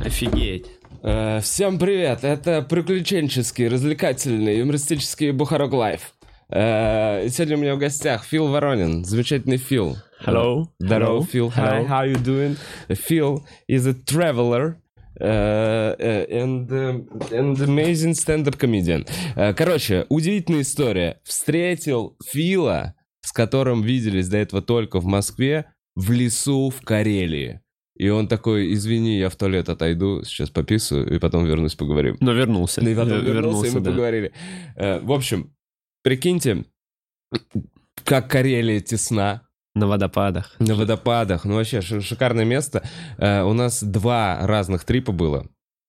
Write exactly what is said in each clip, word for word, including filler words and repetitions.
Офигеть. Э, всем привет, это приключенческий, развлекательный, юмористический Бухарок Лайф. Э, сегодня у меня в гостях Фил Воронин, замечательный Фил. Hello. Здорово, Hello. Фил. Hi, Hello. how you doing? Phil is a traveler. Uh, uh, and, uh, and amazing stand-up comedian. Uh, короче, удивительная история. Встретил Фила, с которым виделись до этого только в Москве, в лесу в Карелии. И он такой: извини, я в туалет отойду, сейчас пописаю, и потом вернусь, поговорим. Но вернулся. Ну и потом вернулся, вернулся, и мы да. поговорили. Uh, в общем, прикиньте, как Карелия тесна. На водопадах. На водопадах. Ну, вообще, ш- шикарное место. Э, у нас два разных трипа было.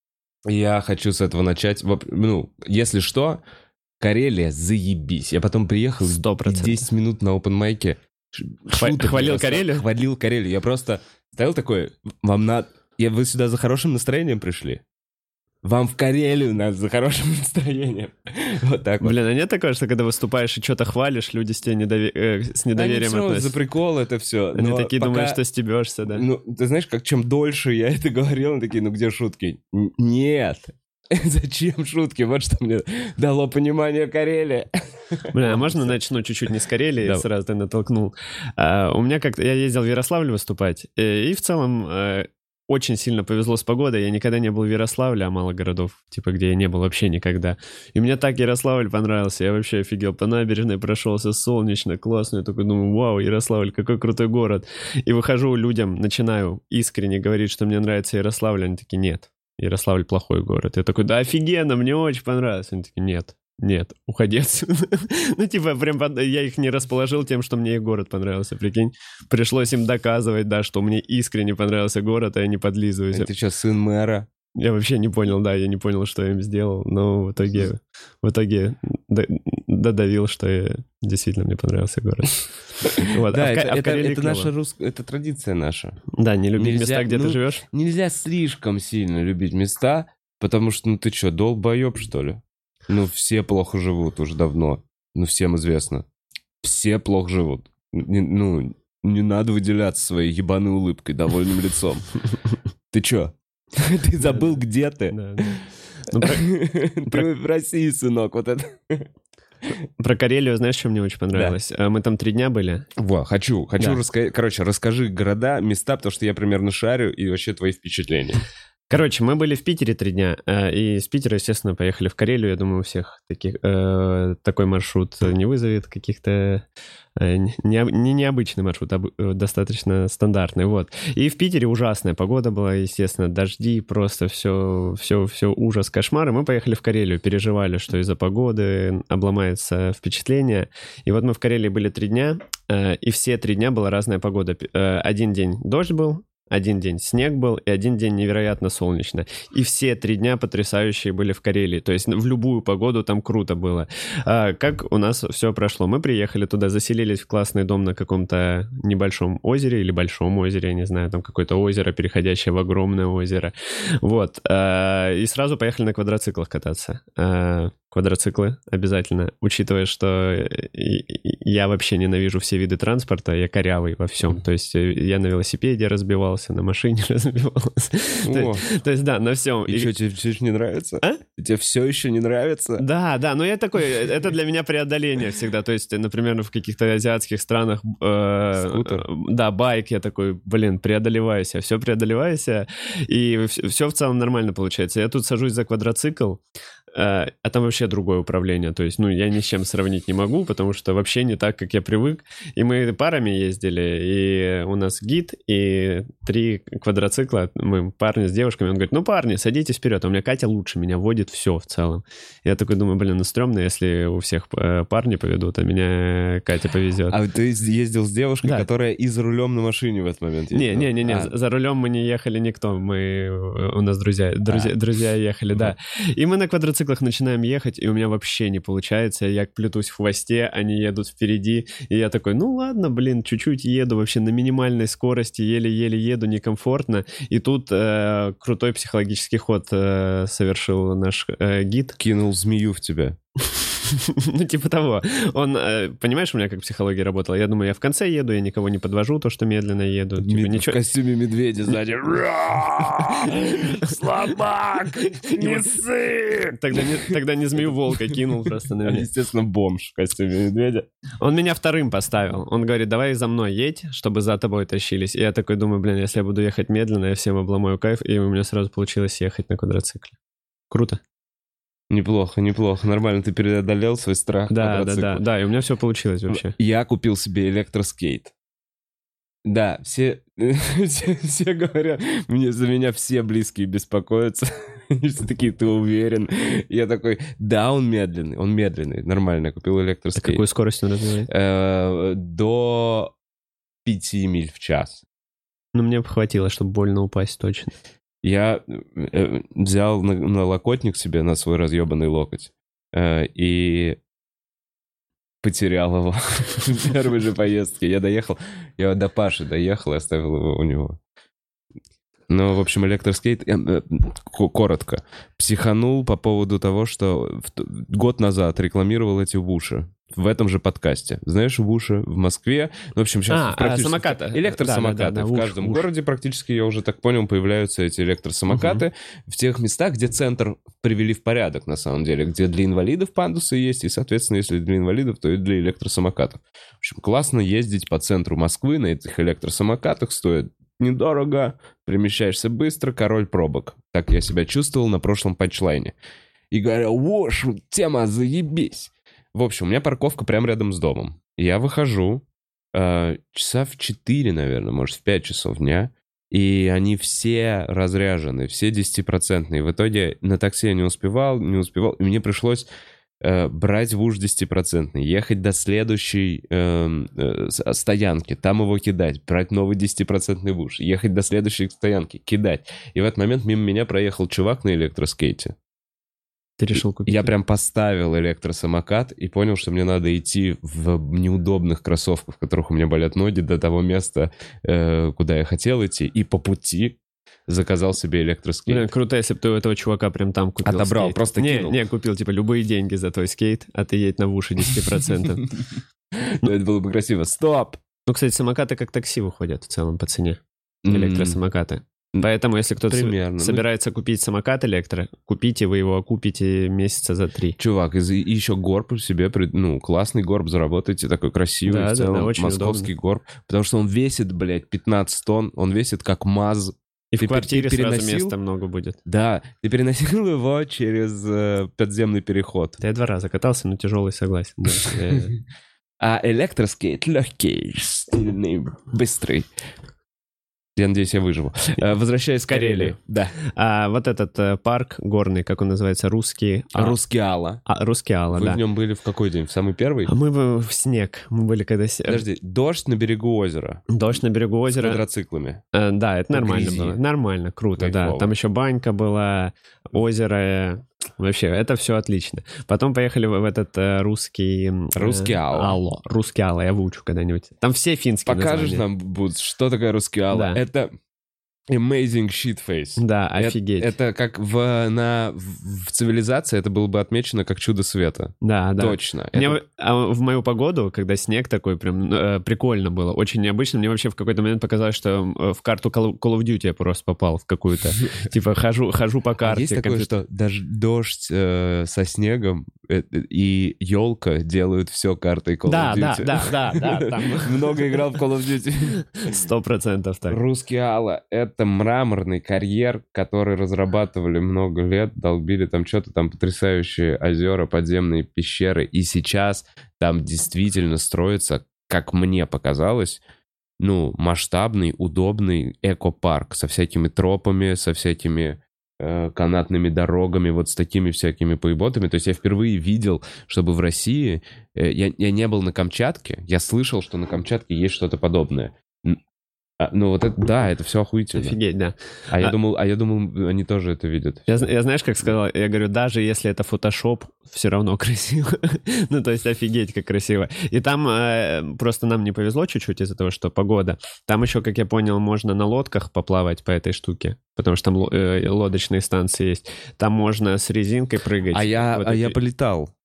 Я хочу с этого начать. Воп- Ну, если что, Карелия, заебись. Я потом приехал, Сто и процентов. десять минут на опенмайке. ш- Хва- шуток хвалил бросал. Карелию? Хвалил Карелию. Я просто стоял такой: вам надо... Я, вы сюда за хорошим настроением пришли? Вам в Карелию надо за хорошим настроением. Вот так вот. Блин, а нет такого, что когда выступаешь и что-то хвалишь, люди с, тебе недове- э, с недоверием Они всё равно относятся? за прикол это все. Они такие думают, что стебешься, да? Ну, ты знаешь, как чем дольше я это говорил, они такие: ну где шутки? Н- Нет. Зачем шутки? Вот что мне дало понимание Карелии. Блин, а можно начну чуть-чуть не с Карелии, Давай. сразу ты натолкнул. А, у меня как-то... Я ездил в Ярославль выступать, и, и в целом э, очень сильно повезло с погодой. Я никогда не был в Ярославле, а мало городов, типа, где я не был вообще никогда. И мне так Ярославль понравился, я вообще офигел. По набережной прошелся, солнечно, классно. Я такой думаю: вау, Ярославль, какой крутой город. И выхожу людям, начинаю искренне говорить, что мне нравится Ярославль. Они такие: нет, Ярославль плохой город. Я такой: да офигенно, мне очень понравился. Они такие: нет. Нет, уходи отсюда. Ну, типа, прям под- я их не расположил тем, что мне их город понравился, прикинь. Пришлось им доказывать, да, что мне искренне понравился город, а я не подлизываюсь. Ты что, сын мэра? Я вообще не понял, да, я не понял, что я им сделал, но в итоге, в итоге д- додавил, что я- действительно мне понравился город. Вот, Да, а в Ка- это, а в это- Карелии это клево. наша русская, это традиция наша. Да, не любить Нельзя- места, где ну, ты живешь. Нельзя слишком сильно любить места, потому что, ну ты что, долбоеб, что ли? Ну, все плохо живут уже давно. Ну, всем известно. Все плохо живут. Не- ну, не надо выделяться своей ебаной улыбкой, довольным лицом. Ты чё? Ты забыл, где ты? Да, да. Ну, про, Ты в России, сынок, вот это. про Карелию, знаешь, что мне очень понравилось? А, Мы там три дня были. Во, хочу, хочу Да. рассказать. Короче, расскажи города, места, потому что я примерно шарю, и вообще твои впечатления. Короче, мы были в Питере три дня, э, и из Питера, естественно, поехали в Карелию. Я думаю, у всех таких, э, такой маршрут не вызовет каких-то... э, не, не необычный маршрут, а б- э, достаточно стандартный, вот. И в Питере ужасная погода была, естественно, дожди, просто все, все, все ужас, кошмар. И мы поехали в Карелию, переживали, что из-за погоды обломается впечатление. И вот мы в Карелии были три дня, э, и все три дня была разная погода. П- э, Один день дождь был, один день снег был, и один день невероятно солнечно. И все три дня потрясающие были в Карелии. То есть в любую погоду там круто было. А, как у нас все прошло? Мы приехали туда, заселились в классный дом на каком-то небольшом озере или большом озере, я не знаю, там какое-то озеро, переходящее в огромное озеро. Вот. А, и сразу поехали на квадроциклах кататься. А, квадроциклы обязательно, учитывая, что и- и- я вообще ненавижу все виды транспорта, я корявый во всем. То есть э, я на велосипеде разбивался, на машине разбивался. То О, то есть, да, на всем. и что, тебе все еще не нравится? А? Тебе все еще не нравится? Да, да, но я такой, это для меня преодоление всегда. То есть, например, в каких-то азиатских странах... э, Скутер. э, Да, байк, я такой, блин, преодолеваюсь, все преодолеваюсь, и все в целом нормально получается. Я тут сажусь за квадроцикл, э, а там вообще другое управление. То есть, ну, я ни с чем сравнить не могу, потому что вообще не так, как я привык. И мы парами ездили, и у нас гид, и три квадроцикла, мы парни с девушками. Он говорит: ну, парни, садитесь вперед. А у меня Катя лучше меня водит все в целом. Я такой думаю: блин, ну стрёмно, если у всех э, парни поведут, а меня Катя повезет. А ты ездил с девушкой, Да. которая и за рулем на машине в этот момент ездила? Не-не-не, А, за, за рулем мы не ехали никто, мы, э, у нас друзья, друзья, А. друзья ехали, да. И мы на квадроциклах начинаем ехать, и у меня вообще не получается, я плетусь в хвосте, они едут впереди, и я такой: ну ладно, блин, чуть-чуть еду, вообще на минимальной скорости, еле-еле еду, некомфортно. И тут э, крутой психологический ход э, совершил наш э, гид. Кинул змею в тебя. Ну, типа того. Он, э, понимаешь, у меня как психология работала. Я думаю, я в конце еду, я никого не подвожу, то, что медленно еду. Типа, Мед- ничего... В костюме медведя сзади. Слабак! Не ссы! Тогда не, тогда не змею волка кинул просто на меня. Естественно, бомж в костюме медведя. Он меня вторым поставил. Он говорит, давай за мной едь, чтобы за тобой тащились. И я такой думаю, блин, если я буду ехать медленно, я всем обломаю кайф. И у меня сразу получилось ехать на квадроцикле. Круто. Неплохо, неплохо. Нормально, ты преодолел свой страх. Да, да, квадроцикла. да, да. И у меня все получилось вообще. Я купил себе электроскейт. Да, все, все, все говорят, мне, за меня все близкие беспокоятся. Все такие, ты уверен? Я такой, да, он медленный, он медленный, нормально, я купил А электроскейт. какую скорость он развивает? Э, До пяти миль в час. Ну, мне бы хватило, чтобы больно упасть точно. Я э, взял на, на локотник себе, на свой разъебанный локоть, э, и потерял его в первой же поездке. Я доехал, я до Паши доехал и оставил его у него. Ну, в общем, электроскейт, э, э, коротко, психанул по поводу того, что в, год назад рекламировал эти вуши. В этом же подкасте. Знаешь, вуши в Москве. Ну, в общем, сейчас А, практически... а, самокаты. Электросамокаты. Да, да, да, в уж, каждом уж. городе практически, я уже так понял, появляются эти электросамокаты. Угу. В тех местах, где центр привели в порядок, на самом деле. Где для инвалидов пандусы есть, и, соответственно, если для инвалидов, то и для электросамокатов. В общем, классно ездить по центру Москвы на этих электросамокатах. Стоит недорого, перемещаешься быстро, король пробок. Так я себя чувствовал на прошлом патчлайне. И говорю, вош, тема заебись. В общем, у меня парковка прямо рядом с домом. Я выхожу э, часа в четыре, наверное, может, в пять часов дня, и они все разряжены, все десятипроцентные. В итоге на такси я не успевал, не успевал, и мне пришлось э, брать вуш десятипроцентный, ехать до следующей э, э, стоянки, там его кидать, брать новый десятипроцентный вуш, ехать до следующей стоянки, кидать. И в этот момент мимо меня проехал чувак на электроскейте. Ты решил купить? Я прям поставил электросамокат и понял, что мне надо идти в неудобных кроссовках, в которых у меня болят ноги, до того места, э, куда я хотел идти. И по пути заказал себе электроскейт. Блин, круто, если бы ты у этого чувака прям там купил Отобрал, скейт. просто не, кинул. Не, купил, типа, любые деньги за твой скейт, а ты едь на вуши десять процентов. Ну, это было бы красиво. Стоп! Ну, кстати, самокаты как такси выходят в целом по цене. Электросамокаты. Поэтому, если кто-то Примерно. собирается купить самокат электро, купите, вы его окупите месяца за три. Чувак, и, и еще горб себе, ну, классный горб заработаете, такой красивый, Да, в целом, да, да, очень московский удобно. горб, потому что он весит, блядь, пятнадцать тонн, он весит как МАЗ. И Ты в квартире пер- ты сразу переносил? места много будет. Да, ты переносил его через э, подземный переход. Да я два раза катался, но тяжелый, согласен. Да. Э, А электроскейт легкий, стильный, быстрый. Я надеюсь, я выживу. Э, Возвращаясь к Карелии. Карелии. Да. А вот этот э, парк горный, как он называется, русский... а- Рускеала. а, Рускеала, Вы да. в нем были в какой день? В самый первый? А мы бы в снег. Мы были когда... с- Подожди, дождь на берегу озера. Дождь на берегу С озера. квадроциклами. Э, да, это По нормально грязи. было. Нормально, круто, Кайфово. да. Там еще банька была, озеро. э, Вообще, это все отлично. Потом поехали в в этот э, русский... м, э, Рускеала. Алло, Рускеала, я выучу когда-нибудь. Там все финские Покажешь названия. нам, Будь, что такое Рускеала? Да. Это amazing shitface. Да, Это- офигеть. Это как в, на, в, в цивилизации это было бы отмечено как чудо света. Да, да. Точно. Мне Это- в- а в мою погоду, когда снег такой, прям э, прикольно было, очень необычно. Мне вообще в какой-то момент показалось, что э, в карту Call Call of Duty я просто попал в какую-то. Типа хожу, хожу по А карте. есть такое, компьютер- что даже дождь э, со снегом э, и елка делают все картой Call Да, of да, Duty. да, да, да, там Много играл в Call of Duty. сто процентов так. Рускеала — это мраморный карьер, который разрабатывали много лет, долбили там что-то, там потрясающие озера, подземные пещеры, и сейчас там действительно строится, как мне показалось, ну, масштабный, удобный экопарк со всякими тропами, со всякими э, канатными дорогами, вот с такими всякими поеботами. То есть я впервые видел, чтобы в России... э, я, я не был на Камчатке, я слышал, что на Камчатке есть что-то подобное. Н- а, ну вот это, да, это все охуительно. Офигеть, да. А я А- думал, а я думал, они тоже это видят. Я, зна- я знаешь, как сказал? Я говорю, даже если это фотошоп, все равно красиво. Ну, то есть офигеть, как красиво. И там э, просто нам не повезло чуть-чуть из-за того, что погода. Там еще, как я понял, можно на лодках поплавать по этой штуке, потому что там ло- э, лодочные станции есть. Там можно с резинкой прыгать. А я, Вот а я эти- полетал.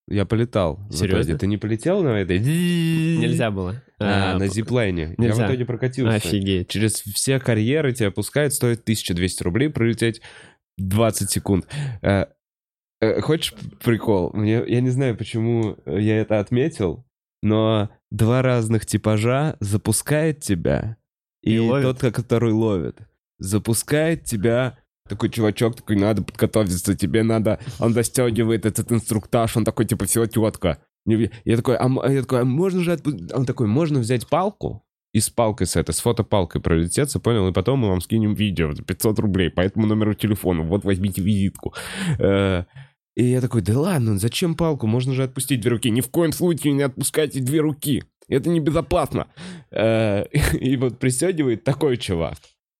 Я полетал. Серьезно? Ты не полетел на этой? Нельзя было. А, на зиплайне. Я в Нельзя. итоге прокатился. Офигеть. Через все карьеры тебя пускают, стоит тысяча двести рублей пролететь двадцать секунд. Э, э, Хочешь прикол? Мне, я не знаю, почему я это отметил, но два разных типажа запускает тебя, и, И ловит? тот, который ловит, запускает тебя. Такой чувачок, такой, надо подготовиться, тебе надо... Он достегивает этот инструктаж, он такой, типа, все, тетка. Я такой, а, м- я такой, а можно же... отпу-» Он такой, можно взять палку и с палкой с этой, с фотопалкой пролететься, понял? И потом мы вам скинем видео за пятьсот рублей по этому номеру телефона. Вот возьмите визитку. Э, И я такой, да ладно, зачем палку? Можно же отпустить две руки. Ни в коем случае не отпускайте две руки. Это небезопасно. Э, И вот пристегивает такой чувак.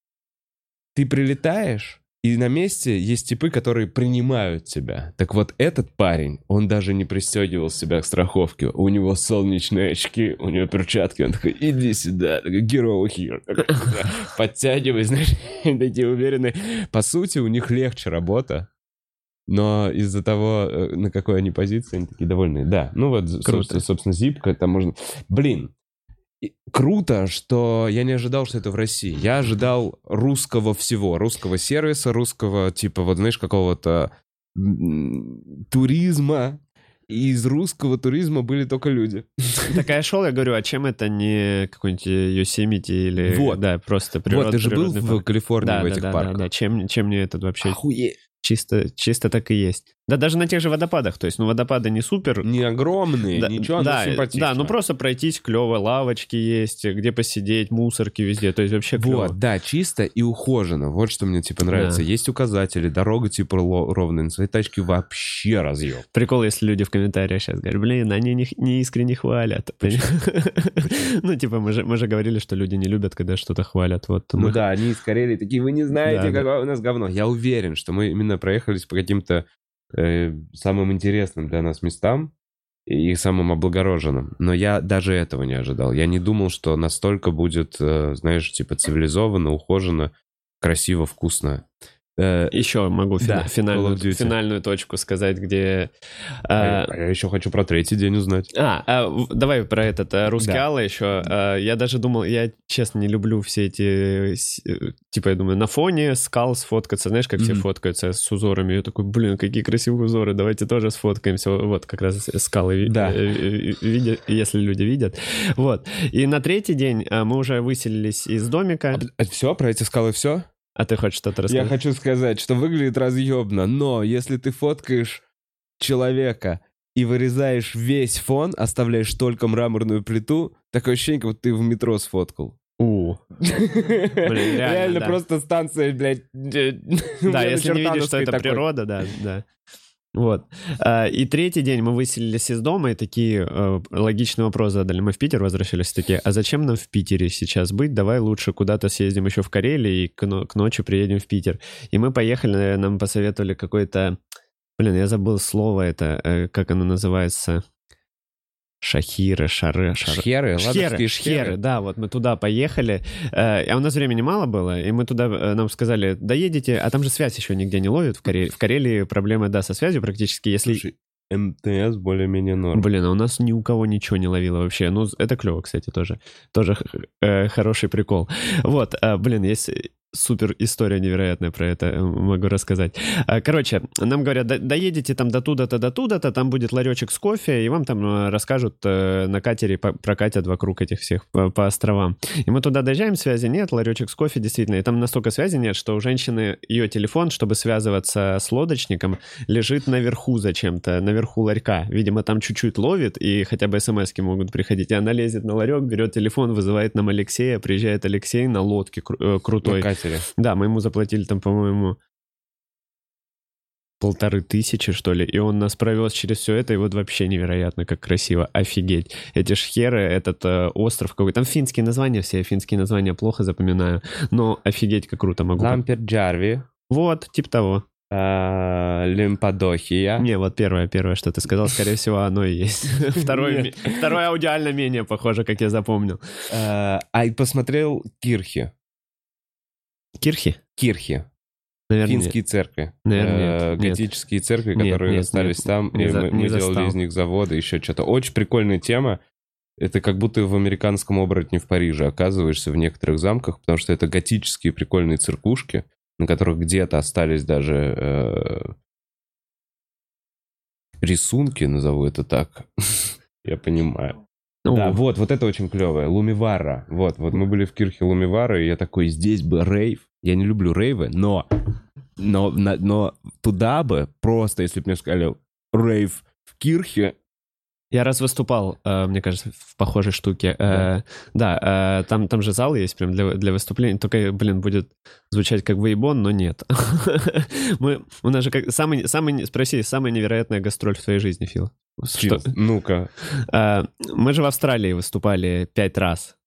Ты прилетаешь, и на месте есть типы, которые принимают тебя. Так вот, этот парень, он даже не пристегивал себя к страховке. У него солнечные очки, у него перчатки. Он такой, иди сюда. Такой, get over here. Такой, подтягивай, знаешь, такие уверенные. По сути, у них легче работа. Но из-за того, э, на какой они позиции, они такие довольные. Да, ну вот, собственно, собственно, зипка, там можно... Блин, и круто, что я не ожидал, что это в России. Я ожидал русского всего, русского сервиса, русского, типа, вот, знаешь, какого-то м, туризма. И из русского туризма были только люди. Так я шел, я говорю, а чем это не какой-нибудь Йосемити или... Вот. Да, просто природа. Вот, ты же был природный в парк. Калифорнии Да, в да, этих да, парках. да, да. Чем, чем мне этот вообще... Охуеть. Чисто, чисто так и есть. Да даже на тех же водопадах. То есть, ну, водопады не супер... Не огромные, Да, ничего, да, но симпатично. да, ну просто пройтись, клево, лавочки есть, где посидеть, мусорки везде, то есть вообще клево. Вот, да, чисто и ухоженно. Вот что мне, типа, нравится. Да. Есть указатели, дорога, типа, ло- ровная. На своей тачке вообще разъем. Прикол, если люди в комментариях сейчас говорят, блин, они не, не искренне хвалят. Ну, типа, мы же, мы же говорили, что люди не любят, когда что-то хвалят. Вот Ну мы- да, они из Карелии такие, вы не знаете, Да, да. какое у нас говно. Я уверен, что мы именно проехались по каким-то э, самым интересным для нас местам и самым облагороженным. Но я даже этого не ожидал. Я не думал, что настолько будет, э, знаешь, типа цивилизованно, ухоженно, красиво, вкусно. Э, Еще могу фина- Да, финальную, Call of Duty. финальную точку сказать, где... а, а, а я еще хочу про третий день узнать. А, а, в- давай про этот а, русский Да. Алла еще. А, я даже думал, я честно не люблю все эти, с- э, типа, я думаю, на фоне скал сфоткаться, знаешь, как все Мгм. фоткаются с узорами. Я такой, блин, какие красивые узоры, давайте тоже сфоткаемся. Вот как раз скалы, ви- Да. э, э, видя- если люди видят. Вот. И на третий день а, мы уже выселились из домика. все, про эти скалы все? А ты хочешь что-то Я рассказать? хочу сказать, что выглядит разъебно, но если ты фоткаешь человека и вырезаешь весь фон, оставляешь только мраморную плиту, такое ощущение, как будто ты в метро сфоткал. У. реально, Реально да. просто станция, блядь. Да, если не видишь, что это природа, да, да. Вот. А, И третий день мы выселились из дома, и такие э, логичный вопрос задали. Мы в Питер возвращались, такие, а зачем нам в Питере сейчас быть? Давай лучше куда-то съездим еще в Карелию и к, но- к ночи приедем в Питер. И мы поехали, нам посоветовали какой-то... Блин, я забыл слово это, э, как оно называется... Шахиры, шары, шары. Шхеры, Шхеры, ладожские шхеры, шхеры. да, вот мы туда поехали, э, а у нас времени мало было, и мы туда, э, нам сказали, доедете, а там же связь еще нигде не ловит в Карелии. В Карелии проблемы, да, со связью практически, если... Слушай, МТС более-менее норм. Блин, а у нас ни у кого ничего не ловило вообще. Ну, это клево, кстати, тоже. Тоже э, хороший прикол. Вот, э, блин, есть супер история невероятная про это, э, могу рассказать. Э, Короче, нам говорят, «До- доедете там до туда-то, до туда-то, там будет ларечек с кофе, и вам там э, расскажут э, на катере, по- прокатят вокруг этих всех по, по островам. И мы туда доезжаем, связи нет, ларечек с кофе, действительно. И там настолько связи нет, что у женщины ее телефон, чтобы связываться с лодочником, лежит наверху зачем-то, наверху ларька. Видимо, там чуть-чуть ловит, и хотя бы смс-ки могут приходить. И она лезет на ларек, берет телефон, вызывает нам Алексея, приезжает Алексей на лодке кру- э, крутой. На катере. Да, мы ему заплатили там, по-моему, полторы тысячи, что ли, и он нас провез через все это, и вот вообще невероятно, как красиво, офигеть. Эти шхеры, этот э, остров какой, там финские названия, все финские названия плохо запоминаю, но офигеть, как круто могу. Ламперджарви. Вот, типа того. а, Лимпадохия. Не, вот первое, первое, что ты сказал, скорее всего, оно и есть. Второе, Нет. ме- второе аудиально менее похоже, как я запомнил. А, А и посмотрел Кирхи. Кирхи? Кирхи. Наверное, Финские нет. церкви. Наверное, Э, нет. Готические церкви, Нет, которые нет, остались нет. там, Не и за- мы, не мы делали застал. из них заводы, еще что-то. Очень прикольная тема. Это как будто в американском оборотне в Париже оказываешься в некоторых замках, потому что это готические прикольные церквушки, на которых где-то остались даже э, рисунки, назову это так. Я понимаю. Ну, Да, вот, вот это очень клевое. Лумивара. Вот, вот мы были в кирхе Лумивара, и я такой, здесь бы рейв. Я не люблю рейвы, но, но, на- но туда бы просто, если бы мне сказали рейв в кирхе, Я раз выступал, э, мне кажется, в похожей штуке. Да. Э, Да, э, там, там же зал есть прям для, для выступлений. Только, блин, будет звучать как выебон, но нет. Мы, у нас же как... Самый, самый, спроси, самая невероятная гастроль в твоей жизни, Фил. Фил, Что? ну-ка. Э, Мы же в Австралии выступали пять раз.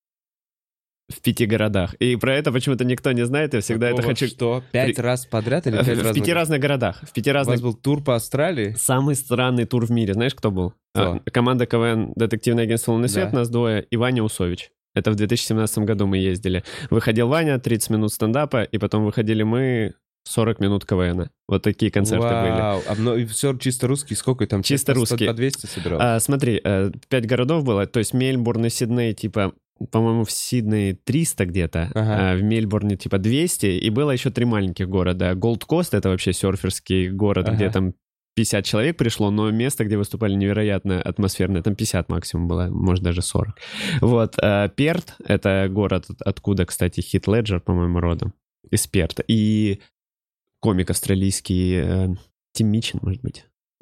В пяти городах. И про это почему-то никто не знает. Я всегда это Какого хочу... Что? Пять При- раз подряд или В пять в разных? пяти разных городах. В пяти У разных... вас был тур по Австралии? Самый странный тур в мире. Знаешь, кто был? Кто? А, Команда КВН «Детективное агентство «Лунный свет», Да. нас двое, и Ваня Усович. Это в две тысячи семнадцатом году мы ездили. Выходил Ваня, тридцать минут стендапа, и потом выходили мы, сорок минут КВНа. Вот такие концерты были. Вау. А, ну, и все чисто русский, сколько там? Чисто По- русский. По двести собиралось? А, смотри, э, пять городов было, то есть Мельбурн и Сидней, типа, по-моему, в Сиднее триста где-то, Ага. а в Мельбурне, типа, двести, и было еще три маленьких города. Голд-Кост — это вообще серферский город, Ага. где там пятьдесят человек пришло, но место, где выступали, невероятно атмосферное. Там пятьдесят максимум было, может, даже сорок. Вот. а Перт — это город, откуда, кстати, Хит Леджер, по-моему, родом. Из Перта. И комик австралийский э, Тим Митчен, может быть.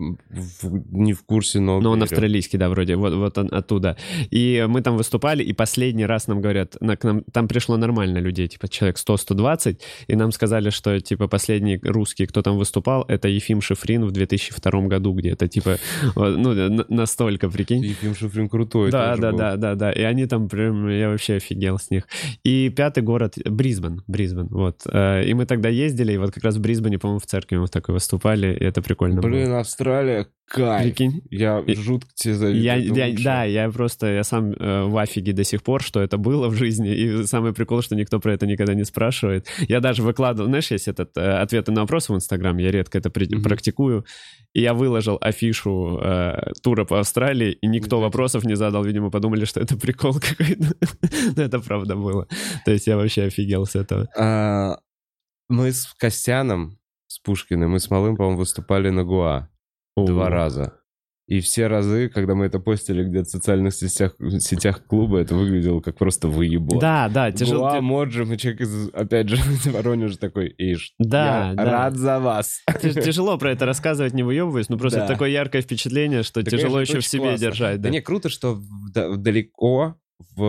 В- не в курсе, но... Но он верю. австралийский, да, вроде, вот, вот он оттуда. И мы там выступали, и последний раз нам говорят, на, к нам, там пришло нормально людей, типа человек сто - сто двадцать, и нам сказали, что, типа, последний русский, кто там выступал, это Ефим Шифрин в две тысячи втором году где-то, типа, вот, ну, на- настолько, прикинь. Ефим Шифрин крутой Да, тоже да, был. да, да, да. И они там прям, я вообще офигел с них. И пятый город, Брисбен, Брисбен, вот. Э, И мы тогда ездили, и вот как раз в Брисбене, по-моему, в церкви мы в такой выступали, и это прикольно Блин, было. Австралия, кайф. Прикинь. Я И- жутко тебе завидую. Я, это я- лучше. да, я просто, я сам э, в афиге до сих пор, что это было в жизни, и самый прикол, что никто про это никогда не спрашивает. Я даже выкладывал, знаешь, есть этот э, ответы на вопросы в Инстаграм, я редко это при- Мгм. практикую, и я выложил афишу э, тура по Австралии, и никто Никто не- вопросов не задал, видимо, подумали, что это прикол какой-то. Но это правда было. То есть я вообще офигел с этого. А, мы с Костяном, с Пушкиным, мы с Малым, по-моему, выступали на Гоа два О. раза. И все разы, когда мы это постили где-то в социальных сетях, сетях клуба, это выглядело как просто выебон. Да, да, тяжело. Гоа, Моджи, мы человек из, опять же, из Воронежа такой, ишь, Да, я да. рад за вас. Тяж- Тяжело про это рассказывать, не выебываясь, но просто Да. это такое яркое впечатление, что Да, тяжело конечно, еще это в очень себе классно. держать. Да Да. не, круто, что в- да- далеко,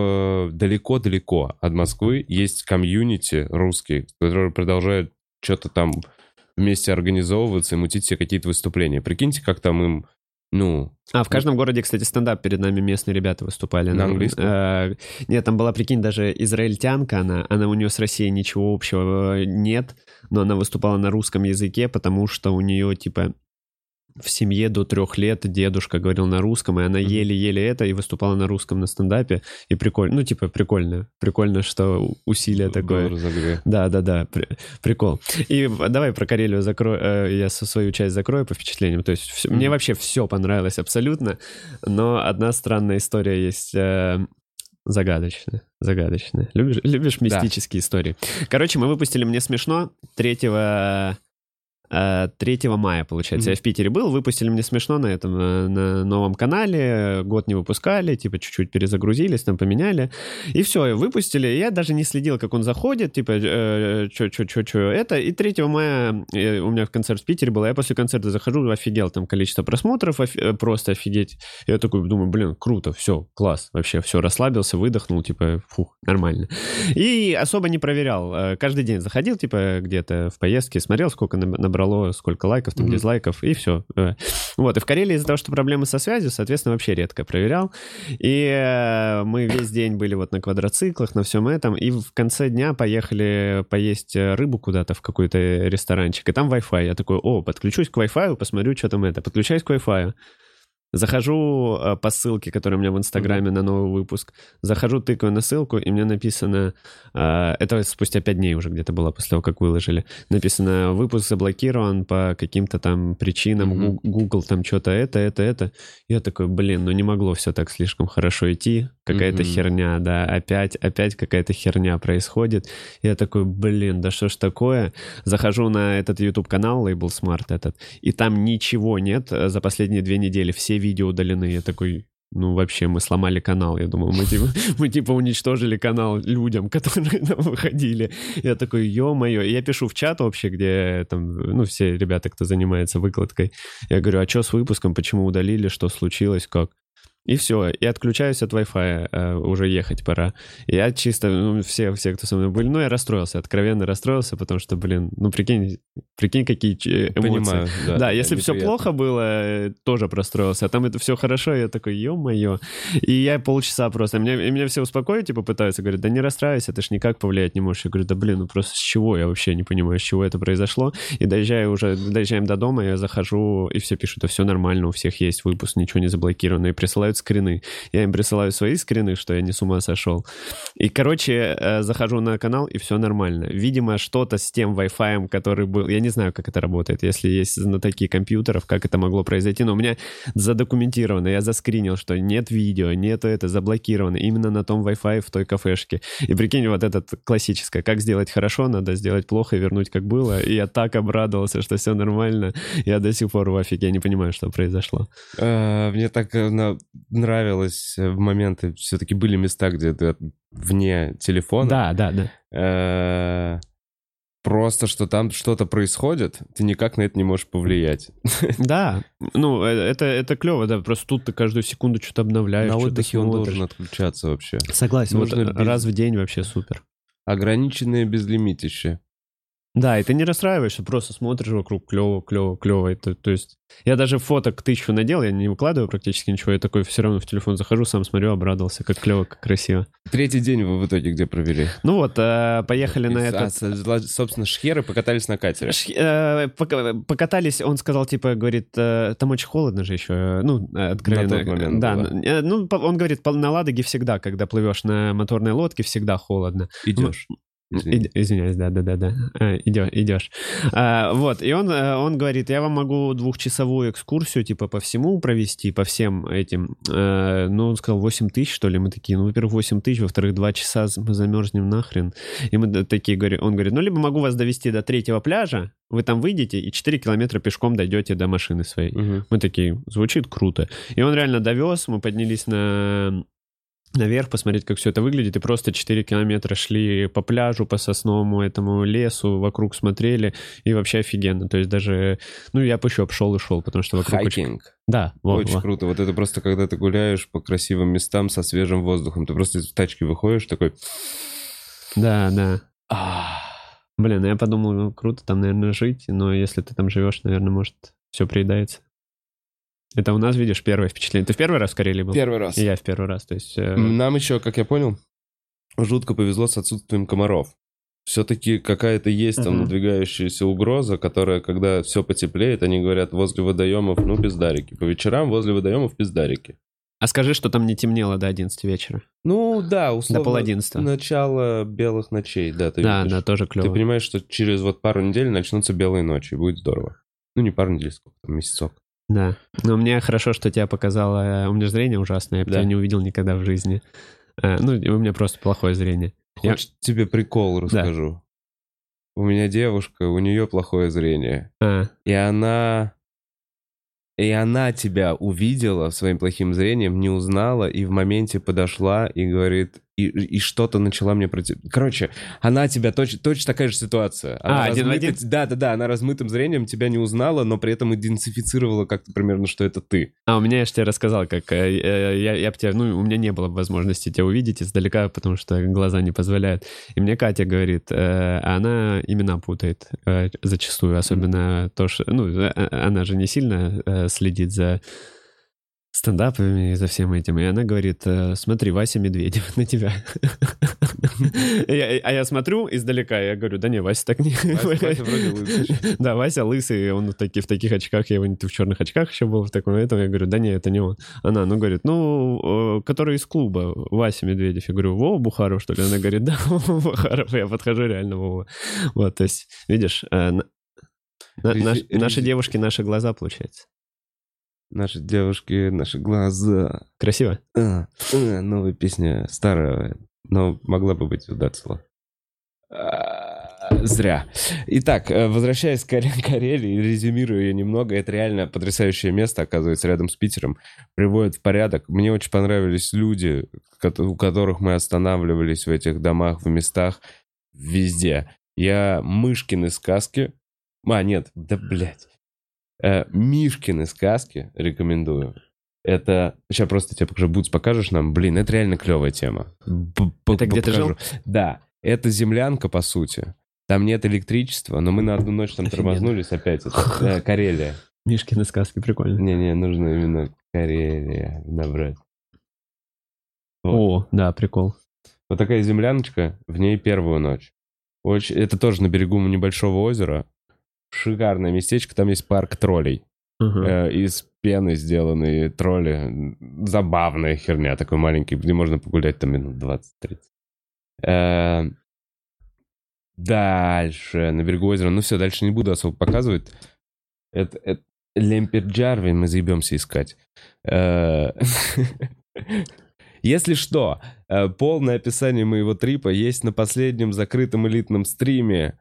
в далеко-далеко от Москвы есть комьюнити русский, который продолжает что-то там вместе организовываться и мутить себе какие-то выступления. Прикиньте, как там им, ну... А, в каждом городе, кстати, стендап перед нами местные ребята выступали. На Нам, английском? э, Нет, там была, прикинь, даже израильтянка, она, она у нее с Россией ничего общего э, нет, но она выступала на русском языке, потому что у нее, типа, в семье до трех лет дедушка говорил на русском, и она Мгм. еле-еле это, и выступала на русском на стендапе, и прикольно, ну, типа, прикольно, прикольно, что усилие такое. был разогрев. Да, да, да, при- прикол. И в- давай про Карелию закрою, э, я со свою часть закрою по впечатлениям. То есть всё- мне Мгм. вообще все понравилось абсолютно, но одна странная история есть. э, Загадочная, загадочная. Любишь, любишь мистические истории? Короче, мы выпустили «Мне смешно» третьего э, третьего мая, получается. Мгм. Я в Питере был, выпустили «Мне смешно» на этом, э, на новом канале, год не выпускали, типа чуть-чуть перезагрузились, там поменяли, и все, выпустили. Я даже не следил, как он заходит, типа, э, что-что-что это, и третьего мая э, у меня концерт в Питере был, я после концерта захожу, офигел, там количество просмотров, офи- э, просто офигеть. Я такой думаю, блин, круто, все, класс, вообще все, расслабился, выдохнул, типа, фух, нормально. И особо не проверял, э, каждый день заходил, типа, где-то в поездке, смотрел, сколько наб- набрало, сколько лайков, там, Мгм. дизлайков, и все. Вот, и в Карелии из-за того, что проблемы со связью, соответственно, вообще редко проверял. И э, мы весь день были вот на квадроциклах, на всем этом, и в конце дня поехали поесть э, рыбу куда-то в какой-то ресторанчик, и там Wi-Fi. Я такой, о, подключусь к Wi-Fi, посмотрю, что там это. Подключаюсь к Wi-Fi. Захожу э, по ссылке, которая у меня в Инстаграме mm-hmm. на новый выпуск. Захожу, тыкаю на ссылку, и мне написано... Э, это спустя пять дней уже где-то было, после того, как выложили. Написано, выпуск заблокирован по каким-то там причинам. Mm-hmm. Google там что-то это, это, это. Я такой, блин, ну не могло все так слишком хорошо идти. Какая-то mm-hmm. херня, да. Опять, опять какая-то херня происходит. Я такой, блин, да что ж такое? Захожу на этот YouTube-канал, Label Smart этот, и там ничего нет за последние две недели. Все видео удалены. Я такой, ну вообще мы сломали канал. Я думал, мы типа, мы типа уничтожили канал людям, которые там выходили. Я такой, ё-моё. И я пишу в чат вообще, где там, ну все ребята, кто занимается выкладкой. Я говорю, а что с выпуском, почему удалили, что случилось, как? И все, и отключаюсь от Wi-Fi, э, уже ехать пора. Я чисто, ну, все, все, кто со мной были, ну, я расстроился, откровенно расстроился, потому что, блин, ну, прикинь, прикинь, какие эмоции. Понимаю, да. Да, если бы все плохо было, тоже расстроился, а там это все хорошо, я такой, ё-моё. И я полчаса просто, меня, меня все успокоить, типа, пытаются, говорят, да не расстраивайся, ты ж никак повлиять не можешь. Я говорю, да, блин, ну, просто с чего, я вообще не понимаю, с чего это произошло. И доезжаю уже, доезжаем до дома, я захожу, и все пишут, да все нормально, у всех есть выпуск, ничего не заблокировано, и присылают скрины. Я им присылаю свои скрины, что я не с ума сошел. И, короче, э, захожу на канал, и все нормально. Видимо, что-то с тем Wi-Fi, который был... Я не знаю, как это работает, если есть знатоки компьютеров, как это могло произойти, но у меня задокументировано, я заскринил, что нет видео, нет это, заблокировано именно на том Wi-Fi в той кафешке. И прикинь, вот этот классическое, как сделать хорошо, надо сделать плохо и вернуть как было. И я так обрадовался, что все нормально. Я до сих пор в офиге, я не понимаю, что произошло. Мне так нравилось в моменты, все-таки были места, где ты вне телефона. Да, да, да. Просто, что там что-то происходит, ты никак на это не можешь повлиять. Да, ну, это, это клево, да, просто тут ты каждую секунду что-то обновляешь. На отдыхе он должен отключаться вообще. Согласен, вот без... раз в день вообще супер. Ограниченное безлимитище. Да, и ты не расстраиваешься, просто смотришь вокруг, клево, клево, клево. Это, то есть я даже фоток тысячу надел, я не выкладываю практически ничего, я такой все равно в телефон захожу, сам смотрю, обрадовался, как клево, как красиво. Третий день вы в итоге где провели? Ну вот, э, поехали и, на а, этот... Собственно, шхеры покатались на катере. Ш... Э, покатались, он сказал, типа, говорит, э, там очень холодно же еще, ну, откровенно. На тот момент да, было. Ну, он говорит, на Ладоге всегда, когда плывешь на моторной лодке, всегда холодно. Идешь. Извини. Извиняюсь, да-да-да-да. А, идешь, идешь. А, вот, и он, он говорит, я вам могу двухчасовую экскурсию, типа, по всему провести, по всем этим. А, ну, он сказал, восемь тысяч, что ли? Мы такие, ну, во-первых, восемь тысяч, во-вторых, два часа мы замерзнем нахрен. И мы такие, говорим, он говорит, ну, либо могу вас довести до третьего пляжа, вы там выйдете и четыре километра пешком дойдете до машины своей. Угу. Мы такие, звучит круто. И он реально довез, мы поднялись на... наверх, посмотреть, как все это выглядит, и просто четыре километра шли по пляжу, по сосновому этому лесу, вокруг смотрели, и вообще офигенно. То есть даже, ну, я бы еще обшел и шел, потому что вокруг... Хайкинг. Очень... Да. Во, очень во. круто. Вот это просто, когда ты гуляешь по красивым местам со свежим воздухом, ты просто из тачки выходишь такой... Да, да. Блин, я подумал, ну, круто там, наверное, жить, но если ты там живешь, наверное, может, все приедается. Это у нас, видишь, первое впечатление. Ты в первый раз в Карелии был? Первый раз. И я в первый раз, то есть... Э... Нам еще, как я понял, жутко повезло с отсутствием комаров. Все-таки какая-то есть там uh-huh. надвигающаяся угроза, которая, когда все потеплеет, они говорят, возле водоемов, ну, пиздарики. По вечерам возле водоемов пиздарики. А скажи, что там не темнело до одиннадцати вечера. Ну, да, условно. До пол-одиннадцатого. Начало белых ночей, да, ты Да, видишь. да, тоже клево. Ты понимаешь, что через вот пару недель начнутся белые ночи, и будет здорово. Ну, не пару недель, сколько там, месяцок. Да, но мне хорошо, что тебя показало... У меня зрение ужасное, я бы да. тебя не увидел никогда в жизни. Ну, у меня просто плохое зрение. Хочешь, я... тебе прикол расскажу? Да. У меня девушка, у нее плохое зрение. А. И она... И она тебя увидела своим плохим зрением, не узнала, и в моменте подошла и говорит... И, и что-то начала мне против... Короче, она тебя... Точ, точно такая же ситуация. Она а, размыта... один в один? Да-да-да, она размытым зрением тебя не узнала, но при этом идентифицировала как-то примерно, что это ты. А, у меня, я же тебе рассказал, как... Я, я, я бы тебя... Ну, у меня не было возможности тебя увидеть издалека, потому что глаза не позволяют. И мне Катя говорит, э, она имена путает э, зачастую, особенно mm-hmm. то, что... Ну, она же не сильно э, следит за... стендапами и за всем этим. И она говорит, смотри, Вася Медведев на тебя. А я смотрю издалека, я говорю, да не, Вася так не... Вася вроде лысый. Да, Вася лысый, он в таких очках, я его в черных очках еще был в таком, этом, я говорю, да не, это не он. Она, ну, говорит, ну, который из клуба, Вася Медведев. Я говорю, Вова Бухаров, что ли? Она говорит, да, Вова Бухаров. Я подхожу, реально Вова. Вот, то есть, видишь, наши девушки, наши глаза, получается. Наши девушки, наши глаза. Красиво? А, а, новая песня, старая, но могла бы быть удачна. Зря. Итак, возвращаясь к Карелии, резюмирую ее немного. Это реально потрясающее место, оказывается, рядом с Питером. Приводит в порядок. Мне очень понравились люди, у которых мы останавливались в этих домах, в местах, везде. Я Мышкины сказки... А, нет, да, блядь. Мишкины сказки рекомендую. Это... Сейчас просто тебе покажу. Бутс, покажешь нам? Блин, это реально клевая тема. Это где ты жил? Да. Это землянка, по сути. Там нет электричества, но мы на одну ночь там тормознулись опять. Это Карелия. Мишкины сказки, прикольно. Не-не, нужно именно Карелия набрать. О, да, прикол. Вот такая земляночка, в ней первую ночь. Очень... Это тоже на берегу небольшого озера. Шикарное местечко, там есть парк троллей. Uh-huh. Э, из пены сделанные тролли. Забавная херня, такой маленький, где можно погулять там минут двадцать-тридцать. Э, дальше, на берегу озера. Ну все, дальше не буду особо показывать. Это, это Лемпирджарви мы заебемся искать. Э, Если что, полное описание моего трипа есть на последнем закрытом элитном стриме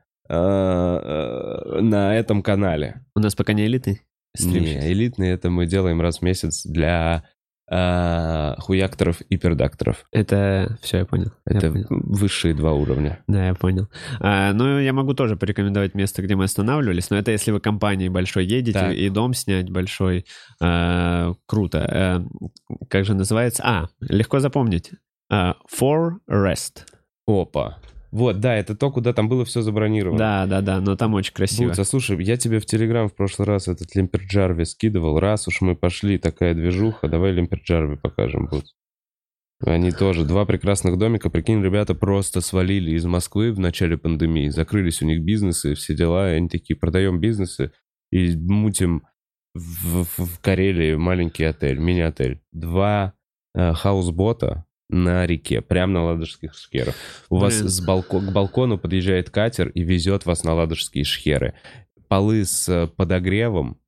на этом канале. У нас пока не элитный стрим. Не, элитный это мы делаем раз в месяц для э, хуякторов и пердакторов. Это все, я понял. Это я понял. Высшие два уровня. Да, я понял. А, ну, я могу тоже порекомендовать место, где мы останавливались, но это если вы компанией большой едете так. И дом снять большой. А, круто. А, как же называется? А, легко запомнить. А, For Rest. Опа. Вот, да, это то, куда там было все забронировано. Да, да, да, но там очень красиво. Бутс, а слушай, я тебе в Телеграм в прошлый раз этот Лемпирджарви скидывал. Раз уж мы пошли, такая движуха, давай Лемпирджарви покажем, Бутс. Они тоже, два прекрасных домика. Прикинь, ребята просто свалили из Москвы в начале пандемии. Закрылись у них бизнесы, все дела. И они такие, продаем бизнесы и мутим в, в, в Карелии маленький отель, мини-отель. Два э, хаусбота на реке, прямо на Ладожских шхерах. У Блин. вас с балко- к балкону подъезжает катер и везет вас на Ладожские шхеры. Полы с подогревом,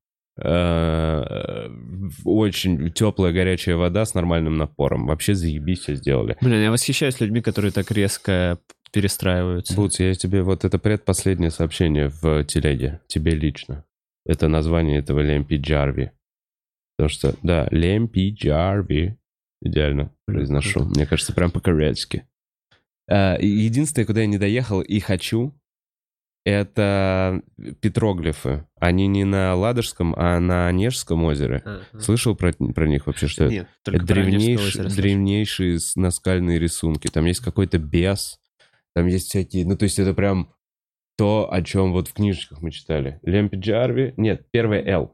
очень теплая горячая вода с нормальным напором. Вообще заебись все сделали. Блин, я восхищаюсь людьми, которые так резко перестраиваются. Бутс, я тебе вот это предпоследнее сообщение в телеге, тебе лично. Это название этого Лемпирджарви. Потому что, да, Лемпирджарви. Идеально произношу. Мне кажется, прям по-корейски. Единственное, куда я не доехал и хочу, это петроглифы. Они не на Ладожском, а на Онежском озере. Uh-huh. Слышал про, про них вообще? Что Нет, это древнейшие, древнейшие наскальные рисунки. Там есть какой-то бес. Там есть всякие... Ну, то есть это прям то, о чем вот в книжечках мы читали. Лемпирджарви... Нет, первое «Л».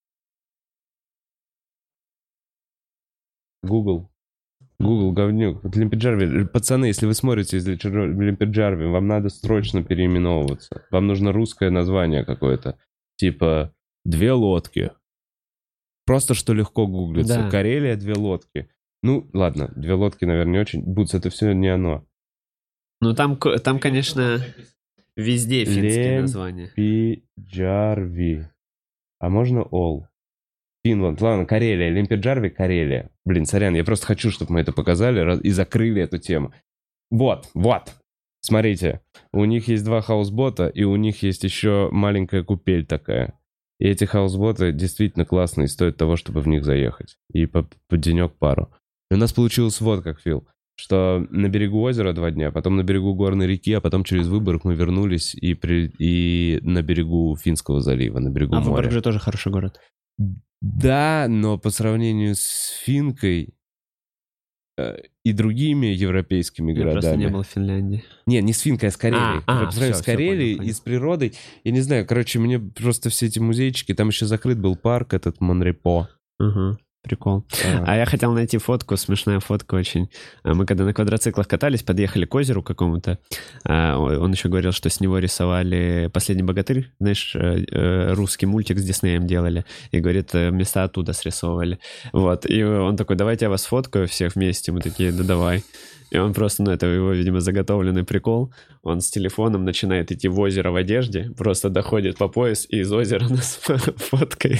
Google. Google, говнюк. Вот Лемпирджарви. Пацаны, если вы смотрите из Лемпирджарви, вам надо срочно переименовываться. Вам нужно русское название какое-то. Типа «Две лодки». Просто что легко гуглится. Да. Карелия, две лодки. Ну, ладно, две лодки, наверное, не очень. Бутс, это все не оно. Ну, там, там конечно, везде финские названия. Лемпирджарви. А можно «Ол»? Финланд, ладно, Карелия, Лемпирджарви, Карелия. Блин, сорян, я просто хочу, чтобы мы это показали и закрыли эту тему. Вот, вот. Смотрите, у них есть два хаусбота, и у них есть еще маленькая купель такая. И эти хаусботы действительно классные, стоят того, чтобы в них заехать. И под, под денек-пару. И у нас получилось вот как, Фил, что на берегу озера два дня, потом на берегу горной реки, а потом через Выборг мы вернулись и, при, и на берегу Финского залива, на берегу а моря. А Выборг же тоже хороший город. Да, но по сравнению с Финкой э, и другими европейскими я городами... Я просто не был в Финляндии. Не, не с Финкой, а с Карелией. А, а, по сравнению все, с Карелией все, понял, и с природой. Я не знаю, короче, мне просто все эти музейчики... Там еще закрыт был парк этот Монрепо. Угу. Прикол. А. а я хотел найти фотку, смешная фотка очень. Мы когда на квадроциклах катались, подъехали к озеру какому-то. Он еще говорил, что с него рисовали «Последний богатырь». Знаешь, русский мультик с Диснеем делали. И говорит, места оттуда срисовывали. Вот. И он такой, давайте я вас фоткаю всех вместе. Мы такие, да давай. И он просто, ну, это его, видимо, заготовленный прикол. Он с телефоном начинает идти в озеро в одежде, просто доходит по пояс и из озера нас фоткает.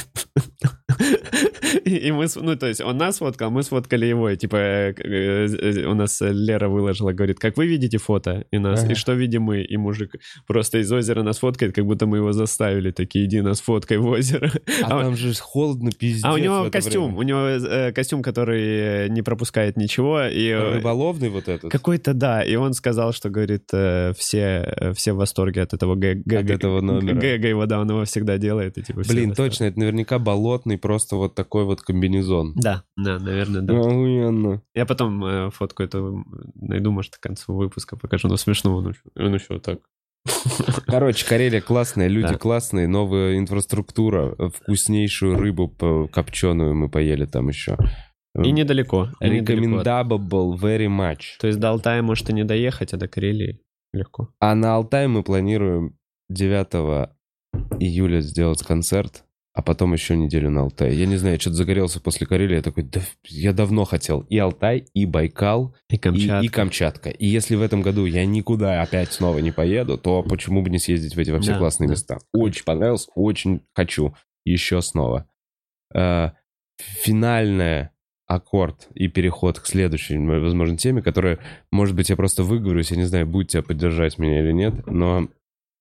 И, и мы, ну, то есть он нас фоткал, мы сфоткали его. И типа у нас Лера выложила, говорит, как вы видите фото и нас, ага. и что видим мы? И мужик просто из озера нас фоткает, как будто мы его заставили. Такие, иди нас фоткай в озеро. А, а там он... же холодно, пиздец. А у него костюм, время. у него э, костюм, который не пропускает ничего. И, рыболовный вот этот? Какой-то, да. И он сказал, что, говорит, э, все, все в восторге от этого гэга. От этого номера. Гэга его, да, он его всегда делает. И, типа, блин, точно, это наверняка болотный, просто вот такой вот комбинезон. Да, да, наверное, да. Охуенно. Я потом э, фотку эту найду, может, к концу выпуска покажу, но смешно он, он еще вот так. Короче, Карелия классная, люди да. классные, новая инфраструктура, вкуснейшую рыбу копченую мы поели там еще. И недалеко. Recommendable very much. То есть до Алтая может и не доехать, а до Карелии легко. А на Алтай мы планируем девятого июля сделать концерт, а потом еще неделю на Алтае. Я не знаю, я что-то загорелся после Карелии, я такой, да, я давно хотел и Алтай, и Байкал, и Камчатка. И, и Камчатка. И если в этом году я никуда опять снова не поеду, то почему бы не съездить в эти во все да, классные да. места? Очень понравилось, очень хочу еще снова. Э, финальная аккорд и переход к следующей, возможно, теме, которая, может быть, я просто выговорюсь, я не знаю, будете поддержать меня или нет, но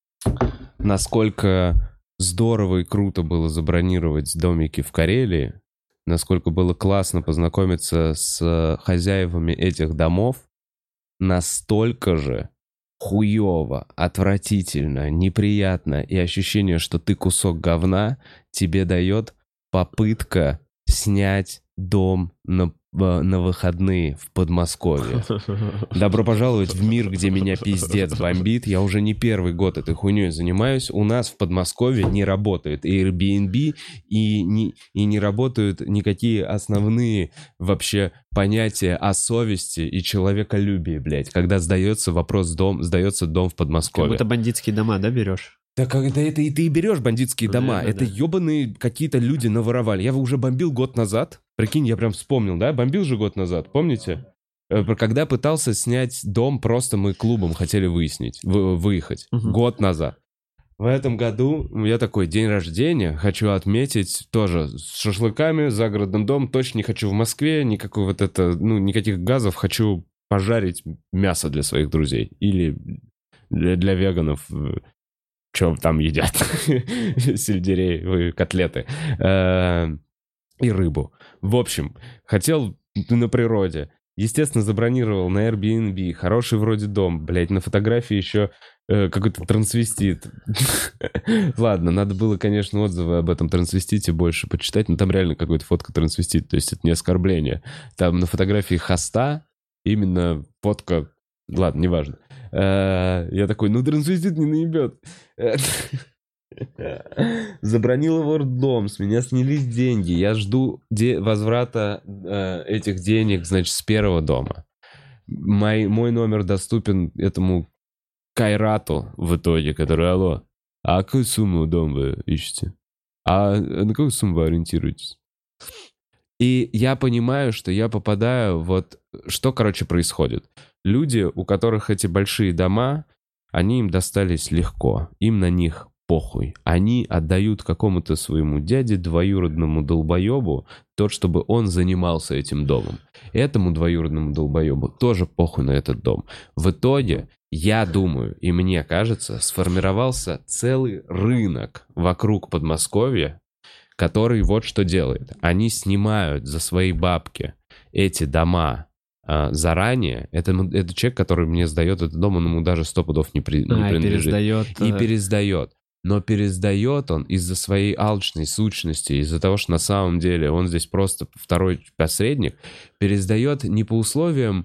насколько здорово и круто было забронировать домики в Карелии, насколько было классно познакомиться с хозяевами этих домов, настолько же хуёво, отвратительно, неприятно и ощущение, что ты кусок говна, тебе дает попытка снять дом на, на выходные в Подмосковье. Добро пожаловать в мир, где меня пиздец бомбит. Я уже не первый год этой хуйней занимаюсь. У нас в Подмосковье не работает Airbnb и не, и не работают никакие основные вообще понятия о совести и человеколюбии, блядь. Когда сдается вопрос дом, сдается дом в Подмосковье. Как будто бандитские дома, да, берешь? Да когда это и ты и берешь бандитские дома. Наверное, это да. ебаные какие-то люди наворовали. Я уже бомбил год назад. Прикинь, я прям вспомнил, да? Бомбил же год назад, помните? Когда пытался снять дом, просто мы клубом хотели выяснить, вы, выехать. Угу. Год назад. В этом году я такой, день рождения, хочу отметить тоже с шашлыками, загородным домом. Точно не хочу в Москве, никакой вот это, ну, никаких газов. Хочу пожарить мясо для своих друзей. Или для, для веганов... Что там едят? Сельдерей, котлеты. И рыбу. В общем, хотел на природе. Естественно, забронировал на Airbnb. Хороший вроде дом. Блять, на фотографии еще какой-то трансвестит. Ладно, надо было, конечно, отзывы об этом трансвестите больше почитать, но там реально какой-то фотка трансвестит. То есть это не оскорбление. Там на фотографии хоста именно фотка... Ладно, неважно. Я такой, ну трансвестит не наебет. Забронил его дом, с меня снялись деньги. Я жду де- возврата э, этих денег, значит, с первого дома. Мой, мой номер доступен этому Кайрату в итоге, который, алло, а какую сумму дом вы ищете? А на какую сумму вы ориентируетесь? И я понимаю, что я попадаю вот... Что, короче, происходит? Люди, у которых эти большие дома, они им достались легко. Им на них похуй. Они отдают какому-то своему дяде, двоюродному долбоебу, то, чтобы он занимался этим домом. Этому двоюродному долбоебу тоже похуй на этот дом. В итоге, я думаю, и мне кажется, сформировался целый рынок вокруг Подмосковья, который вот что делает. Они снимают за свои бабки эти дома а, заранее. Это, это человек, который мне сдает этот дом, он ему даже сто пудов не, при, не а, принадлежит. И пересдает. И пересдает. Но пересдает он из-за своей алчной сущности, из-за того, что на самом деле он здесь просто второй посредник, пересдает не по условиям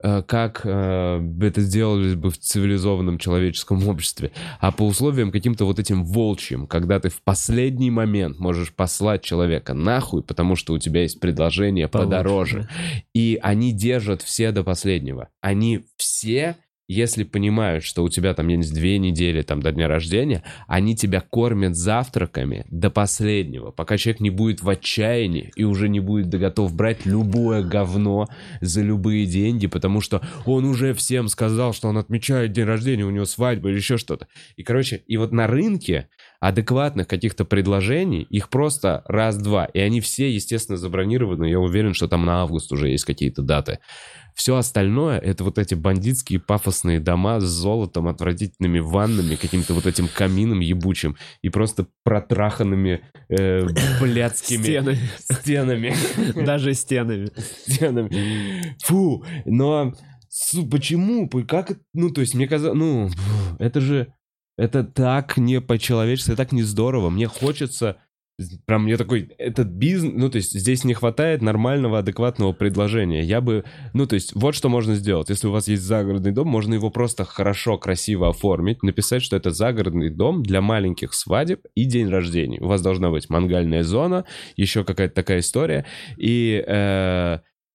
э, как э, это сделали бы в цивилизованном человеческом обществе, а по условиям каким-то вот этим волчьим, когда ты в последний момент можешь послать человека нахуй, потому что у тебя есть предложение Получше, подороже. да. И они держат все до последнего. Они все... Если понимают, что у тебя там есть две недели там, до дня рождения, они тебя кормят завтраками до последнего, пока человек не будет в отчаянии и уже не будет готов брать любое говно за любые деньги, потому что он уже всем сказал, что он отмечает день рождения, у него свадьба или еще что-то. И, короче, и вот на рынке адекватных каких-то предложений их просто раз-два. И они все, естественно, забронированы. Я уверен, что там на август уже есть какие-то даты. Все остальное — это вот эти бандитские пафосные дома с золотом, отвратительными ваннами, каким-то вот этим камином ебучим и просто протраханными э, блядскими Стены. стенами. Даже стенами. Стенами. Фу, но су, почему? Как это? Ну, то есть, мне казалось, ну, это же, это так не по-человечески, так не здорово. Мне хочется... Прям мне такой, этот бизнес, ну, то есть здесь не хватает нормального, адекватного предложения. Я бы, ну, то есть вот что можно сделать. Если у вас есть загородный дом, можно его просто хорошо, красиво оформить, написать, что это загородный дом для маленьких свадеб и день рождения. У вас должна быть мангальная зона, еще какая-то такая история. И... Э-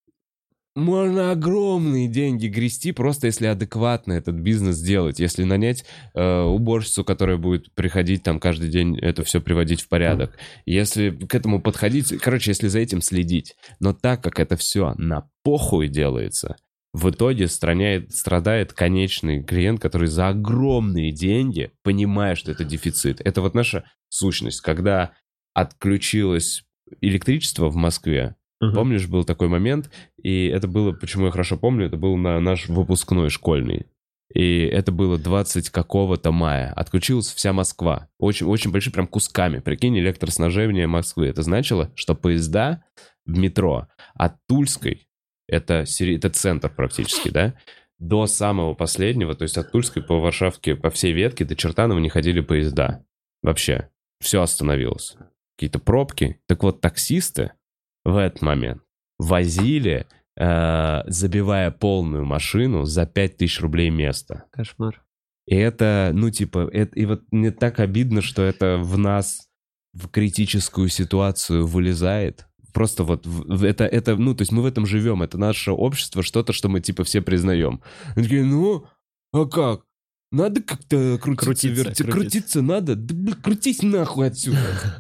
Можно огромные деньги грести, просто если адекватно этот бизнес делать. Если нанять э, уборщицу, которая будет приходить там каждый день это все приводить в порядок. Если к этому подходить, короче, если за этим следить. Но так как это все на похуй делается, в итоге страняет, страдает конечный клиент, который за огромные деньги понимает, что это дефицит. Это вот наша сущность. Когда отключилось электричество в Москве, Uh-huh. Помнишь, был такой момент, и это было, почему я хорошо помню, это был на наш выпускной школьный. И это было двадцатого какого-то мая. Отключилась вся Москва. Очень, очень большие прям кусками. Прикинь, электроснабжение Москвы. Это значило, что поезда в метро от Тульской, это, это центр практически, да, до самого последнего, то есть от Тульской по Варшавке, по всей ветке до Чертанова не ходили поезда. Вообще. Все остановилось. Какие-то пробки. Так вот, таксисты в этот момент возили, э, забивая полную машину за пять тысяч рублей место. Кошмар. И это, ну, типа, это, и вот мне так обидно, что это в нас в критическую ситуацию вылезает. Просто вот в, это, это, ну, то есть мы в этом живем, это наше общество, что-то, что мы, типа, все признаем. Они такие, ну, а как? Надо как-то крутиться, крутиться, верти... крутиться. крутиться надо? Да, блин, крутись нахуй отсюда.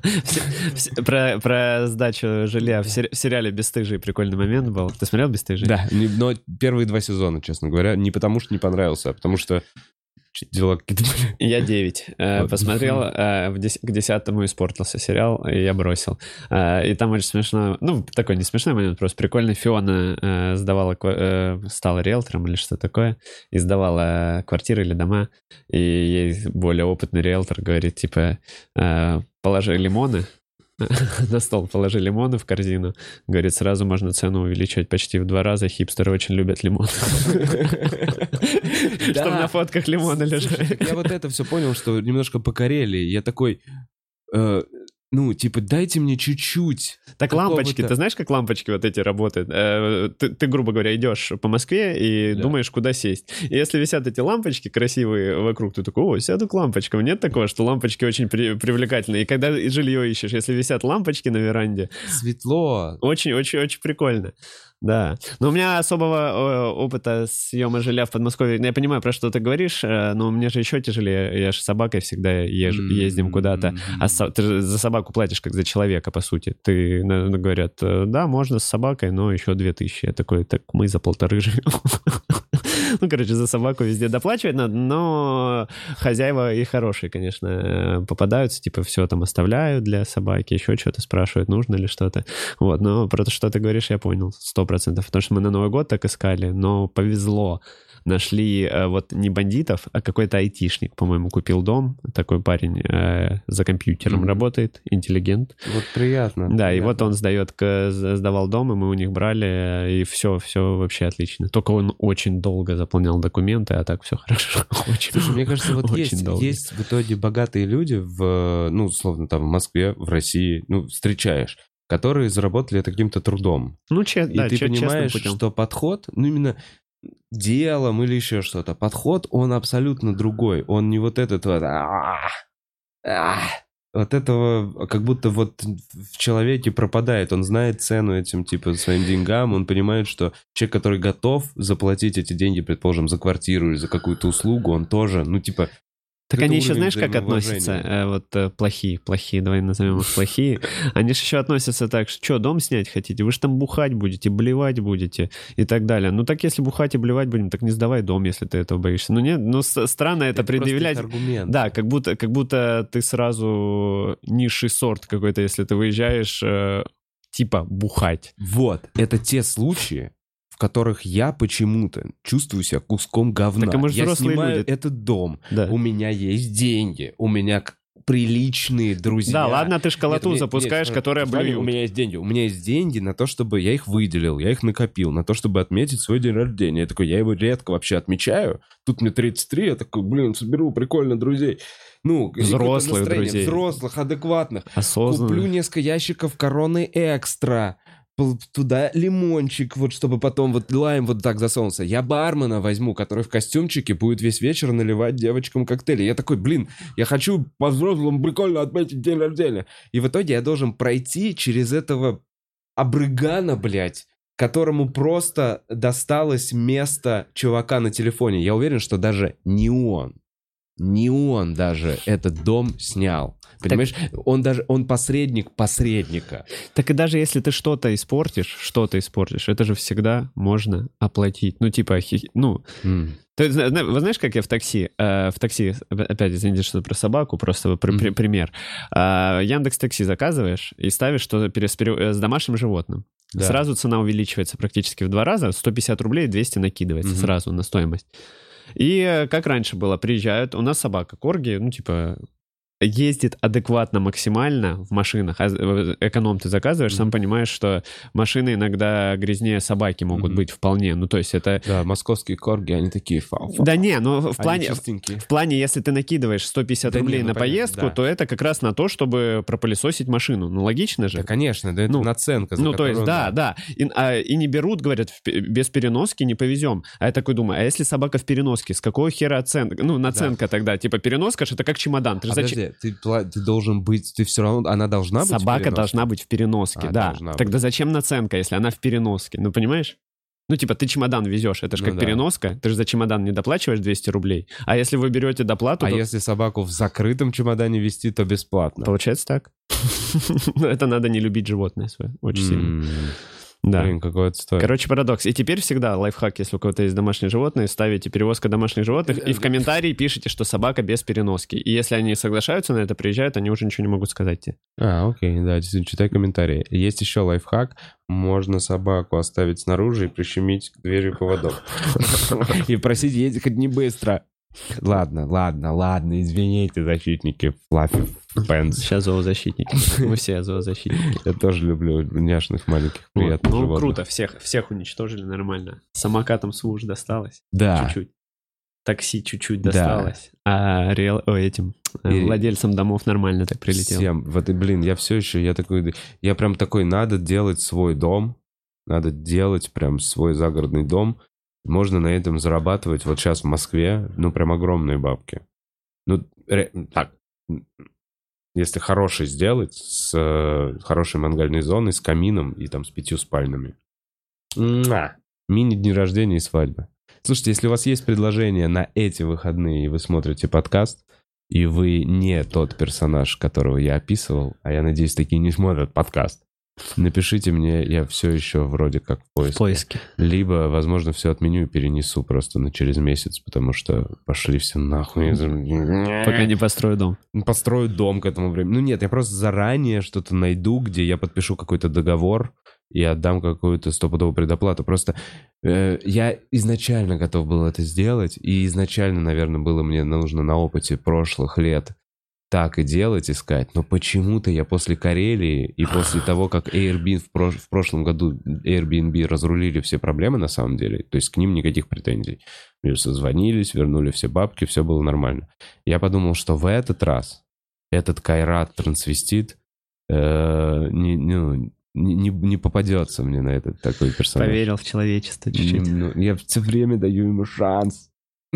Про, про сдачу жилья в сериале «Бесстыжие» прикольный момент был. Ты смотрел «Бесстыжие»? Да, но первые два сезона, честно говоря, не потому что не понравился, а потому что дела какие-то были. Я девять. Посмотрел, к десятому испортился сериал, и я бросил. И там очень смешно, ну, такой не смешной момент, просто прикольный. Фиона сдавала, стала риэлтором или что такое, и сдавала квартиры или дома, и ей более опытный риэлтор говорит, типа, положи лимоны, на стол положи лимоны в корзину. Говорит, сразу можно цену увеличивать почти в два раза. Хипстеры очень любят лимоны. Чтобы на фотках лимоны лежали. Я вот это все понял, что немножко по Карелии. Я такой... Ну, типа, дайте мне чуть-чуть. Так лампочки, ты знаешь, как лампочки вот эти работают? Э, ты, ты, грубо говоря, идешь по Москве и да. думаешь, куда сесть. И если висят эти лампочки красивые вокруг, ты такой, о, сяду к лампочкам. Нет такого, что лампочки очень при, привлекательные. И когда жилье ищешь, если висят лампочки на веранде... Светло. Очень-очень-очень прикольно. Да. Но у меня особого опыта съема жилья в Подмосковье. Я понимаю, про что ты говоришь, но мне же еще тяжелее. Я же с собакой всегда езж, ездим куда-то. А со, ты же за собаку платишь как за человека, по сути. Ты, говорят, да, можно с собакой, но еще две тысячи. Я такой, так мы за полторы живем. Ну, короче, за собаку везде доплачивать надо, но хозяева и хорошие, конечно, попадаются. Типа все там оставляют для собаки, еще что-то спрашивают, нужно ли что-то. Вот, но про то, что ты говоришь, я понял. Сто процентов. Потому что мы на Новый год так искали, но повезло. Нашли э, вот не бандитов, а какой-то айтишник, по-моему, купил дом. Такой парень э, за компьютером mm-hmm. работает, интеллигент. Вот приятно. Да, приятно. И вот он сдает, сдавал дом, и мы у них брали, и все, все вообще отлично. Только он очень долго заполнял документы, а так все хорошо. Очень, Слушай, мне кажется, вот есть, есть в итоге богатые люди в, ну, условно, там, в Москве, в России, ну, встречаешь, которые заработали это каким-то трудом. Ну, че, и да, ты че, понимаешь, что подход, ну, именно делом или еще что-то. Подход, он абсолютно другой. Он не вот этот вот... Вот этого как будто вот в человеке пропадает. Он знает цену этим, типа, своим деньгам. Он понимает, что человек, который готов заплатить эти деньги, предположим, за квартиру или за какую-то услугу, он тоже, ну, типа... Так они еще, знаешь, как относятся, э, вот э, плохие, плохие, давай назовем их плохие, они же еще относятся так, что, что, дом снять хотите, вы же там бухать будете, блевать будете и так далее. Ну так если бухать и блевать будем, так не сдавай дом, если ты этого боишься. Ну нет, ну странно это, это предъявлять. Да, как будто, как будто ты сразу низший сорт какой-то, если ты выезжаешь, э, типа, бухать. Вот, это те случаи, в которых я почему-то чувствую себя куском говна. Так, а мы же я взрослые снимаю люди. этот дом, да. У меня есть деньги, у меня приличные друзья. Да, ладно, ты школоту нет, запускаешь, нет, которая блюет. У меня есть деньги. У меня есть деньги на то, чтобы я их выделил, я их накопил, на то, чтобы отметить свой день рождения. Я такой, я его редко вообще отмечаю. Тут мне тридцать три, я такой, блин, соберу прикольно друзей. Ну, взрослых друзей. Взрослых, адекватных. Осознанно. Куплю несколько ящиков Короны Экстра. Туда лимончик, вот чтобы потом вот лайм вот так засунулся. Я бармена возьму, который в костюмчике будет весь вечер наливать девочкам коктейли. Я такой, блин, я хочу по-взрослому прикольно отметить день рождения. И в итоге я должен пройти через этого обрыгана, блядь, которому просто досталось место чувака на телефоне. Я уверен, что даже не он, не он даже этот дом снял. Понимаешь, так, он даже, он посредник посредника. Так и даже если ты что-то испортишь, что-то испортишь, это же всегда можно оплатить. Ну, типа, ну... Mm. Ты, вы знаешь, как я в такси, э, в такси, опять, извините, что про собаку, просто при, при, пример. Э, Яндекс.Такси заказываешь и ставишь что-то с, с домашним животным. Да. Сразу цена увеличивается практически в два раза, сто пятьдесят рублей, двести накидывается mm-hmm. сразу на стоимость. И как раньше было, приезжают, у нас собака, корги, ну, типа... ездит адекватно максимально в машинах. А эконом ты заказываешь, mm-hmm. сам понимаешь, что машины иногда грязнее собаки могут mm-hmm. быть вполне. Ну, то есть это... Да, московские корги, они такие фау-фау. Да не, ну в плане, в, в плане, если ты накидываешь сто пятьдесят да рублей не, ну, на понятно, поездку, да. то это как раз на то, чтобы пропылесосить машину. Ну, логично же. Да, конечно, да, это ну, наценка. За ну, то есть, да, да. И, а, и не берут, говорят, без переноски не повезем. А я такой думаю, а если собака в переноске, с какого хера оценка? Ну, наценка да. тогда. Типа переноска, что это как чемодан. Ты же а зачем... Ты, ты должен быть, ты все равно, она должна быть собака в переноске? должна быть в переноске, а, да. Тогда быть. Зачем наценка, если она в переноске? Ну, понимаешь? Ну, типа, ты чемодан везешь, это же ну, как да. переноска, ты же за чемодан не доплачиваешь двести рублей. А если вы берете доплату... А то... если собаку в закрытом чемодане везти, то бесплатно. Получается так. Это надо не любить животное свое, очень сильно. Да. Блин, какой отстой. Короче, парадокс. И теперь всегда лайфхак, если у кого-то есть домашние животные, ставите перевозка домашних животных и в комментарии пишите, что собака без переноски. И если они соглашаются на это, приезжают, они уже ничего не могут сказать тебе. А, окей, да, действительно, читай комментарии. Есть еще лайфхак. Можно собаку оставить снаружи и прищемить дверью поводок. И просить ехать не быстро. Ладно, ладно, ладно, извините, защитники Fluffy Pants. Сейчас зоозащитники. Мы все зоозащитники. Я тоже люблю няшных маленьких приятных ну, животных. Ну, круто, всех, всех уничтожили нормально. Самокатам СУЖ досталось. Да. Чуть-чуть. Такси чуть-чуть досталось. Да. А реал... О, этим и... владельцам домов нормально так прилетело. Всем. Вот, и, блин, я все еще, я такой, я прям такой, надо делать свой дом, надо делать прям свой загородный дом. Можно на этом зарабатывать вот сейчас в Москве, ну, прям огромные бабки. Ну, ре... так, если хороший сделать, с э, хорошей мангальной зоной, с камином и там с пятью спальнями. Мини-дни рождения и свадьбы. Слушайте, если у вас есть предложение на эти выходные, и вы смотрите подкаст, и вы не тот персонаж, которого я описывал, а я надеюсь, такие не смотрят подкаст, напишите мне, я все еще вроде как в поиске. В поиске. Либо, возможно, все отменю и перенесу просто на через месяц, потому что пошли все нахуй. Пока не построю дом. Построю дом к этому времени. Ну нет, я просто заранее что-то найду, где я подпишу какой-то договор и отдам какую-то стопудовую предоплату. Просто э, я изначально готов был это сделать, и изначально, наверное, было мне нужно на опыте прошлых лет так и делать, искать, но почему-то я после Карелии и после того, как Airbnb в, прош- в прошлом году Airbnb разрулили все проблемы на самом деле, то есть к ним никаких претензий. Мне созвонились, вернули все бабки, все было нормально. Я подумал, что в этот раз этот Кайрат трансвестит э, не, ну, не, не, не попадется мне на этот такой персонаж. Поверил в человечество чуть-чуть. Ну, я все время даю ему шанс.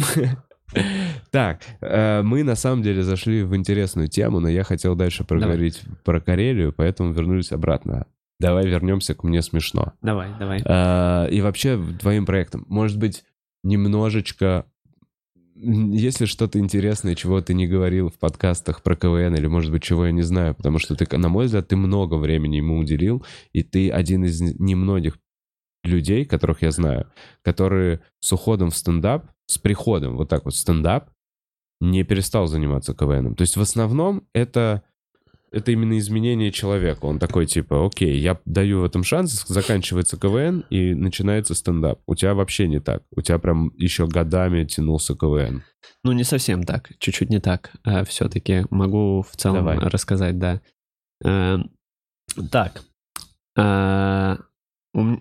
Так, мы на самом деле зашли в интересную тему, но я хотел дальше проговорить про Карелию, поэтому вернулись обратно. Давай вернемся к «Мне смешно». Давай, давай. И вообще твоим проектом. Может быть, немножечко... Есть ли что-то интересное, чего ты не говорил в подкастах про КВН, или, может быть, чего я не знаю? Потому что, ты, на мой взгляд, ты много времени ему уделил, и ты один из немногих людей, которых я знаю, которые с уходом в стендап, с приходом вот так вот в стендап, не перестал заниматься КВНом. То есть в основном это, это именно изменение человека. Он такой типа, окей, я даю в этом шанс, заканчивается КВН и начинается стендап. У тебя вообще не так. У тебя прям еще годами тянулся КВН. Ну, не совсем так. Чуть-чуть не так. А все-таки могу в целом Давай. рассказать, да. А, так. А, у...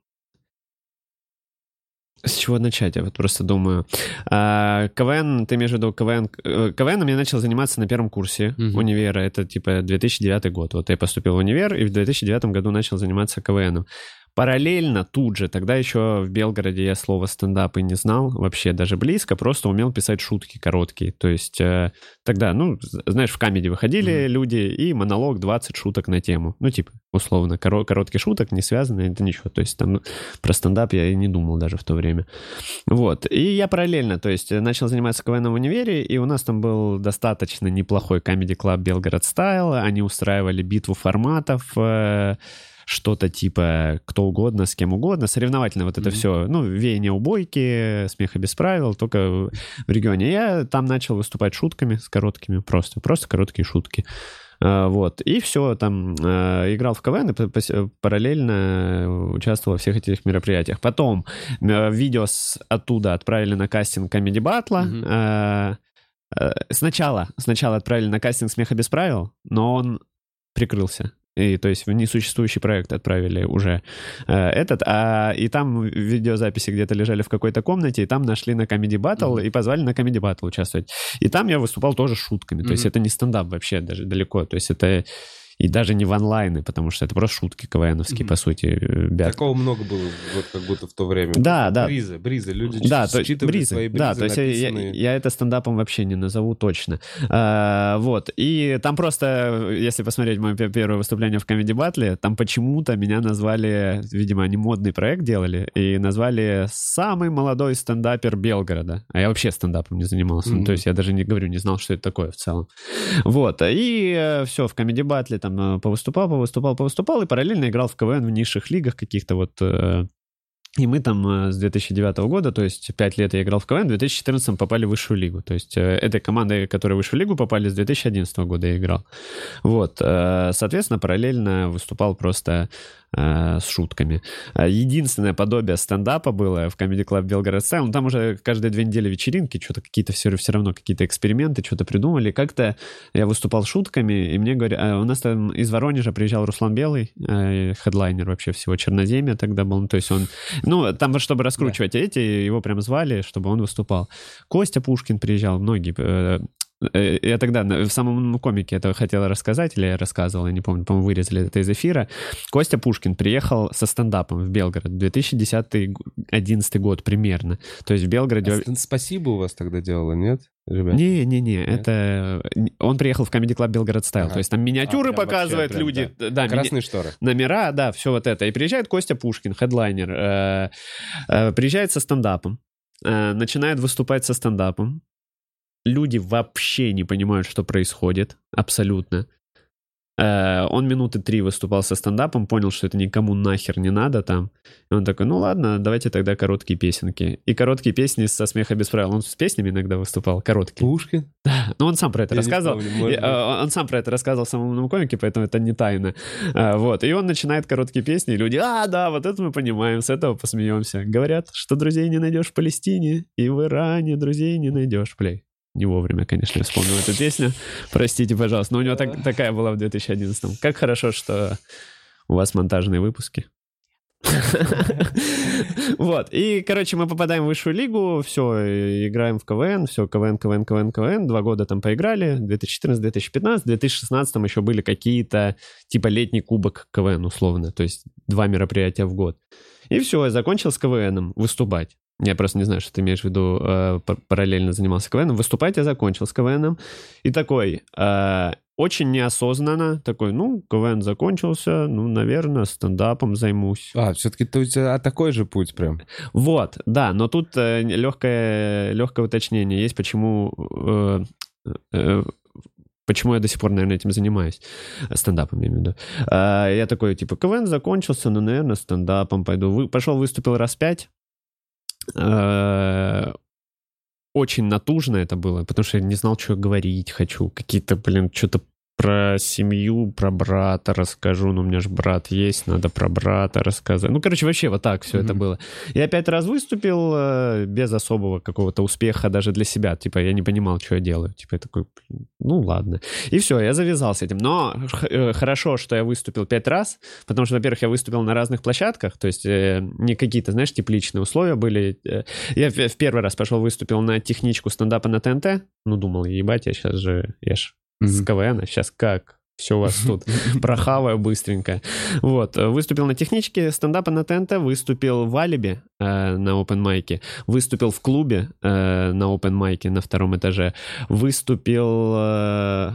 С чего начать? Я вот просто думаю. А, КВН, ты имеешь в виду КВН? КВНом я начал заниматься на первом курсе uh-huh. универа. Это типа две тысячи девятый год. Вот я поступил в универ и в две тысячи девятом году начал заниматься КВНом. Параллельно тут же, тогда еще в Белгороде я слова стендап и не знал вообще даже близко, просто умел писать шутки короткие. То есть э, тогда, ну, знаешь, в камеди выходили mm-hmm. люди, и монолог двадцать шуток на тему. Ну, типа, условно, коро- короткий шуток, не связанный, это ничего. То есть там про стендап я и не думал даже в то время. Вот. И я параллельно, то есть начал заниматься КВНом в универе, и у нас там был достаточно неплохой комеди-клаб Белгород Стайл. Они устраивали битву форматов, э, что-то типа кто угодно, с кем угодно, соревновательно вот это mm-hmm. все, ну, веяние убойки, смеха без правил, только в регионе. Я там начал выступать шутками с короткими, просто, просто короткие шутки. А, вот, и все, там а, играл в КВН и параллельно участвовал во всех этих мероприятиях. Потом а, видео с, оттуда отправили на кастинг Comedy Battle. Mm-hmm. А, а, сначала, сначала отправили на кастинг смеха без правил, но он прикрылся. И, то есть в несуществующий проект отправили уже э, этот, а, и там видеозаписи где-то лежали в какой-то комнате, и там нашли на Comedy Battle mm-hmm. и позвали на Comedy Battle участвовать. И там я выступал тоже с шутками, mm-hmm. то есть это не стендап вообще даже далеко, то есть это и даже не в онлайны, потому что это просто шутки КВНовские, mm-hmm. по сути. Бят. Такого много было, вот как будто в то время. Да, да. Бризы, бризы, люди да, считывали бризы, свои бризы. Да, то есть я, я это стендапом вообще не назову точно. А, вот, и там просто, если посмотреть мое первое выступление в Comedy Battle, там почему-то меня назвали, видимо, они модный проект делали, и назвали «самый молодой стендапер Белгорода». А я вообще стендапом не занимался. Mm-hmm. Ну, то есть я даже не говорю, не знал, что это такое в целом. Вот, и все, в Comedy Battle там повыступал, повыступал, повыступал, и параллельно играл в КВН в низших лигах каких-то вот. И мы там с две тысячи девятого года, то есть пять лет я играл в КВН, в две тысячи четырнадцатом попали в высшую лигу. То есть этой командой, которые в высшую лигу попали, с две тысячи одиннадцатого года я играл. Вот. Соответственно, параллельно выступал просто с шутками. Единственное подобие стендапа было в Comedy Club Белгород Style. Ну, там уже каждые две недели вечеринки, что-то какие-то все, все равно какие-то эксперименты, что-то придумали. Как-то я выступал шутками, и мне говорят... У нас там из Воронежа приезжал Руслан Белый, хедлайнер вообще всего Черноземья тогда был. Ну, то есть он... Ну, там, чтобы раскручивать да. эти, его прям звали, чтобы он выступал. Костя Пушкин приезжал, многие... Я тогда в самом комике это хотел рассказать, или я рассказывал, я не помню, по-моему, вырезали это из эфира. Костя Пушкин приехал со стендапом в Белгород, две тысячи десятый — две тысячи одиннадцатый год примерно. То есть в Белгороде... А спасибо у вас тогда делало, нет? Не-не-не, это... Он приехал в Comedy Club Белгород Стайл, ага. то есть там миниатюры а, показывают прям, люди. Да. Да, красные ми... шторы. Номера, да, все вот это. И приезжает Костя Пушкин, хедлайнер, э, э, приезжает со стендапом, э, начинает выступать со стендапом. Люди вообще не понимают, что происходит, абсолютно. Э, он минуты три выступал со стендапом, понял, что это никому нахер не надо там. И он такой, ну ладно, давайте тогда короткие песенки. И короткие песни со смеха без правил. Он с песнями иногда выступал, короткие. Пушкин? Да, ну он сам про это Я рассказывал. Не помню, э, он сам про это рассказывал в самом умном комике, поэтому это не тайна. Э, вот, и он начинает короткие песни, и люди, а, да, вот это мы понимаем, с этого посмеемся. Говорят, что друзей не найдешь в Палестине, и в Иране друзей не найдешь. Плей. Не вовремя, конечно, вспомнил эту песню. Простите, пожалуйста. Но у него так, такая была в две тысячи одиннадцатом. Как хорошо, что у вас монтажные выпуски. Вот, и, короче, мы попадаем в высшую лигу, все, играем в КВН, все, КВН, КВН, КВН, КВН, два года там поиграли, две тысячи четырнадцатый, две тысячи пятнадцатый, две тысячи шестнадцатый еще были какие-то, типа, летний кубок КВН, условно, то есть два мероприятия в год. И все, я закончил с КВНом выступать. Я просто не знаю, что ты имеешь в виду, э, параллельно занимался КВНом. Выступать я закончил с КВНом. И такой, э, очень неосознанно, такой, ну, КВН закончился, ну, наверное, стендапом займусь. А, все-таки у тебя такой же путь прям. Вот, да, но тут э, легкое, легкое уточнение есть, почему... Э, э, Почему я до сих пор, наверное, этим занимаюсь? Стендапом, я имею в виду. А, я такой, типа, КВН закончился, ну, наверное, стендапом пойду. Вы, пошел, выступил раз пять. А, очень натужно это было, потому что я не знал, что говорить хочу. Какие-то, блин, что-то про семью, про брата расскажу. Ну, у меня же брат есть, надо про брата рассказать. Ну, короче, вообще вот так все mm-hmm. это было. Я пять раз выступил э, без особого какого-то успеха даже для себя. Типа, я не понимал, что я делаю. Типа, я такой, ну, ладно. И все, я завязал с этим. Но э, хорошо, что я выступил пять раз, потому что, во-первых, я выступил на разных площадках, то есть э, не какие-то, знаешь, тепличные условия были. Я в, в первый раз пошел, выступил на техничку стендапа на ТНТ. Ну, думал, ебать, я сейчас же, я ж с КВН, а сейчас как? Все у вас тут прохаваю быстренько. Вот. Выступил на техничке стендапа на ТНТ, выступил в Алибе э, на опен-майке, выступил в клубе э, на опен-майке на втором этаже, выступил... Э,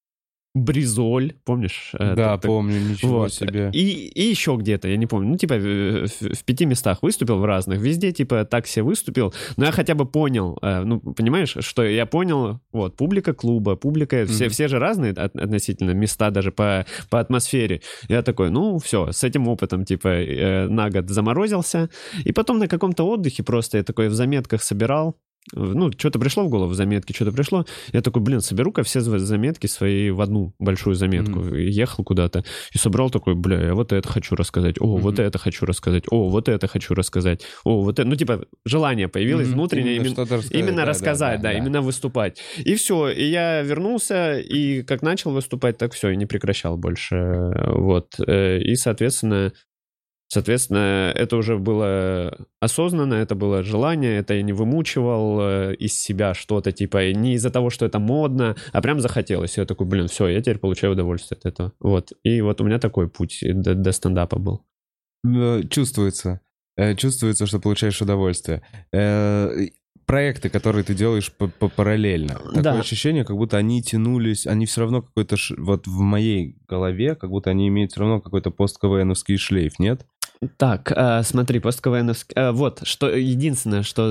Бризоль, помнишь? Да, это, помню, ничего вот. себе. И, и еще где-то, я не помню, ну, типа, в, в пяти местах выступил в разных, везде, типа, так себе выступил, но я хотя бы понял, ну, понимаешь, что я понял, вот, публика клуба, публика, mm-hmm. все, все же разные от, относительно места даже по, по атмосфере. Я такой, ну, все, с этим опытом, типа, на год заморозился, и потом на каком-то отдыхе просто я такой в заметках собирал, ну, что-то пришло в голову, заметки, что-то пришло. Я такой, блин, соберу-ка все заметки свои в одну большую заметку. Mm-hmm. Ехал куда-то и собрал такой, бля, я вот это хочу рассказать. О, mm-hmm. вот это хочу рассказать. О, вот это хочу рассказать. О, вот это... Ну, типа, желание появилось mm-hmm. внутреннее именно, именно, рассказать, именно да, рассказать, да, да, да, именно выступать. И все. И я вернулся, и как начал выступать, так все, и не прекращал больше. Вот. И, соответственно... Соответственно, это уже было осознанно, это было желание, это я не вымучивал э, из себя что-то, типа, не из-за того, что это модно, а прям захотелось. Я такой, блин, все, я теперь получаю удовольствие от этого. Вот. И вот у меня такой путь до, до стендапа был. Чувствуется. Чувствуется, что получаешь удовольствие. Проекты, которые ты делаешь параллельно. Такое да. ощущение, как будто они тянулись, они все равно какой-то, вот в моей голове, как будто они имеют все равно какой-то пост-КВНовский шлейф, нет? Так, э, смотри, пост-КВНовский... Э, вот, что единственное, что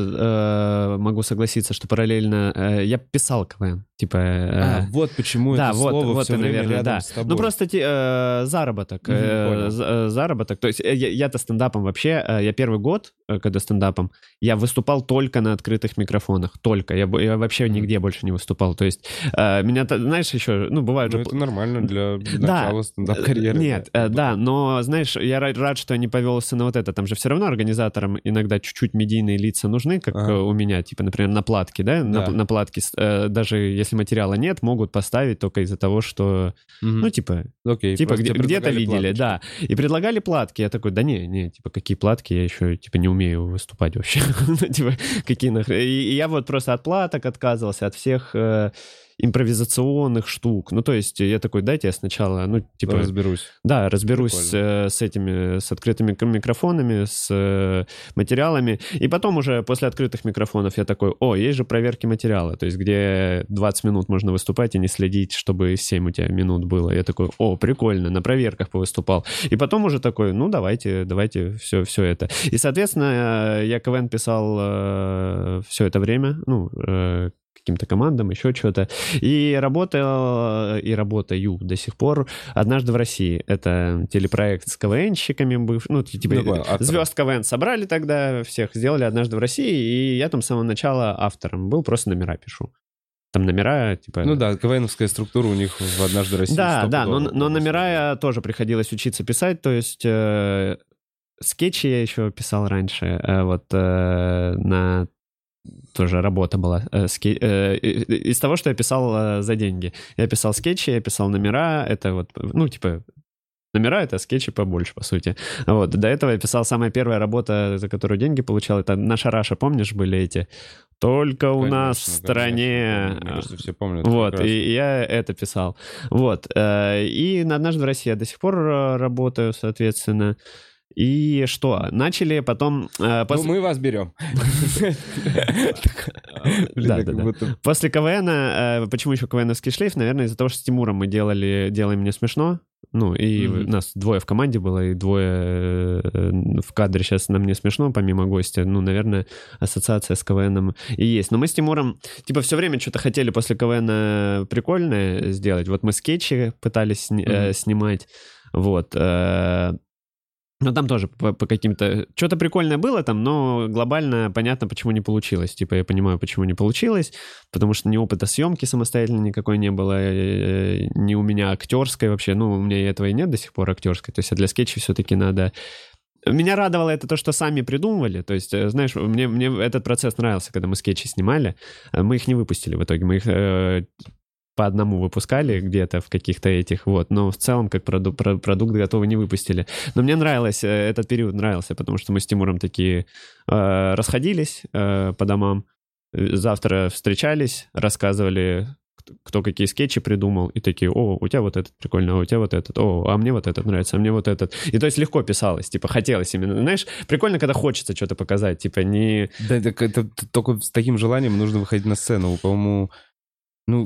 э, могу согласиться, что параллельно э, я писал КВН. Типа... Э, а, вот почему да, это вот, слово вот все и, время наверное, рядом да. с тобой. Ну, просто э, заработок. Mm-hmm, э, э, заработок. То есть я, я-то стендапом вообще... Э, я первый год, э, когда стендапом, я выступал только на открытых микрофонах. Только. Я, я вообще mm-hmm. нигде больше не выступал. То есть э, меня, знаешь, еще... Ну, бывает ну, же... это нормально для начала да, стендап-карьеры. Нет, да. Э, да, но, знаешь, я рад, что я не повелся на вот это. Там же все равно организаторам иногда чуть-чуть медийные лица нужны, как ага. у меня, типа, например, на платке, да, да. На, на платке, э, даже если материала нет, могут поставить только из-за того, что, угу. ну, типа, Окей, типа где, где-то видели, платочки. Да, и предлагали платки, я такой, да не, не, типа, какие платки, я еще, типа, не умею выступать вообще, типа, какие нахрен, и я вот просто от платок отказывался, от всех... импровизационных штук. Ну, то есть я такой, дайте я сначала, ну, типа... Разберусь. Да, разберусь э, с этими, с открытыми микрофонами, с э, материалами. И потом уже после открытых микрофонов я такой, о, есть же проверки материала, то есть где двадцать минут можно выступать и не следить, чтобы семь у тебя минут было. Я такой, о, прикольно, на проверках повыступал. И потом уже такой, ну, давайте, давайте все, все это. И, соответственно, я КВН писал э, все это время, ну, э, каким-то командам, еще что-то. И работал, и работаю до сих пор «Однажды в России». Это телепроект с КВНщиками, быв... ну, типа, ну, звезд КВН собрали тогда, всех сделали «Однажды в России», и я там с самого начала автором был, просто номера пишу. Там номера, типа... Ну да, КВНовская структура у них в «Однажды в России». Да, да, но, но номера тоже приходилось учиться писать, то есть... Э, скетчи я еще писал раньше, э, вот э, на... Тоже работа была. Ски... Из того, что я писал за деньги. Я писал скетчи, я писал номера. Это вот, ну, типа, номера — это скетчи побольше, по сути. Вот. До этого я писал, самая первая работа, за которую деньги получал, это «Наша Раша», помнишь, были эти? Только у конечно, нас в стране... Конечно, мне кажется, все помнят. Вот, и, и я это писал. Вот. И «Однажды в России» я до сих пор работаю, соответственно. И что? Начали потом... Э, после... Ну, мы вас берем. Да, да, да. После КВНа, почему еще КВНовский шлейф? Наверное, из-за того, что с Тимуром мы делали «Делай мне смешно». Ну, и нас двое в команде было, и двое в кадре. Сейчас нам не смешно, помимо гостя. Ну, наверное, ассоциация с КВНом и есть. Но мы с Тимуром, типа, все время что-то хотели после КВНа прикольное сделать. Вот мы скетчи пытались снимать. Вот. Но там тоже по, по каким-то... Что-то прикольное было там, но глобально понятно, почему не получилось. Типа я понимаю, почему не получилось, потому что ни опыта съемки самостоятельно никакой не было, ни у меня актерской вообще. Ну, у меня и этого и нет до сих пор актерской. То есть а для скетча все-таки надо... Меня радовало это то, что сами придумывали. То есть, знаешь, мне, мне этот процесс нравился, когда мы скетчи снимали. Мы их не выпустили в итоге. Мы их... по одному выпускали где-то в каких-то этих, вот, но в целом как проду- про- продукт готовый не выпустили. Но мне нравилось, этот период нравился, потому что мы с Тимуром такие э, расходились э, по домам, завтра встречались, рассказывали, кто какие скетчи придумал, и такие: о, у тебя вот этот прикольный, а у тебя вот этот, о, а мне вот этот нравится, а мне вот этот. И то есть легко писалось, типа хотелось именно, знаешь, прикольно, когда хочется что-то показать, типа не... Да, это, это только с таким желанием нужно выходить на сцену, по-моему... Ну,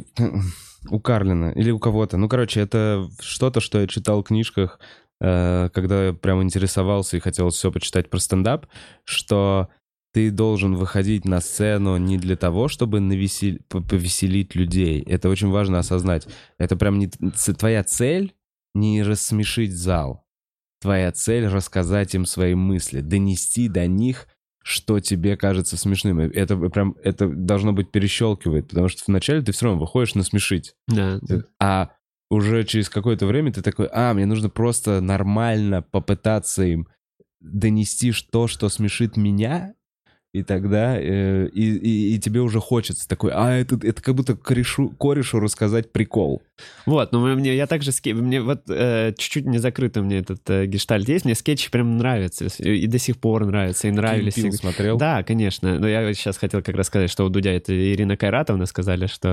у Карлина или у кого-то. Ну, короче, это что-то, что я читал в книжках, э, когда я прям интересовался и хотел все почитать про стендап, что ты должен выходить на сцену не для того, чтобы навесел... повеселить людей. Это очень важно осознать. Это прям не твоя цель не рассмешить зал. Твоя цель — рассказать им свои мысли, донести до них, что тебе кажется смешным. Это прям, это должно быть перещелкивает, потому что вначале ты все равно выходишь насмешить. Да. А уже через какое-то время ты такой: а, мне нужно просто нормально попытаться им донести то, что смешит меня, и тогда э, и, и, и тебе уже хочется такой: а, это, это как будто корешу, корешу рассказать прикол. Вот, ну мне, я также, мне вот э, чуть-чуть не закрыто мне этот э, гештальт есть, мне скетчи прям нравятся, и до сих пор нравятся, и нравились. Кин Пил смотрел? Да, конечно, но я сейчас хотел как раз сказать, что у Дудя это Ирина Кайратовна, сказали, что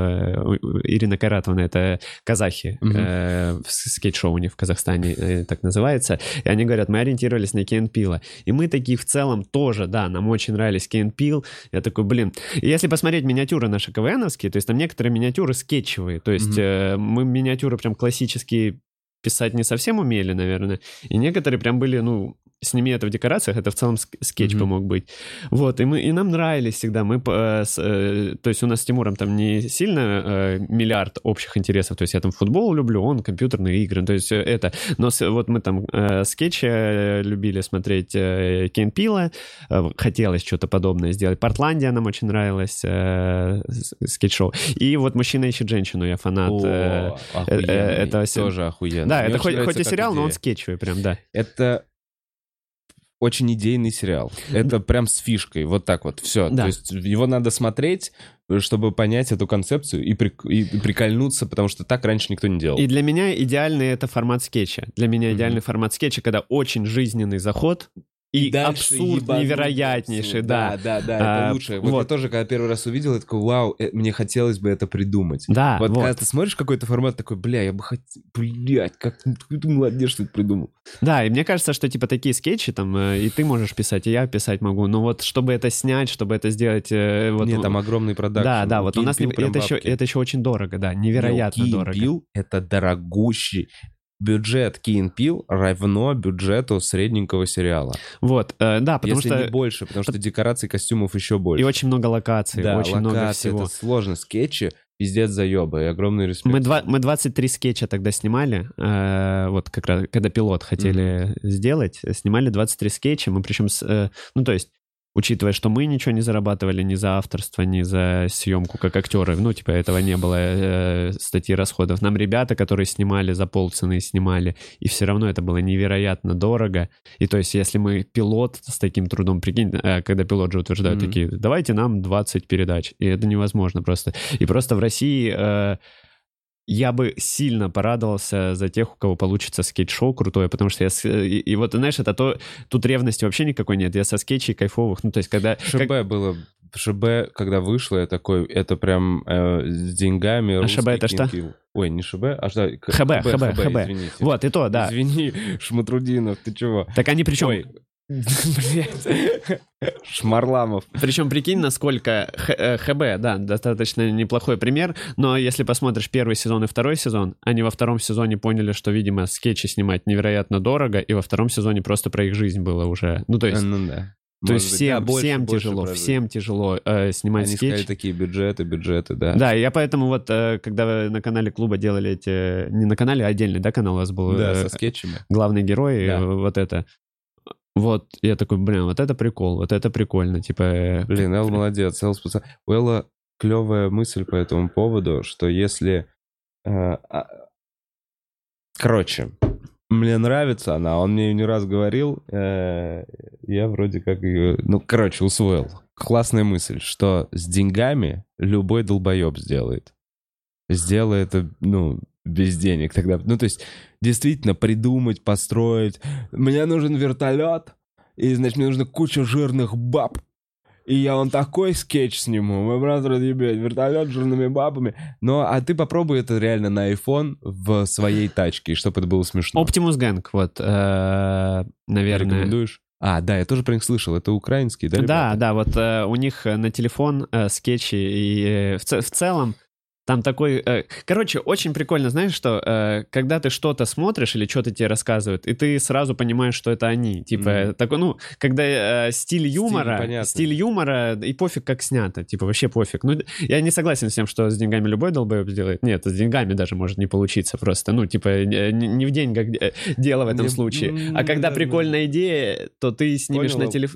Ирина Кайратовна — это казахи, угу. э, скетч-шоу у них в Казахстане э, так называется, и они говорят: мы ориентировались на Кен Пила, и мы такие в целом тоже, да, нам очень нравились Кен Пил. Я такой, блин, если посмотреть миниатюры наши КВНовские, то есть там некоторые миниатюры скетчевые, то есть mm-hmm. э, мы миниатюры прям классические писать не совсем умели, наверное, и некоторые прям были, ну, сними это в декорациях, это в целом скетч mm-hmm. бы мог быть. Вот, и, мы, и нам нравились всегда. Мы, э, с, э, то есть у нас с Тимуром там не сильно э, миллиард общих интересов. То есть я там футбол люблю, он компьютерные игры. То есть это... Но с, вот мы там э, скетчи э, любили смотреть э, Кен Пила. Э, хотелось что-то подобное сделать. Портландия нам очень нравилась, э, скетч-шоу. И вот «Мужчина ищет женщину». Я фанат. О, э, охуенный. Э, это... Тоже охуенно. Да, Мне это хоть, хоть и сериал, идея. Но он скетчевый прям, да. Это... очень идейный сериал. Это прям с фишкой. Вот так вот. Все. Да. То есть его надо смотреть, чтобы понять эту концепцию и, при, и прикольнуться, потому что так раньше никто не делал. И для меня идеальный это формат скетча. Для меня mm-hmm. идеальный формат скетча, когда очень жизненный заход, и, и абсурд невероятнейший, да. Да, да, да, это а, лучше. Вот, вот я тоже, когда первый раз увидел, я такой: вау, э, мне хотелось бы это придумать. Да, вот, вот. Когда ты смотришь какой-то формат, такой: бля, я бы хотел, блядь, как ты молодец, что ты придумал. Да, и мне кажется, что типа такие скетчи там, и ты можешь писать, и я писать могу, но вот чтобы это снять, чтобы это сделать... Вот, Нет, там огромный продакшн. Да, да, вот у нас не, это, еще, это еще очень дорого, да, невероятно Нет, дорого. Пил — это дорогущий. Бюджет Key and Peele равно бюджету средненького сериала. Вот, э, да, потому Если что... не больше, потому что декораций, костюмов еще больше. И очень много локаций, да, очень локации, много всего. Это сложно. Скетчи пиздец заеба, и огромный респект. Мы, два, мы двадцать три скетча тогда снимали, э, вот как раз, когда пилот хотели mm-hmm. сделать, снимали двадцать три скетча, мы причем, с, э, ну то есть, учитывая, что мы ничего не зарабатывали ни за авторство, ни за съемку как актеры, ну, типа, этого не было э, статьи расходов. Нам ребята, которые снимали за полцены, снимали, и все равно это было невероятно дорого. И то есть, если мы пилот с таким трудом, прикинь, э, когда пилот же утверждают mm-hmm. такие: давайте нам двадцать передач, и это невозможно просто. И просто в России... Э, я бы сильно порадовался за тех, у кого получится скетч-шоу крутое, потому что я... с- И, и вот, знаешь, это то... Тут ревности вообще никакой нет. Я со скетчей кайфовых, ну, то есть, когда... ШБ как- было... ШБ, когда вышло, я такой, это прям э, с деньгами. А русский ШБ это что? кинфильм. Ой, не ШБ, а что? К- ХБ, ХБ, ХБ. извините. Вот, и то, да. Извини, Шматрудинов, ты чего? Так они причем... Ой, блядь. Шмарламов. Причем прикинь, насколько Х- э, ХБ, да, достаточно неплохой пример, но если посмотришь первый сезон и второй сезон, они во втором сезоне поняли, что, видимо, скетчи снимать невероятно дорого, и во втором сезоне просто про их жизнь было уже. Ну, то есть... Ну да. То есть Может быть, всем, да, больше- всем больше тяжело, про- всем тяжело э, снимать Они скетч. сказали такие бюджеты, бюджеты, да. Да, я поэтому вот, э, когда вы на канале клуба делали эти... Не на канале, а отдельный, да, канал у вас был? Да, э, со скетчами. главный герой, Да. э, вот это. Вот, я такой, блин, вот это прикол, вот это прикольно, типа... э, Блин, Эл молодец. Эл спасал. У Элла клевая мысль по этому поводу, что если... э, а- Короче, мне нравится она, он мне ее не раз говорил, э, я вроде как ее... Ну, короче, усвоил. Классная мысль, что с деньгами любой долбоеб сделает. Сделай это, ну, без денег тогда. Ну, то есть, действительно, придумать, построить. Мне нужен вертолет, и, значит, мне нужна куча жирных баб. И я вон такой скетч сниму. Мы просто разъебем вертолет с жирными бабами. Ну, а ты попробуй это реально на iPhone в своей тачке, чтобы это было смешно. Optimus Gang, вот, э, наверное. Рекомендуешь? А, да, я тоже про них слышал. Это украинские, да, Да, ребята? да, вот э, у них э, на телефон э, скетчи, и э, в, ц- в целом там такой... э, короче, очень прикольно, знаешь, что э, когда ты что-то смотришь или что-то тебе рассказывают, и ты сразу понимаешь, что это они. Типа, Мгм. такой, ну, когда э, стиль юмора, понятно. стиль юмора, и пофиг, как снято. Типа, вообще пофиг. Ну, я не согласен с тем, что с деньгами любой долбоеб сделает. Нет, с деньгами даже может не получиться просто. Ну, типа, не, не в деньгах э, дело в этом Не- случае. м, А когда да, прикольная идея, то ты снимешь Понял. на телефон...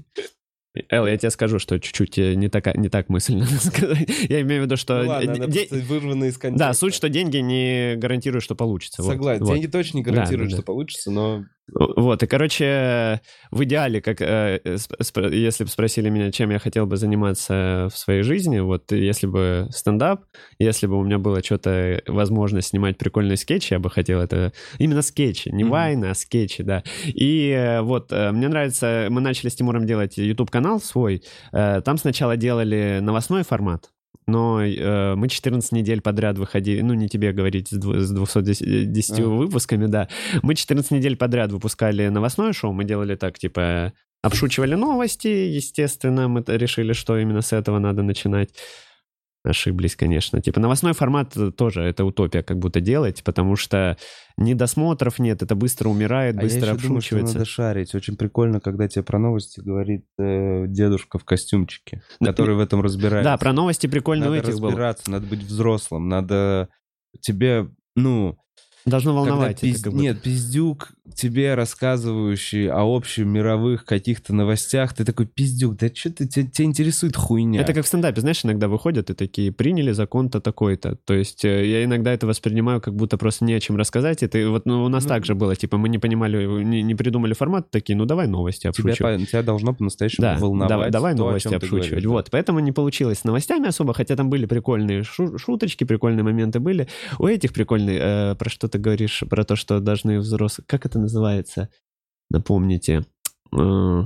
Эл, я тебе скажу, что чуть-чуть э, не, така, не так мысль надо сказать. Я имею в виду, что... Ну ладно, э, она де- просто вырвана из контекста. Да, суть, что деньги не гарантируют, что получится. Вот, Согласен. вот. Деньги точно не гарантируют, Да, да, что получится, но... Вот, и, короче, в идеале, как, э, сп- спро- если бы спросили меня, чем я хотел бы заниматься в своей жизни, вот, если бы стендап, если бы у меня было что-то, возможность снимать прикольные скетчи, я бы хотел это... Именно скетчи, не Мгм. вайны, а скетчи, да. И э, вот, э, мне нравится, мы начали с Тимуром делать YouTube-канал свой, э, там сначала делали новостной формат, но э, мы четырнадцать недель подряд выходили, ну, не тебе говорить с дв- с двумястами десятью А. выпусками, да. Мы четырнадцать недель подряд выпускали новостное шоу, мы делали так, типа, обшучивали новости, естественно, мы т- решили, что именно с этого надо начинать. Ошиблись, конечно. Типа новостной формат тоже это утопия как будто делать, потому что ни досмотров нет, это быстро умирает, А быстро я еще думаю, что обшучивается. надо шарить. Очень прикольно, когда тебе про новости говорит э, дедушка в костюмчике, Да, который в этом разбирается. Да, про новости прикольно у Надо этих было. разбираться, надо быть взрослым, надо тебе, ну... Должно Когда волновать. пиз- это как будто. Нет, пиздюк тебе рассказывающий о общемировых каких-то новостях, ты такой, пиздюк, да что ты, тебя, тебя интересует хуйня? Это как в стендапе, знаешь, иногда выходят и такие, приняли закон-то такой-то. То есть э, я иногда это воспринимаю, как будто просто не о чем рассказать. Это вот ну, у нас Ну, так же было, типа мы не понимали, не, не придумали формат, такие, ну давай новости тебя, обшучивать. по- тебя должно по-настоящему Да, волновать. давай, давай то, о новости чем ты обшучивать. говоришь, да. Вот, поэтому не получилось с новостями особо, хотя там были прикольные шу- шуточки, прикольные моменты были. У этих прикольные, э, про что ты говоришь, про то, что должны взрослые... Как это называется? Напомните. Э,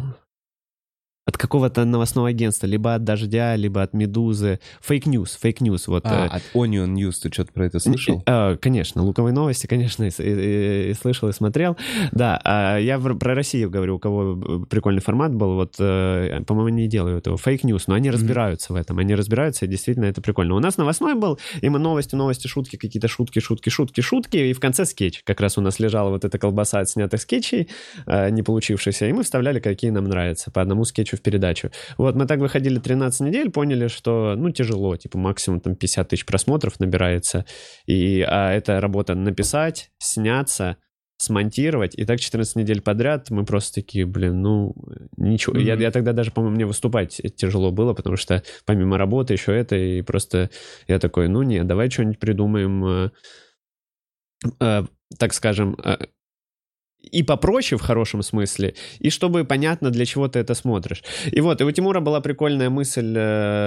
От какого-то новостного агентства, либо от «Дождя», либо от «Медузы». Фейк-ньюс, фейк-ньюс. Вот, А, э, от Onion News ты что-то про это слышал? Э, Конечно, луковые новости, конечно, и, с- и- и- и слышал, и смотрел. Да, а я в- про Россию говорю, у кого б- прикольный формат был, вот, э, по-моему, не делаю этого, фейк-ньюс, но они разбираются в этом, они разбираются, и действительно это прикольно. У нас новостной был, и мы новости, новости, шутки, какие-то шутки, шутки, шутки, шутки, и в конце скетч. Как раз у нас лежала вот эта колбаса от снятых скетчей, э, не получившихся, и мы вставляли, какие нам нравятся, по одному скетчу в передачу. Вот, мы так выходили тринадцать недель, поняли, что, ну, тяжело, типа, максимум там пятьдесят тысяч просмотров набирается, и а это работа написать, сняться, смонтировать, и так четырнадцать недель подряд мы просто такие, блин, ну, ничего. Mm-hmm. Я, я тогда даже, по-моему, мне выступать тяжело было, потому что помимо работы еще это, и просто я такой, ну, нет, давай что-нибудь придумаем, э, э, так скажем, э, и попроще в хорошем смысле, и чтобы понятно, для чего ты это смотришь. И вот, и у Тимура была прикольная мысль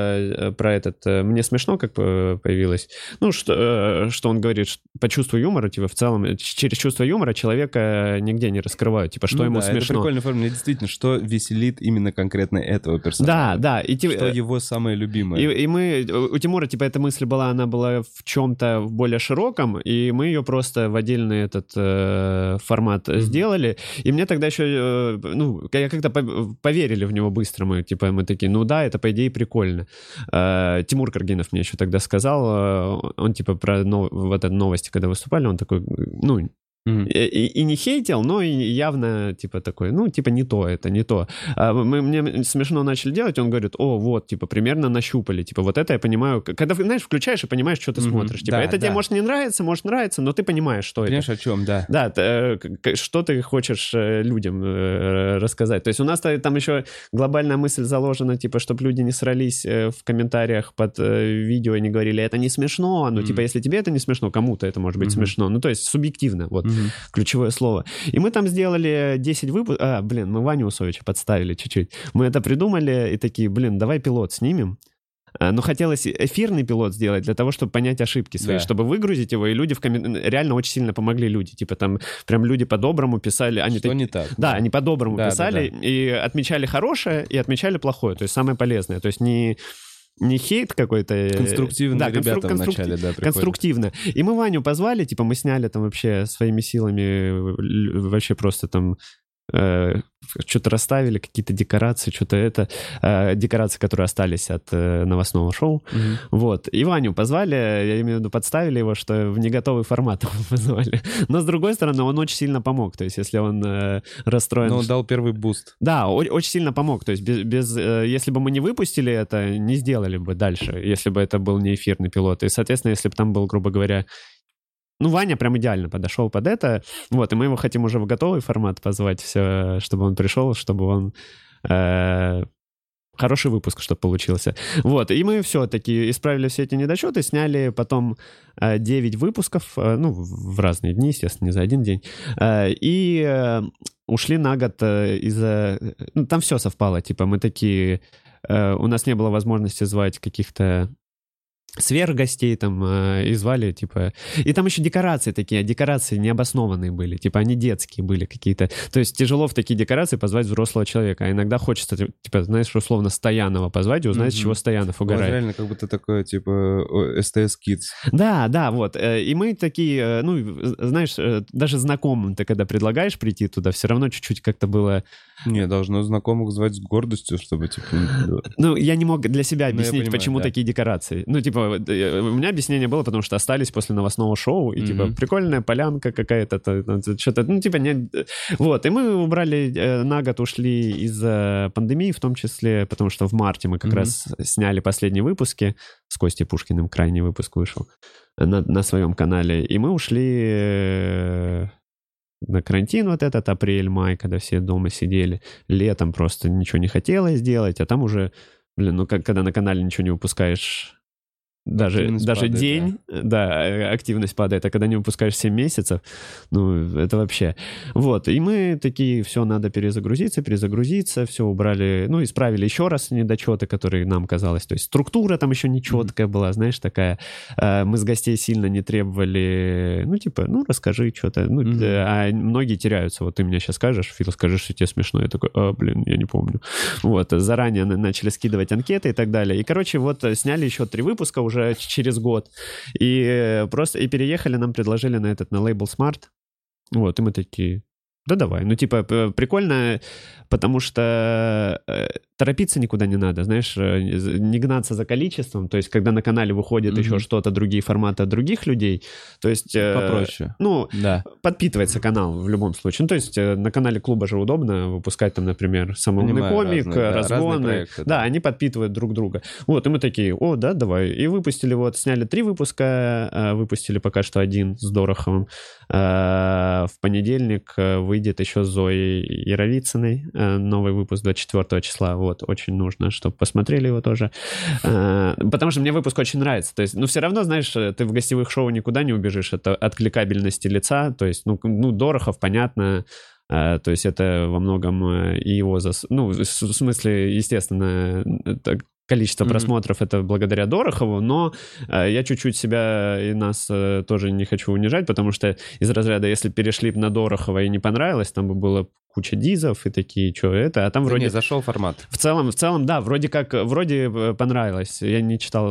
э, про этот, э, мне смешно, как появилась, ну, что, э, что он говорит, что по чувству юмора, типа, в целом, через чувство юмора человека нигде не раскрывают, типа, что ну, ему да, смешно. Это прикольная формула, действительно, что веселит именно конкретно этого персонажа. Да, да. И, что э, его самое любимое. И, и мы, у Тимура, типа, эта мысль была, она была в чем-то более широком, и мы ее просто в отдельный этот э, формат mm-hmm. сделали. И мне тогда еще, э, ну, я как-то поверили в него быстро. Мы, типа, мы такие, ну да, это, по идее, прикольно. Э, Тимур Каргинов мне еще тогда сказал, э, он, типа, про нов- вот эти новости, когда выступали, он такой, ну... Mm-hmm. И, и не хейтил, но и явно, типа, такой, ну, типа, не то это, не то. А мы, мне смешно начали делать, он говорит, о, вот, типа, примерно нащупали, типа, вот это я понимаю. Когда, знаешь, включаешь и понимаешь, что ты mm-hmm. смотришь. Типа, да, это да. тебе может не нравиться, может нравиться, но ты понимаешь, что понимаешь, это. Понимаешь, о чем, да. Да, ты, что ты хочешь людям рассказать. То есть у нас там еще глобальная мысль заложена, типа, чтобы люди не срались в комментариях под видео и не говорили, это не смешно. Ну, mm-hmm. типа, если тебе это не смешно, кому-то это может быть mm-hmm. смешно. Ну, то есть субъективно, вот. Mm-hmm. Ключевое слово. И мы там сделали десять выпусков. А, блин, мы Ваню Усовича подставили чуть-чуть. Мы это придумали и такие, блин, давай пилот снимем. Но хотелось эфирный пилот сделать для того, чтобы понять ошибки свои, да. чтобы выгрузить его, и люди в коммен... реально очень сильно помогли люди. Типа там прям люди по-доброму писали. Они Что так... не так. Да, да, они по-доброму да, писали да, да. и отмечали хорошее, и отмечали плохое. То есть самое полезное. То есть не... Не хейт какой-то. Конструктивно да, ребята констру... в начале, да, прикольно. Конструктивно. И мы Ваню позвали, типа мы сняли там вообще своими силами, вообще просто там э, что-то расставили, какие-то декорации, что-то это, э, декорации, которые остались от э, новостного шоу. Mm-hmm. Вот. И Ваню позвали, я имею в виду, подставили его, что в неготовый формат его позвали. Но, с другой стороны, он очень сильно помог. То есть, если он э, расстроен... Но он дал первый буст. Да, о- очень сильно помог. То есть, без, без, э, если бы мы не выпустили это, не сделали бы дальше, если бы это был не эфирный пилот. И, соответственно, если бы там был, грубо говоря... Ну, Ваня прям идеально подошел под это. Вот, и мы его хотим уже в готовый формат позвать, все, чтобы он пришел, чтобы он... Э, хороший выпуск, чтобы получился. Вот, и мы все-таки исправили все эти недочеты, сняли потом э, девять выпусков, э, ну, в разные дни, естественно, не за один день, э, и э, ушли на год э, из-за... Ну, там все совпало, типа, мы такие... Э, у нас не было возможности звать каких-то сверхгостей там э, и звали, типа... И там еще декорации такие, а декорации необоснованные были, типа они детские были какие-то. То есть тяжело в такие декорации позвать взрослого человека, а иногда хочется, типа, знаешь, условно Стоянова позвать и узнать, mm-hmm. с чего Стоянов угорает. Вот реально как будто такое, типа, эс тэ эс Kids. Да, да, вот. И мы такие, ну, знаешь, даже знакомым ты когда предлагаешь прийти туда, все равно чуть-чуть как-то было... Не, должно знакомых звать с гордостью, чтобы, типа... Ну, я не мог для себя объяснить, ну, понимаю, почему да. такие декорации. Ну, типа, у меня объяснение было, потому что остались после новостного шоу, и, mm-hmm. типа, прикольная полянка какая-то, что-то, ну, типа, не... Вот, и мы убрали, на год ушли из-за пандемии, в том числе, потому что в марте мы как mm-hmm. раз сняли последние выпуски, с Костей Пушкиным крайний выпуск вышел на, на своем канале, и мы ушли... на карантин вот этот, апрель-май, когда все дома сидели. Летом просто ничего не хотелось делать, а там уже, блин, ну как, когда на канале ничего не выпускаешь даже, даже падает, день, да. да, активность падает, а когда не выпускаешь семь месяцев, ну, это вообще. Вот, и мы такие, все, надо перезагрузиться, перезагрузиться, все убрали, ну, исправили еще раз недочеты, которые нам казалось, то есть структура там еще нечеткая mm-hmm. была, знаешь, такая, мы с гостей сильно не требовали, ну, типа, ну, расскажи что-то, ну, mm-hmm. а многие теряются, вот ты мне сейчас скажешь, Фил, скажи, что тебе смешно, я такой, а, блин, я не помню. Вот, заранее начали скидывать анкеты и так далее, и, короче, вот сняли еще три выпуска уже через год. И просто и переехали, нам предложили на этот, на лейбл Smart. Вот, и мы такие, да давай. Ну, типа, прикольно, потому что торопиться никуда не надо, знаешь, не гнаться за количеством. То есть, когда на канале выходит mm-hmm. еще что-то, другие форматы от других людей, то есть... Попроще. Ну, да. подпитывается канал в любом случае. Ну, то есть, на канале клуба же удобно выпускать там, например, самый умный комик, разные, разгоны. Да, проекты, да, да, они подпитывают друг друга. Вот, и мы такие, о, да, давай. И выпустили, вот, сняли три выпуска, выпустили пока что один с Дороховым. В понедельник выйдет еще с Зоей Яровицыной новый выпуск двадцать четвёртого числа. вот, очень нужно, чтобы посмотрели его тоже. А, потому что мне выпуск очень нравится. То есть, ну, все равно, знаешь, ты в гостевых шоу никуда не убежишь. Это от кликабельности лица. То есть, ну, ну Дорохов, понятно. А, то есть это во многом и его... Зас... Ну, в смысле, естественно, это... Количество mm-hmm. просмотров — это благодаря Дорохову, но э, я чуть-чуть себя и нас э, тоже не хочу унижать, потому что из разряда, если перешли бы на Дорохова и не понравилось, там бы было куча дизов и такие, что это, а там да вроде... не, зашел формат. В целом, в целом, да, вроде как, вроде понравилось. Я не читал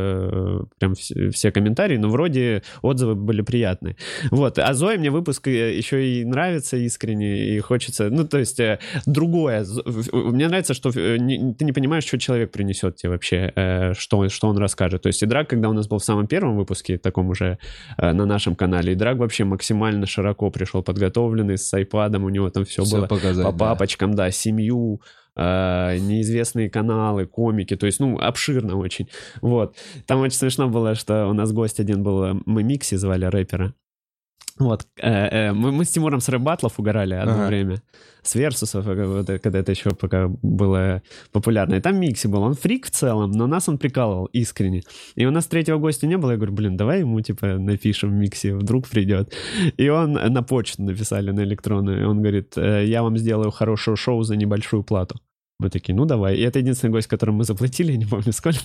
э, прям все, все комментарии, но вроде отзывы были приятные. Вот, а Зои мне выпуск еще и нравится искренне, и хочется, ну, то есть, э, другое. Мне нравится, что не, ты не понимаешь, что человек принесет тебе вообще, э, что, что он расскажет. То есть, Идрак, когда у нас был в самом первом выпуске, таком уже э, на нашем канале, Идрак вообще максимально широко пришел подготовленный, с айпадом, у него там все, все было показать, по папочкам, да, да семью, э, неизвестные каналы, комики, то есть, ну, обширно очень. Вот. Там очень смешно было, что у нас гость один был, мы Микси звали, рэпера. Вот, э, э, мы, мы с Тимуром с рэп-баттлов угорали одно ага. время, с Версусов, когда это еще пока было популярно. И там Микси был, он фрик в целом, но нас он прикалывал искренне. И у нас третьего гостя не было, я говорю, блин, давай ему, типа, напишем Микси, вдруг придет. И он на почту написали, на электронную, и он говорит, я вам сделаю хорошее шоу за небольшую плату. Мы такие, ну давай. И это единственный гость, которому мы заплатили, я не помню сколько.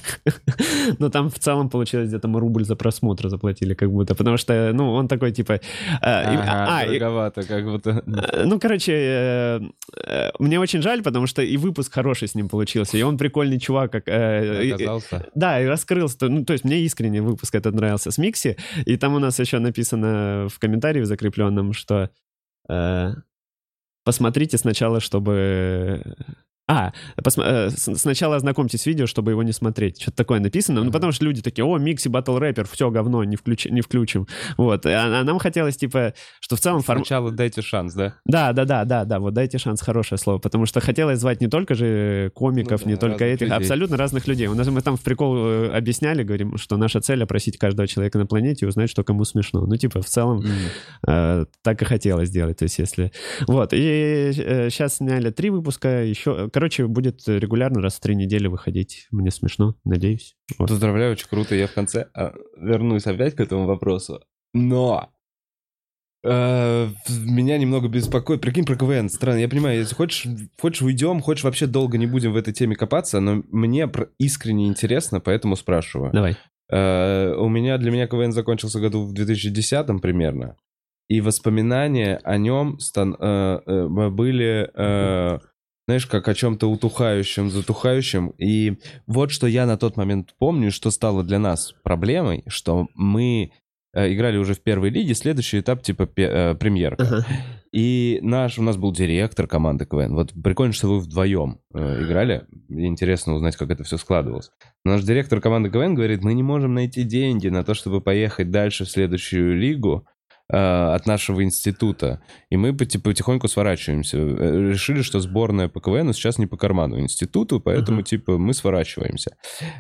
Но там в целом получилось где-то мы рубль за просмотр заплатили как будто. Потому что, ну, он такой, типа... Ага, а, дороговато и, как будто. Ну, короче, э, э, мне очень жаль, потому что и выпуск хороший с ним получился. И он прикольный чувак. Как, э, оказался. И, да, и раскрылся. Ну, то есть мне искренне выпуск этот нравился с Микси. И там у нас еще написано в комментарии в закрепленном, что э, посмотрите сначала, чтобы... А, посма- э, сначала ознакомьтесь с видео, чтобы его не смотреть. Что-то такое написано. Uh-huh. Ну, потому что люди такие, о, Микси, батл рэпер, все, говно, не, включ- не включим. Вот. А, а нам хотелось, типа, что в целом... Сначала форм... дайте шанс, да? Да, да, да, да, да, вот дайте шанс, хорошее слово. Потому что хотелось звать не только же комиков, ну, да, не только этих, людей. Абсолютно разных людей. У нас мы там в прикол объясняли, говорим, что наша цель — опросить каждого человека на планете и узнать, что кому смешно. Ну, типа, в целом mm. э, так и хотелось сделать. То есть, если... Вот. И э, сейчас сняли три выпуска, еще... Короче, будет регулярно раз в три недели выходить. Мне смешно, надеюсь. Вот. Поздравляю, очень круто. Я в конце а, вернусь опять к этому вопросу. Но э, меня немного беспокоит. Прикинь, про КВН. Странно. Я понимаю, если хочешь, хочешь уйдем, хочешь вообще долго не будем в этой теме копаться, но мне искренне интересно, поэтому спрашиваю. Давай. Э, у меня, для меня КВН закончился году в две тысячи десятом примерно. И воспоминания о нем стан, э, э, были... Э, знаешь, как о чем-то утухающем, затухающем. И вот что я на тот момент помню, что стало для нас проблемой, что мы э, играли уже в первой лиге, следующий этап типа пе- э, премьерка. Uh-huh. И наш, у нас был директор команды КВН. Вот прикольно, что вы вдвоем э, играли. Интересно узнать, как это все складывалось. Наш директор команды КВН говорит, мы не можем найти деньги на то, чтобы поехать дальше в следующую лигу от нашего института. И мы потихоньку сворачиваемся. Решили, что сборная по КВНу сейчас не по карману институту, поэтому, uh-huh. типа, мы сворачиваемся.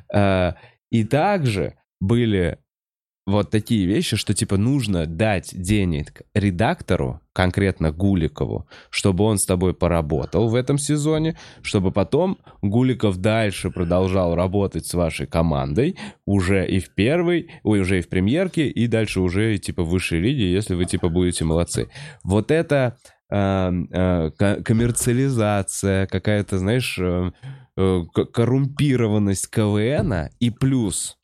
И также были вот такие вещи, что, типа, нужно дать денег редактору, конкретно Гуликову, чтобы он с тобой поработал в этом сезоне, чтобы потом Гуликов дальше продолжал работать с вашей командой уже и в первой, ой, уже и в премьерке, и дальше уже, типа, в высшей лиге, если вы, типа, будете молодцы. Вот это э, э, коммерциализация, какая-то, знаешь, э, э, коррумпированность КВНа и плюс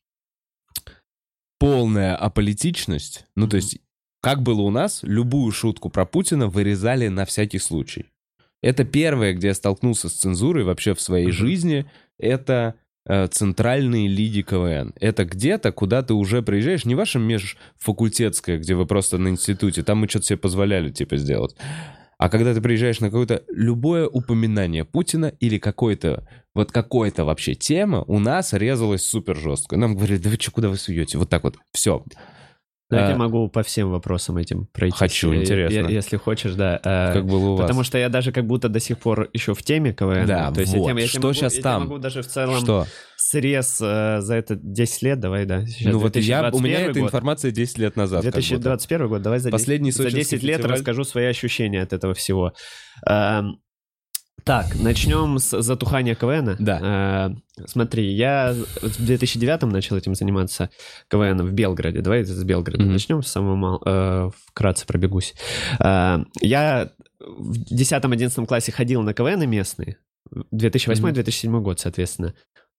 полная аполитичность, ну, то есть, как было у нас, любую шутку про Путина вырезали на всякий случай. Это первое, где я столкнулся с цензурой вообще в своей uh-huh. жизни, это э, центральные лиги КВН. Это где-то, куда ты уже приезжаешь, не ваше межфакультетское, где вы просто на институте, там мы что-то себе позволяли, типа, сделать. А когда ты приезжаешь на какое-то любое упоминание Путина или какой-то, вот какой-то вообще тема, у нас резалось супер жестко. Нам говорили, да вы что, куда вы суете? Вот так вот, все. Да, а, я могу по всем вопросам этим пройти. Хочу, интересно. Если хочешь, да. Как было у вас? Потому что я даже как будто до сих пор еще в теме КВН. Да, то есть вот. Я, я, что могу, сейчас я там? Я могу даже в целом что? срез э, за это десять лет, давай, да. Сейчас ну вот я, у меня эта год. информация десять лет назад. две тысячи двадцать первый год, давай за Последний десять, за десять лет фестиваль. Расскажу свои ощущения от этого всего. Э, Так, начнем с затухания КВНа. Да. Э, смотри, я в две тысячи девятом начал этим заниматься КВНом в Белгороде. Давай с Белгорода mm-hmm. начнем, с самого мал... э, вкратце пробегусь. Э, я в десятом-одиннадцатом классе ходил на КВНы местные. две тысячи восьмой - две тысячи седьмой год, соответственно.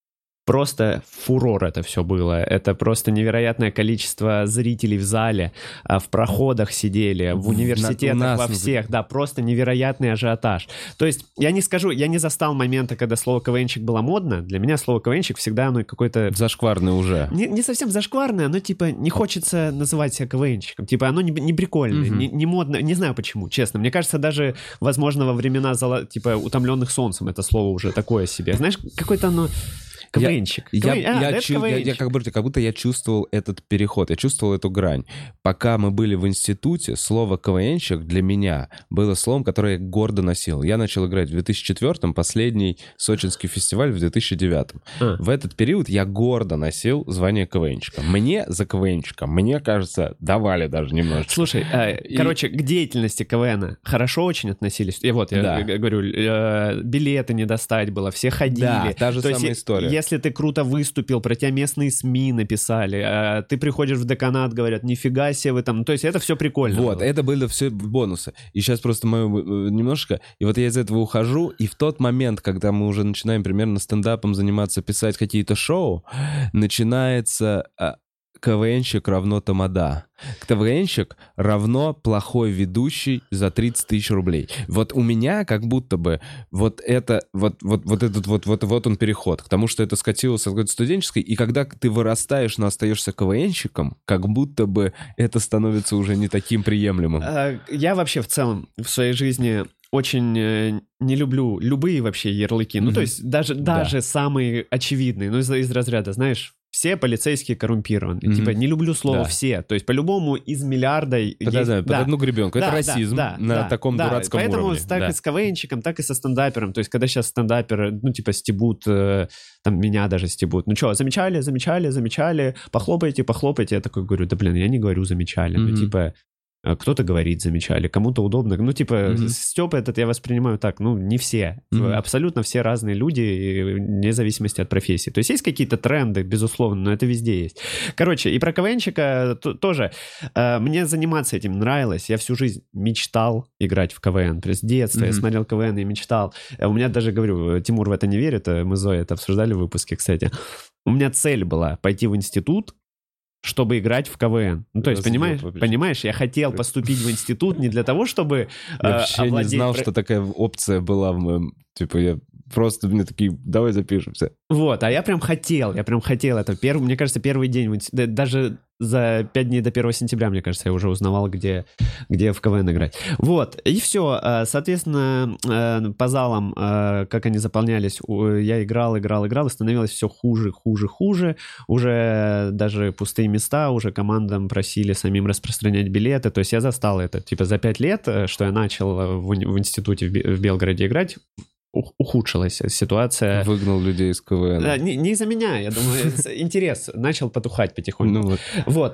Просто фурор это все было. Это просто невероятное количество зрителей в зале, в проходах сидели, в университетах, на, во всех. Да, просто невероятный ажиотаж. То есть, я не скажу, я не застал момента, когда слово КВНщик было модно. Для меня слово КВНщик всегда оно какое-то... Зашкварное уже. Не, не совсем зашкварное, но типа не хочется называть себя КВНщиком. Типа оно не, не прикольное, угу. не, не модно. Не знаю почему, честно. Мне кажется, даже, возможно, во времена типа утомленных солнцем это слово уже такое себе. Знаешь, какое-то оно... КВНчик. Я, КВН... я, а, я, чу... я, я как, будто, как будто я чувствовал этот переход, я чувствовал эту грань. Пока мы были в институте, слово КВНчик для меня было словом, которое я гордо носил. Я начал играть в две тысячи четвёртом, последний сочинский фестиваль в две тысячи девятом. А. В этот период я гордо носил звание КВНчика. Мне за КВНчика, мне кажется, давали даже немножко. Слушай, э, И... короче, к деятельности КВНа хорошо очень относились. И вот, я да. говорю, э, билеты не достать было, все ходили. Да, та же То самая есть, история. Если ты круто выступил, про тебя местные СМИ написали, а ты приходишь в деканат, говорят, нифига себе вы там... Ну, то есть это все прикольно. Вот, было. Это были все бонусы. И сейчас просто мое немножко... И вот я из этого ухожу, и в тот момент, когда мы уже начинаем примерно стендапом заниматься, писать какие-то шоу, начинается... КВНщик равно тамада. КВНщик равно плохой ведущий за тридцать тысяч рублей. Вот у меня как будто бы вот это, вот, вот, вот этот вот, вот, вот он переход к тому, что это скатилось от какой-то студенческой, и когда ты вырастаешь, но остаешься КВНщиком, как будто бы это становится уже не таким приемлемым. Я вообще в целом в своей жизни очень не люблю любые вообще ярлыки. Mm-hmm. Ну, то есть даже, даже да. самые очевидные, ну, из, из разряда, знаешь, все полицейские коррумпированы. Mm-hmm. Типа, не люблю слово да. «все». То есть, по-любому, из миллиарда... Под, есть... да, под одну гребенку. Да, это да, расизм да, на да, таком да. дурацком Поэтому уровне. Поэтому так да. и с КВНчиком, так и со стендапером. То есть, когда сейчас стендаперы, ну, типа, стебут, э, там, меня даже стебут. Ну, что, замечали, замечали, замечали, похлопайте, похлопайте. Я такой говорю, да, блин, я не говорю замечали. Mm-hmm. Ну, типа... Кто-то говорит замечали, кому-то удобно. Ну, типа, mm-hmm. стёб этот я воспринимаю так, ну, не все. Mm-hmm. Абсолютно все разные люди, вне зависимости от профессии. То есть есть какие-то тренды, безусловно, но это везде есть. Короче, и про КВНчика тоже. Мне заниматься этим нравилось. Я всю жизнь мечтал играть в КВН. То есть с детства mm-hmm. я смотрел КВН и мечтал. У меня даже, говорю, Тимур в это не верит, мы с Зоей это обсуждали в выпуске, кстати. У меня цель была пойти в институт, чтобы играть в КВН. Ну, то есть, понимаешь, понимаешь, я хотел поступить в институт не для того, чтобы Я э, вообще овладеть... не знал, что такая опция была в моем... Типа, я просто мне такие, давай запишемся. Вот, а я прям хотел, я прям хотел это. Первый, мне кажется, первый день, в институт, даже за пять дней до первого сентября, мне кажется, я уже узнавал, где, где в КВН играть. Вот, и все. Соответственно, по залам, как они заполнялись, я играл, играл, играл, и становилось все хуже, хуже, хуже. Уже даже пустые места, уже командам просили самим распространять билеты. То есть я застал это. Типа за пять лет, что я начал в, в институте в Белгороде играть, ухудшилась ситуация. Выгнал людей из КВН. Да, не, не из-за меня, я думаю, интерес начал потухать потихоньку. Ну вот. Вот,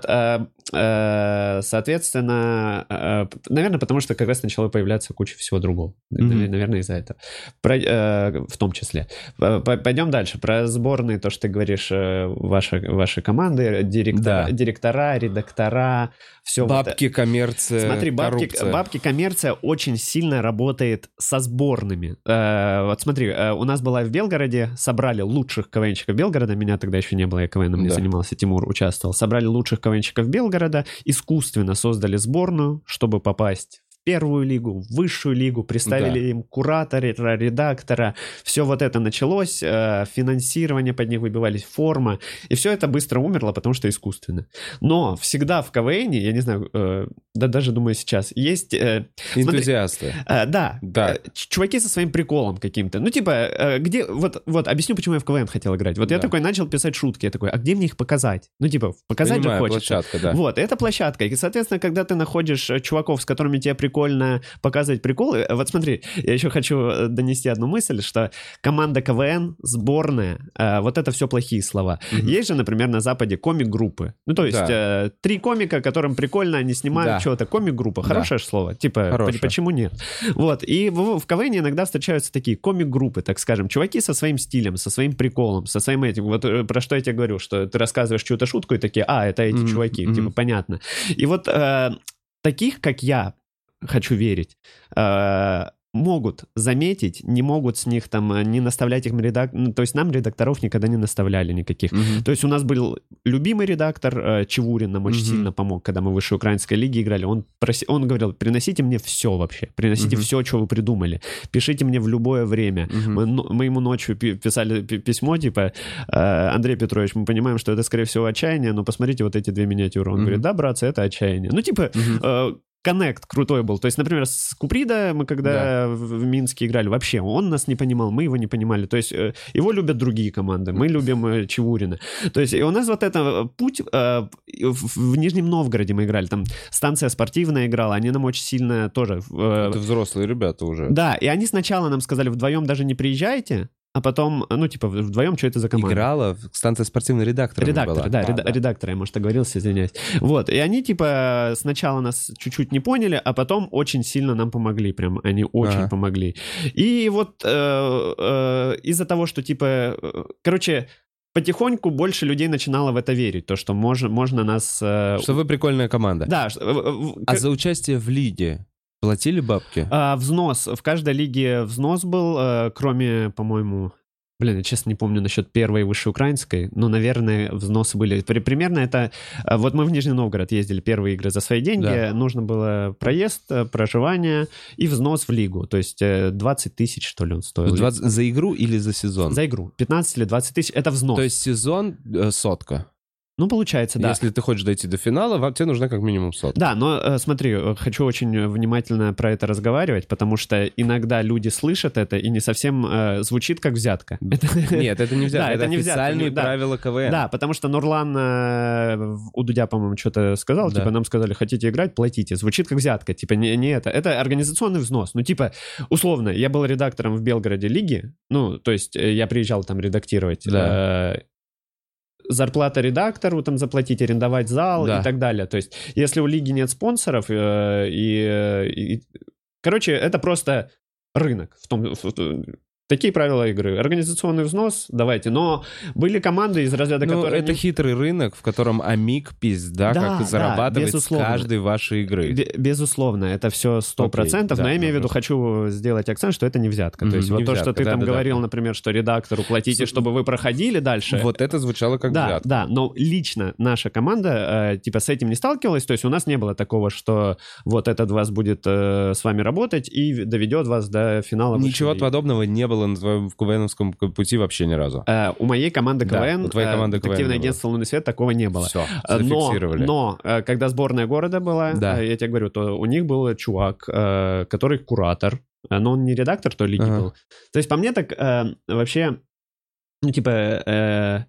соответственно, наверное, потому что как раз начало появляться куча всего другого. Mm-hmm. Наверное, из-за этого. Про, в том числе. Пойдем дальше. Про сборные, то, что ты говоришь, ваши, ваши команды, директора, да. директора, редактора, все. Бабки, вот. коммерция, Смотри, бабки, коррупция. Бабки, коммерция очень сильно работает со сборными. Вот смотри, у нас была в Белгороде, собрали лучших КВНщиков Белгорода, меня тогда еще не было, я КВНом не да. занимался, Тимур участвовал, собрали лучших КВНщиков Белгорода, искусственно создали сборную, чтобы попасть в первую лигу, в высшую лигу, представили да. им куратора, редактора, все вот это началось, финансирование под них выбивались, форма, и все это быстро умерло, потому что искусственно. Но всегда в КВНе, я не знаю, да даже думаю сейчас, есть... Энтузиасты. Смотри, да, да, чуваки со своим приколом каким-то. Ну, типа, где... Вот, вот объясню, почему я в КВН хотел играть. Вот да. я такой начал писать шутки, я такой, а где мне их показать? Ну, типа, показать Понимаю, же хочется. Площадка, да. Вот, это площадка. И, соответственно, когда ты находишь чуваков, с которыми тебе прикольно, прикольно показывать приколы. Вот смотри, я еще хочу донести одну мысль, что команда КВН, сборная, э, вот это все плохие слова. Mm-hmm. Есть же, например, на Западе комик-группы. Ну, то есть да. э, три комика, которым прикольно, они снимают да. что-то. Комик-группа. Хорошее да. слово. Типа, Хорошее. почему нет? Вот. И в, в КВН иногда встречаются такие комик-группы, так скажем. Чуваки со своим стилем, со своим приколом, со своим этим. Вот про что я тебе говорю, что ты рассказываешь чью-то шутку и такие, а, это эти mm-hmm. чуваки. Mm-hmm. Типа, понятно. И вот э, таких, как я, хочу верить, э, могут заметить, не могут с них там не наставлять их редак... ну, то есть нам редакторов никогда не наставляли никаких. Mm-hmm. То есть у нас был любимый редактор э, Чевурин, нам очень mm-hmm. сильно помог, когда мы в высшей украинской лиге играли. Он, проси... он говорил, приносите мне все вообще, приносите mm-hmm. все, что вы придумали, пишите мне в любое время. Mm-hmm. Мы, мы ему ночью писали письмо, типа, э, Андрей Петрович, мы понимаем, что это, скорее всего, отчаяние, но посмотрите вот эти две миниатюры. Он mm-hmm. говорит, да, братцы, это отчаяние. Ну, типа... Mm-hmm. Э, коннект крутой был. То есть, например, с Куприда мы когда да. в, в Минске играли, вообще он нас не понимал, мы его не понимали. То есть э, его любят другие команды, мы любим э, Чевурина. То есть и у нас вот это путь э, в, в Нижнем Новгороде мы играли, там станция спортивная играла, они нам очень сильно тоже... Э, это взрослые ребята уже. Да, и они сначала нам сказали, вдвоем даже не приезжайте, а потом, ну, типа, вдвоем, что это за команда? Играла, станция спортивный редактор. Редактор, да, а, реда- да, редактор, я, может, оговорился, извиняюсь. Вот, и они, типа, сначала нас чуть-чуть не поняли, а потом очень сильно нам помогли, прям, они очень ага. помогли. И вот э, э, из-за того, что, типа, э, короче... Потихоньку больше людей начинало в это верить, то, что можно, можно нас... Э... Что вы прикольная команда. Да. А за участие в лиге платили бабки? А, взнос. В каждой лиге взнос был, э, кроме, по-моему... Блин, я честно не помню насчет первой высшей украинской, но, наверное, взносы были. Примерно это... Вот мы в Нижний Новгород ездили, первые игры за свои деньги. Да. Нужно было проезд, проживание и взнос в лигу. То есть двадцать тысяч, что ли, он стоил. двадцать За игру или за сезон? За игру. пятнадцать или двадцать тысяч. Это взнос. То есть сезон э, сотка? Ну, получается, да. Если ты хочешь дойти до финала, вам, тебе нужна как минимум сотка. Да, но э, смотри, хочу очень внимательно про это разговаривать, потому что иногда люди слышат это и не совсем э, звучит как взятка. Нет, это не взятка, это официальные правила КВН. Да, потому что Нурлан у Дудя, по-моему, что-то сказал, типа, нам сказали, хотите играть, платите. Звучит как взятка, типа, не это. Это организационный взнос. Ну, типа, условно, я был редактором в Белгороде лиги, ну, то есть я приезжал там редактировать. Да. Зарплата редактору, там заплатить, арендовать зал да. и так далее. То есть, если у лиги нет спонсоров, э, и, и... Короче, это просто рынок. В том, в, такие правила игры. Организационный взнос, давайте. Но были команды из разряда, ну, которые... это не... хитрый рынок, в котором Амик пизда, да, как зарабатывать да, с каждой вашей игры. Б- безусловно, это все сто процентов, okay, но да, я имею в виду, хочу сделать акцент, что это не взятка. Mm-hmm, то есть вот взятка, то, что ты да, там да, говорил, да. например, что редактору платите, с... чтобы вы проходили дальше. Вот это звучало как да, взятка. Да, но лично наша команда э, типа с этим не сталкивалась, то есть у нас не было такого, что вот этот вас будет э, с вами работать и доведет вас до финала. Ничего подобного не было на твоем КВН пути вообще ни разу. Uh, у моей команды КВН, да, у твоей команды uh, КВН «Активное агентство «Лунный свет» такого не было. Все, зафиксировали. Но, но uh, когда сборная города была, да. uh, я тебе говорю, то у них был чувак, uh, который куратор, uh, но он не редактор той лиги ага. был. То есть по мне так uh, вообще, ну типа... Uh,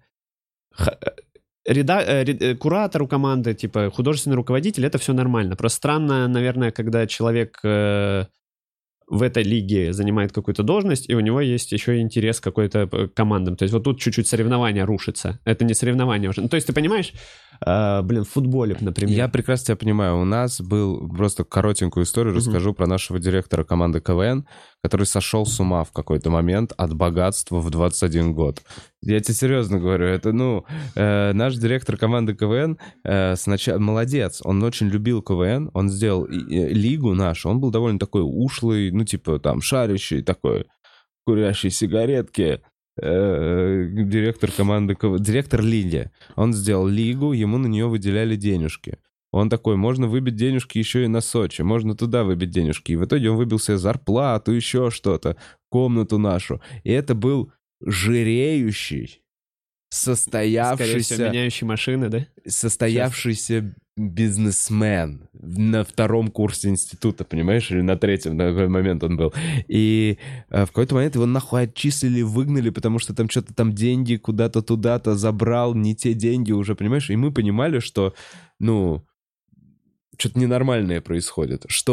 Реда... Ред... куратор у команды, типа художественный руководитель, это все нормально. Просто странно, наверное, когда человек... Uh, в этой лиге занимает какую-то должность, и у него есть еще интерес к какой-то командам. То есть вот тут чуть-чуть соревнование рушится. Это не соревнование уже. Ну, то есть ты понимаешь, э, блин, в футболе, например. Я прекрасно тебя понимаю. У нас был, просто коротенькую историю расскажу uh-huh. про нашего директора команды КВН, который сошел с ума в какой-то момент от богатства в двадцать один год. Я тебе серьезно говорю, это, ну, э, наш директор команды КВН э, сначала молодец, он очень любил КВН, он сделал э, лигу нашу, он был довольно такой ушлый, ну, типа, там, шарящий такой, курящий сигаретки, э, директор команды КВН, директор лиги. Он сделал лигу, ему на нее выделяли денежки. Он такой, можно выбить денежки еще и на Сочи, можно туда выбить денежки. И в итоге он выбил себе зарплату, еще что-то, комнату нашу. И это был жиреющий, состоявшийся... Скорее всего, меняющий машины, да? Состоявшийся Сейчас. бизнесмен на втором курсе института, понимаешь? Или на третьем, на какой момент он был. И э, в какой-то момент его нахуй отчислили, выгнали, потому что там что-то там деньги куда-то туда-то забрал, не те деньги уже, понимаешь? И мы понимали, что, ну... что-то ненормальное происходит, что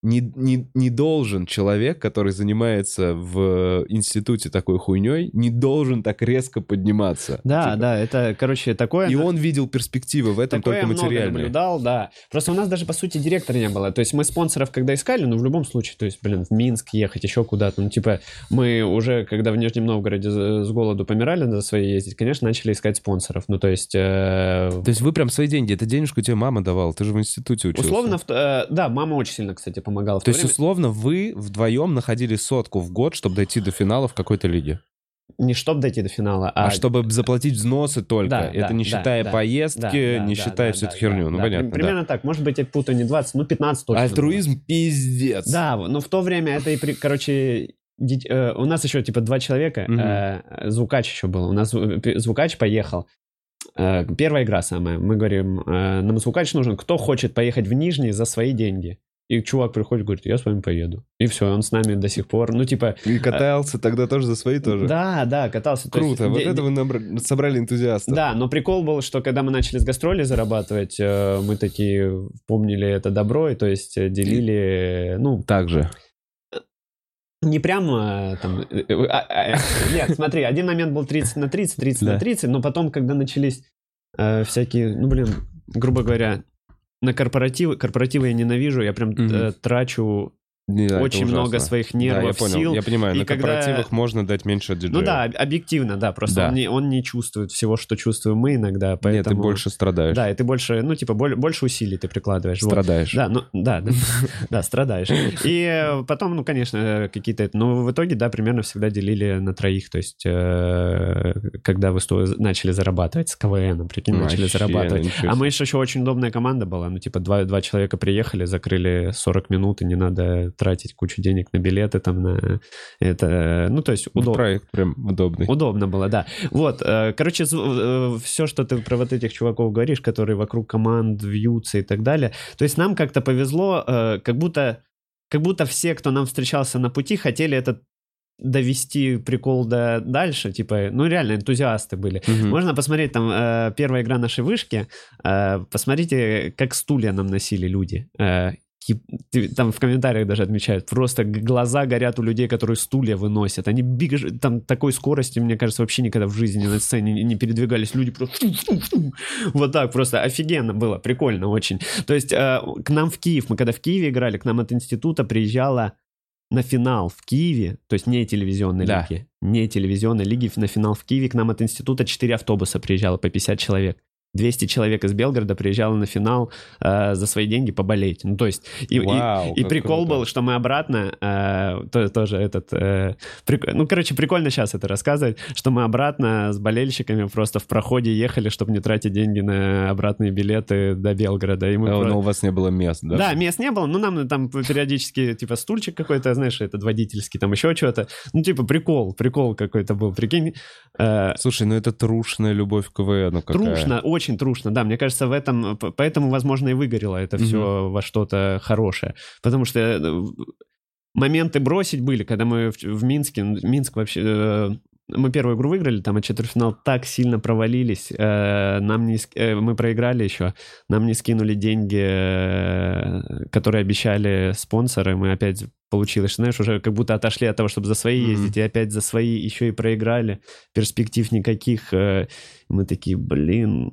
не, не, не должен человек, который занимается в институте такой хуйней, не должен так резко подниматься. Да, типа. да, это, короче, такое... И он видел перспективы в этом такое только много материальные. наблюдал, да. Просто у нас даже, по сути, директора не было. То есть мы спонсоров когда искали, ну, в любом случае, то есть, блин, в Минск ехать, еще куда-то. Ну, типа, мы уже, когда в Нижнем Новгороде с голоду помирали на свои ездить, конечно, начали искать спонсоров. Ну, то есть... Э... То есть вы прям свои деньги, это денежку тебе мама давала, ты же в институте учился. Условно, э, да, мама очень сильно, кстати, помогала. В то то есть, время... условно, вы вдвоем находили сотку в год, чтобы дойти до финала в какой-то лиге? Не чтобы дойти до финала, а... А чтобы заплатить взносы только. Да, это да, не да, считая да, поездки, да, да, не да, считая да, всю да, эту херню. да, ну, да. понятно, Примерно да. так. Может быть, я путаю не двадцать, ну, пятнадцать точно. Альтруизм было. пиздец. Да, но в то время это и, при... короче... Дит... Э, у нас еще, типа, два человека. Mm-hmm. Э, звукач еще был. У нас звукач поехал. Э, первая игра самая. Мы говорим, э, нам звукач нужен. Кто хочет поехать в Нижний за свои деньги? И чувак приходит, говорит, я с вами поеду. И все, он с нами до сих пор. Ну, типа... И катался тогда тоже за свои тоже? Да, да, катался. Круто, есть, вот де... это вы набр... собрали энтузиастов. Да, но прикол был, что когда мы начали с гастролей зарабатывать, мы такие помнили это добро, и то есть делили, ну... Так же. Не прямо там... Нет, смотри, один момент был тридцать на тридцать, тридцать на тридцать, но потом, когда начались всякие, ну, блин, грубо говоря... На корпоративы, корпоративы я ненавижу, я прям mm-hmm. э, трачу Не, да, очень много своих нервов, да, я понял, сил. Я понимаю, и на когда... корпоративах можно дать меньше от диджея. Ну да, объективно, да, просто да. Он, не, он не чувствует всего, что чувствуем мы иногда, поэтому... Нет, ты больше страдаешь. Да, и ты больше, ну типа, больше усилий ты прикладываешь. Страдаешь. Вот. Да, ну, да, да, да, страдаешь. И потом, ну, конечно, какие-то... Но в итоге, да, примерно всегда делили на троих, то есть когда вы начали зарабатывать с КВН, прикинь, начали зарабатывать. А мы еще еще очень удобная команда была, ну, типа, два, два человека приехали, закрыли сорок минут, и не надо тратить кучу денег на билеты, там, на это, ну, то есть удобно. Проект прям удобный. Удобно было, да. Вот, короче, все, что ты про вот этих чуваков говоришь, которые вокруг команд вьются и так далее, то есть нам как-то повезло, как будто, как будто все, кто нам встречался на пути, хотели этот довести прикол до дальше, типа, ну, реально, энтузиасты были. Uh-huh. Можно посмотреть, там, э, первая игра нашей вышки, э, посмотрите, как стулья нам носили люди. Э, Там в комментариях даже отмечают, просто глаза горят у людей, которые стулья выносят. Они бегают, там такой скорости, мне кажется, вообще никогда в жизни на сцене не передвигались. Люди просто вот так, просто офигенно было, прикольно очень. То есть э, к нам в Киев, мы когда в Киеве играли, к нам от института приезжала на финал в Киеве, то есть не телевизионной да. лиги, не телевизионной лиги, на финал в Киеве к нам от института четыре автобуса приезжало по пятьдесят человек. двести человек из Белгорода приезжало на финал э, за свои деньги поболеть. Ну, то есть, и, Вау, и, и прикол круто. Был, что мы обратно, э, то, тоже этот, э, прик... ну, короче, прикольно сейчас это рассказывать, что мы обратно с болельщиками просто в проходе ехали, чтобы не тратить деньги на обратные билеты до Белгорода. И мы а, про... Но у вас не было мест, да? Да, мест не было, ну, нам там периодически, типа, стульчик какой-то, знаешь, этот водительский, там еще что-то. Ну, типа, прикол, прикол какой-то был, прикинь. Э... Слушай, ну это трушная любовь к КВНу какая. Трушно, очень Очень трушно, да, мне кажется, в этом, поэтому, возможно, и выгорело это все mm-hmm. во что-то хорошее, потому что моменты бросить были, когда мы в, в Минске, Минск вообще, мы первую игру выиграли, там, а четвертьфинал так сильно провалились, нам не, мы проиграли еще, нам не скинули деньги, которые обещали спонсоры, мы опять получилось, знаешь, уже как будто отошли от того, чтобы за свои mm-hmm. ездить, и опять за свои еще и проиграли, перспектив никаких, мы такие, блин,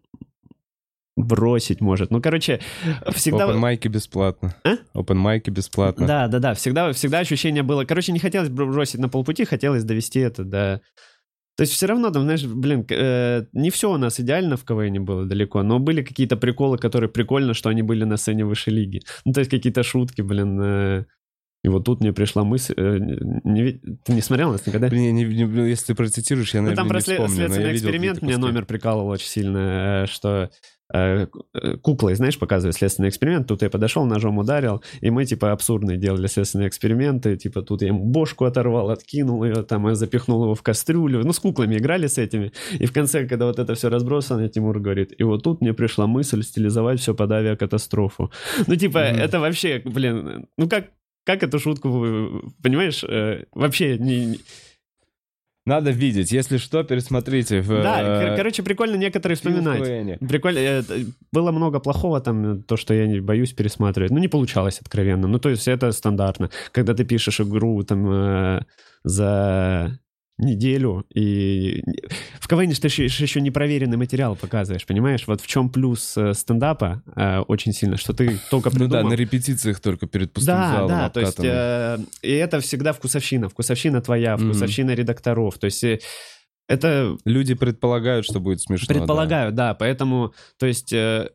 бросить может. Ну, короче, всегда... Опенмайки бесплатно. А? Опенмайки бесплатно. Да, да, да, всегда, всегда ощущение было, короче, не хотелось бросить на полпути, хотелось довести это до... То есть все равно, там, знаешь, блин, э, не все у нас идеально в КВНе было далеко, но были какие-то приколы, которые прикольно, что они были на сцене высшей лиги. Ну, то есть какие-то шутки, блин... Э... И вот тут мне пришла мысль... Э, не, ты не смотрел нас никогда? Блин, не, не, если ты процитируешь, я, наверное, ну, там не вспомню. Там про следственный эксперимент меня номер прикалывал очень сильно, что э, куклой, знаешь, показывает следственный эксперимент. Тут я подошел, ножом ударил, и мы, типа, абсурдные делали следственные эксперименты. Типа, тут я ему бошку оторвал, откинул ее, там, я запихнул его в кастрюлю. Ну, с куклами играли с этими. И в конце, когда вот это все разбросано, Тимур говорит, и вот тут мне пришла мысль стилизовать все под авиакатастрофу. Ну, типа, mm-hmm. это вообще, блин, ну как... Как эту шутку, понимаешь, э, вообще не, Надо видеть. Если что, пересмотрите. В, Да, э, кор- короче, прикольно некоторые фильм в вспоминать. КВНе. Прикольно. э, т- Было много плохого там, то, что я не боюсь пересматривать. Ну, не получалось откровенно. Ну, то есть это стандартно. Когда ты пишешь игру там э, за неделю, и в КВН ты еще, еще непроверенный материал показываешь, понимаешь? Вот в чем плюс э, стендапа э, очень сильно, что ты только Ну придумал. да, на репетициях только перед пустым Да, залом да, то есть обкатанный. э, и это всегда вкусовщина. Вкусовщина твоя, Мгм. вкусовщина редакторов. То есть э, это Люди предполагают, что будет смешно. предполагаю, да. Поэтому, то есть э,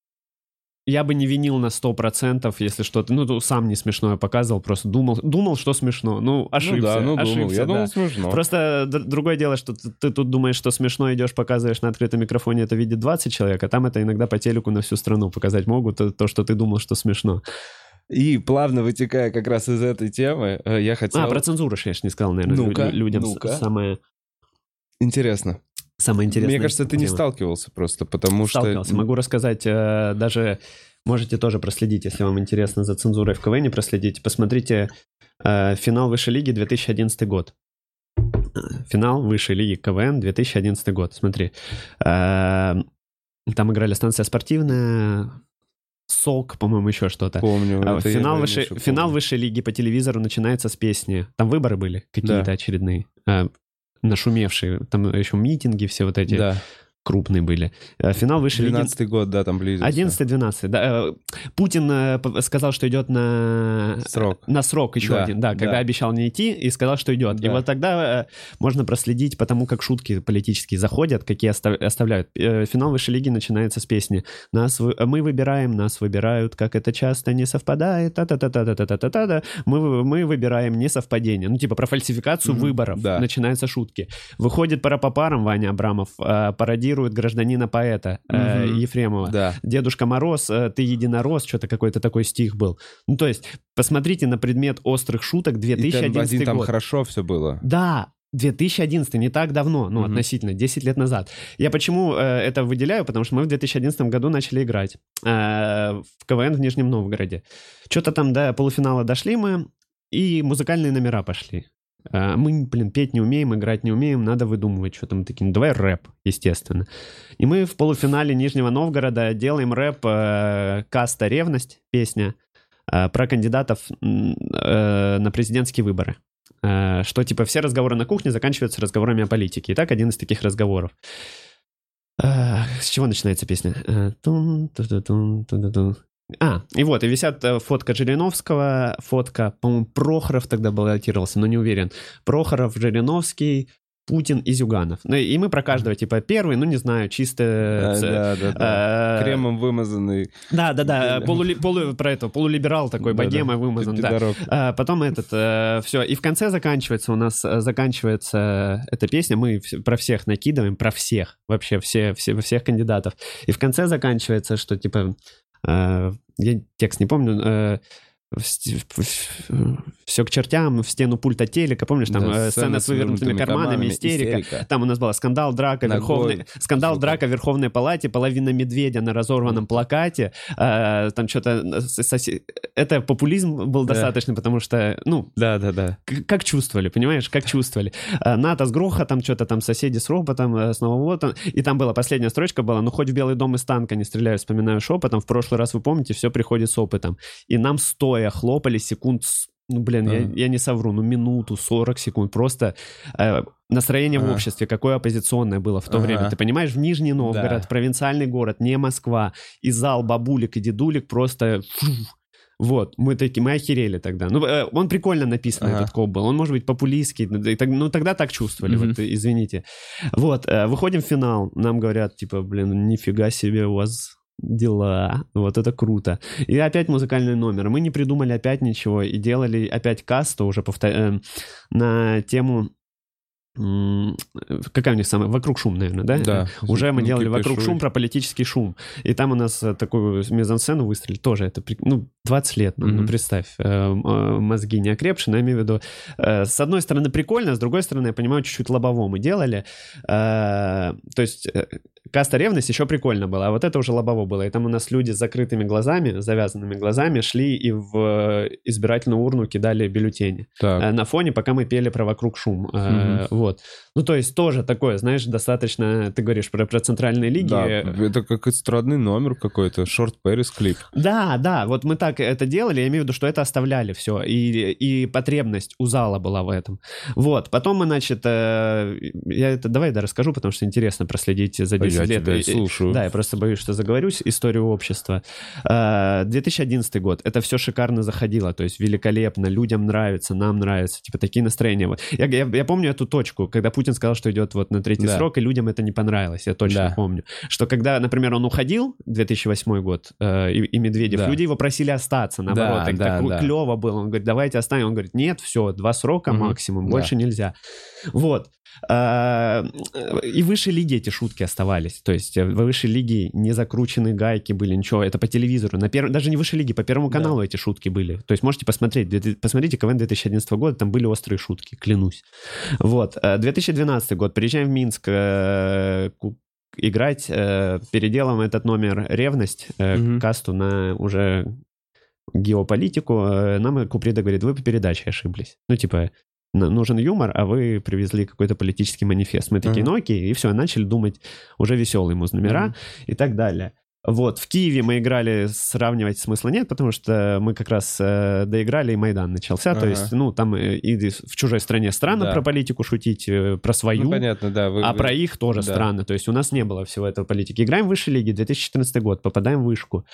я бы не винил на сто процентов, если что-то... Ну, то сам не смешное показывал, просто думал, думал, что смешно. Ну, Да. ошибся. Ну да, ну думал. ошибся, Я да. думал, смешно. Просто д- другое дело, что ты, ты тут думаешь, что смешно, идешь, показываешь на открытом микрофоне, это видит двадцать человек, а там это иногда по телеку на всю страну показать могут, то, то, что ты думал, что смешно. И плавно вытекая как раз из этой темы, э, я хотел... А, про цензуру я ж не сказал, наверное, лю- Ну-ка, людям с- ну-ка. самое, Интересно. самое интересное. Мне кажется, ты не тема. сталкивался просто, потому Сталкивался. что... Могу рассказать, э, даже можете тоже проследить, если вам интересно за цензурой в КВН проследить. Посмотрите э, финал Высшей лиги две тысячи одиннадцатый год. Финал Высшей лиги КВН две тысячи одиннадцатый год. Смотри. Э, там играли станция спортивная, СОК, по-моему, еще что-то. Помню. А, это я Финал, реально высшей, ещё финал помню. Высшей лиги по телевизору начинается с песни. Там выборы были какие-то Да. очередные. э, нашумевшие. Там еще митинги все вот эти Да. крупные были. Э, Финал Высшей лиги... двенадцатый год, да, там близится. одиннадцатый-двенадцатый, да. Э, Путин э, п- сказал, что идет на... Срок. На срок еще Да, один, да, когда да. обещал не идти и сказал, что идет. И Да. вот тогда э, можно проследить по тому, как шутки политические заходят, какие остав- оставляют. Э, Финал Высшей лиги начинается с песни «Нас вы- мы выбираем, нас выбирают, как это часто не совпадает, та-та-та-та-та-та-та-та, мы, вы- мы выбираем несовпадение». Ну, типа про фальсификацию Мгм, выборов да. начинаются шутки. Выходит парапапаром Ваня Абрамов, э, пародирует гражданина поэта э, Мгм. Ефремова. Да. Дедушка Мороз, э, ты единорос, что-то какой-то такой стих был. Ну, то есть, посмотрите на предмет острых шуток И две тысячи там одиннадцатый один, там год. хорошо все было. Да, две тысячи одиннадцатый, не так давно, ну, Мгм. относительно, десять лет назад. Я почему э, это выделяю? Потому что мы в две тысячи одиннадцатом году начали играть э, в КВН в Нижнем Новгороде. Что-то там до полуфинала дошли мы, и музыкальные номера пошли. Э, Мы, блин, петь не умеем, играть не умеем, надо выдумывать, что там такие. Ну, давай рэп, естественно. И мы в полуфинале Нижнего Новгорода делаем рэп э, «Каста. Ревность», песня, э, про кандидатов м, э, на президентские выборы. Э, Что, типа, все разговоры на кухне заканчиваются разговорами о политике. Итак, один из таких разговоров. Э, С чего начинается песня? Э, тун, ту-ту-тун, ту-ту-тун. А, и вот, и висят э, фотка Жириновского, фотка, по-моему, Прохоров тогда баллотировался, но не уверен. Прохоров, Жириновский, Путин и Зюганов. Ну, и мы про каждого, типа, первый, ну, не знаю, чисто... А, ц- да, да, да. э, Кремом вымазанный. Да, да, да, полули- полу- про это, полулиберал такой, Да, богема да. вымазан, да. Пидорок. А, потом этот, все, и в конце заканчивается у нас, э, заканчивается эта песня, мы вс- про всех накидываем, про всех, вообще все, все, всех кандидатов. И в конце заканчивается, что типа, э, я текст не помню, э, все к чертям, в стену пульта телека, помнишь, там Да, э, сцена с вывернутыми карманами, истерика. истерика. Там у нас была скандал, драка, Ногой. верховный, скандал, Звуком. драка в Верховной Палате, половина медведя на разорванном плакате, э, там что-то, это популизм был Да. достаточный, потому что, ну, Да, да, да. к- как чувствовали, понимаешь, как чувствовали. А, НАТО с грохотом, что-то там соседи с ропотом, э, снова вот он. И там была последняя строчка была, ну хоть в Белый дом из танка не стреляю, вспоминаю шепотом. В прошлый раз, вы помните, все приходит с опытом. И нам стоя хлопали секунд, с- ну блин, я, Ага. я не совру, ну минуту, сорок секунд. Просто э, настроение в Ага. обществе, какое оппозиционное было в то Ага. время. Ты понимаешь, в Нижний Новгород, Да. провинциальный город, не Москва. И зал бабулек и дедулек просто... фу. Вот, мы такие, мы охерели тогда. Ну, э, он прикольно написан, Ага. этот коп был. Он, может быть, популистский. Ну, и так- ну, тогда так чувствовали, Мгм. вот, извините. Вот, э, выходим в финал. Нам говорят, типа, блин, нифига себе у вас дела. Вот это круто. И опять музыкальный номер. Мы не придумали опять ничего и делали опять касту уже повтор... э, на тему... м, Какая у них самая? «Вокруг шум», наверное, да? Да. Уже мы Ну, делали кипишуй. «Вокруг шум» про политический шум. И там у нас э, такую мизансцену выстрелили. Тоже это, при- ну, двадцать лет, ну, ну, Мгм. представь. э, м- э, Мозги не окрепшие, но я имею в виду, э, с одной стороны прикольно, с другой стороны, я понимаю, чуть-чуть лобово мы делали. Э, То есть, э, каста ревность еще прикольно было, а вот это уже лобово было. И там у нас люди с закрытыми глазами, завязанными глазами шли и в избирательную урну кидали бюллетени. Так. На фоне, пока мы пели про «Вокруг шум». Mm-hmm. Вот. Ну, то есть тоже такое, знаешь, достаточно... Ты говоришь про, про центральные лиги. Да, это как эстрадный номер какой-то, шорт Пэрис клип. Да, да, вот мы так это делали, я имею в виду, что это оставляли все, и, и потребность у зала была в этом. Вот, потом мы, значит, э, я это давай да расскажу, потому что интересно проследить за десять я лет. Я тебя слушаю. Да, я просто боюсь, что заговорюсь. Историю общества. две тысячи одиннадцатый год, это все шикарно заходило, то есть великолепно, людям нравится, нам нравится, типа такие настроения. Вот. Я, я, я помню эту точку, когда Путин сказал, что идет вот на третий да. срок, и людям это не понравилось, я точно да. помню. Что когда, например, он уходил, две тысячи восьмой год, э, и, и Медведев, да. люди его просили остаться, наоборот, да, так, да, так да. клево было. Он говорит, давайте оставим. Он говорит, нет, все, два срока угу. максимум, больше да. нельзя. Вот. И в высшей лиге эти шутки оставались. То есть в высшей лиге не закручены гайки были, ничего. Это по телевизору. На перв... Даже не в высшей лиге, по Первому каналу да. эти шутки были. То есть можете посмотреть. Посмотрите КВН две тысячи одиннадцатого года, там были острые шутки, клянусь. Вот. две тысячи двенадцатый год. Приезжаем в Минск играть. Переделаем этот номер «Ревность», угу. касту на уже геополитику. Нам Куприда говорит, вы по передаче ошиблись. Ну, типа... нужен юмор, а вы привезли какой-то политический манифест. Мы такие, uh-huh. ну окей, и все, начали думать уже веселые муз-номера uh-huh. и так далее. Вот, в Киеве мы играли, сравнивать смысла нет, потому что мы как раз э, доиграли, и Майдан начался, uh-huh. то есть, ну, там и, и в чужой стране странно да. про политику шутить, э, про свою, ну, понятно, да, вы, а вы... про их тоже да. странно, то есть у нас не было всего этого политики. Играем в высшей лиге, две тысячи четырнадцатый год, попадаем в вышку.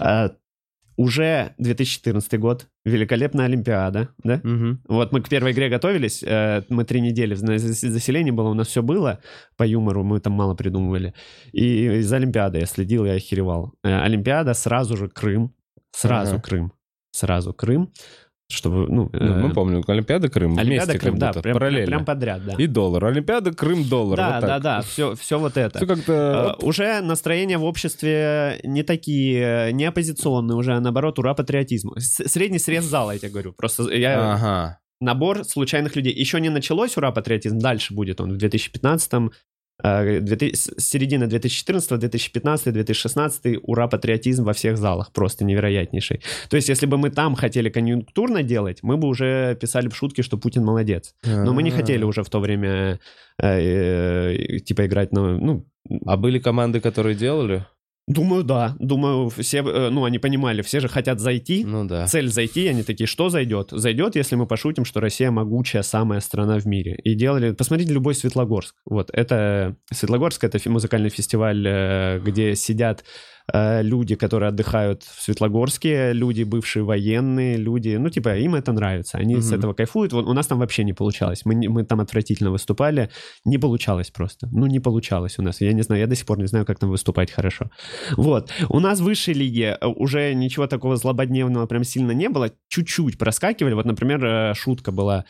Уже две тысячи четырнадцатый год, великолепная Олимпиада, да? Угу. Вот мы к первой игре готовились, мы три недели на заселении было, у нас все было по юмору, мы там мало придумывали. И из Олимпиады я следил, я охеревал. Олимпиада, сразу же Крым, сразу ага. Крым, сразу Крым. Чтобы, ну, ну мы помним, Олимпиада, Крым, Олимпиада, вместе Крым, да, прям, параллельно. Прям подряд, да. И доллар. Олимпиада, Крым, доллар. Да, вот да, так. да, все, все вот это. Все как-то... Uh, уже настроения в обществе не такие, не оппозиционные, уже, а наоборот, ура патриотизму. С- средний срез зала, я тебе говорю. Просто я... Ага. Набор случайных людей. Еще не началось ура патриотизм, дальше будет он в две тысячи пятнадцатом. С середины две тысячи четырнадцатого, две тысячи пятнадцатый, две тысячи шестнадцатый ура патриотизм во всех залах, просто невероятнейший. То есть если бы мы там хотели конъюнктурно делать, мы бы уже писали в шутки, что Путин молодец. Но мы не хотели уже в то время э, э, типа играть на... Ну, а были команды, которые делали? Думаю, да. Думаю, все, ну, они понимали, все же хотят зайти. Ну да. Цель зайти, они такие, что зайдет? Зайдет, если мы пошутим, что Россия могучая, самая страна в мире. И делали... Посмотрите любой Светлогорск. Вот, это... Светлогорск — это музыкальный фестиваль, где сидят люди, которые отдыхают в Светлогорске, люди, бывшие военные, люди, ну, типа, им это нравится, они mm-hmm. с этого кайфуют. Вот у нас там вообще не получалось. Мы, мы там отвратительно выступали, не получалось просто. Ну, не получалось у нас. Я не знаю, я до сих пор не знаю, как там выступать хорошо. Вот. У нас в высшей лиге уже ничего такого злободневного прям сильно не было. Чуть-чуть проскакивали. Вот, например, шутка была...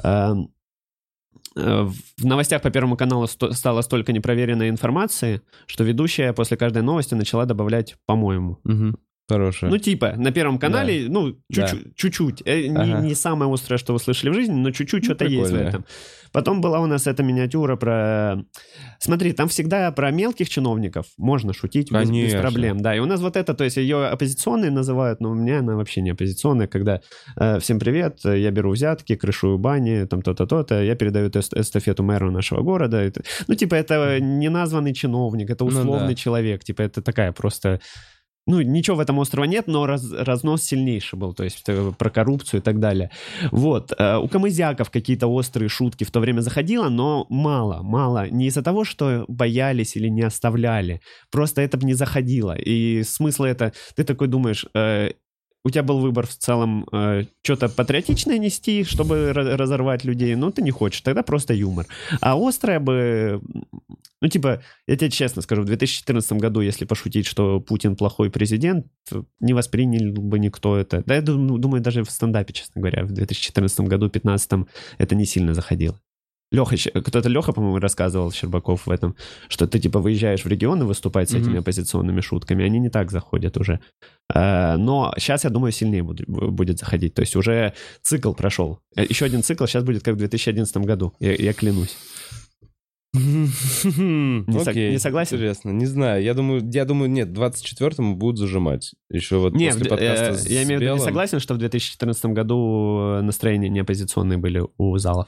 В новостях по Первому каналу сто- стало столько непроверенной информации, что ведущая после каждой новости начала добавлять «по-моему». Угу. Хорошая. Ну, типа, на Первом канале, да. ну, чуть-чуть, да. чуть-чуть. Э, ага. не, не самое острое, что вы слышали в жизни, но чуть-чуть ну, что-то прикольно. Есть в этом. Потом была у нас эта миниатюра про... Смотри, там всегда про мелких чиновников можно шутить без, без проблем. Да, и у нас вот это, то есть ее оппозиционной называют, но у меня она вообще не оппозиционная, когда э, всем привет, я беру взятки, крышую бани, там то-то, то-то, я передаю эст- эстафету мэру нашего города. Это, ну, типа, это не названный чиновник, это условный ну, да. человек, типа, это такая просто... Ну, ничего в этом острова нет, но раз, разнос сильнейший был, то есть про коррупцию и так далее. Вот. У камызяков какие-то острые шутки в то время заходило, но мало, мало. Не из-за того, что боялись или не оставляли, просто это бы не заходило. И смысл это... Ты такой думаешь... Э, у тебя был выбор в целом э, что-то патриотичное нести, чтобы разорвать людей, но ты не хочешь, тогда просто юмор. А острое бы... Ну, типа, я тебе честно скажу, в две тысячи четырнадцатом году, если пошутить, что Путин плохой президент, не воспринял бы никто это. Да, я думаю, даже в стендапе, честно говоря, в две тысячи четырнадцатом году, две тысячи пятнадцатом это не сильно заходило. Леха, кто-то Леха, по-моему, рассказывал, Щербаков в этом, что ты, типа, выезжаешь в регионы выступать с mm-hmm. этими оппозиционными шутками, они не так заходят уже. Но сейчас, я думаю, сильнее будет заходить. То есть уже цикл прошел. Еще один цикл сейчас будет, как в две тысячи одиннадцатом году, я, я клянусь. Не сог- Окей, не согласен? Интересно, не знаю. Я думаю, я думаю, нет, двадцать четвёртому будут зажимать. Еще вот Не, после в- подкаста э, с я имею в виду, не Белым. согласен, что в две тысячи четырнадцатом году настроения не оппозиционные были у залов.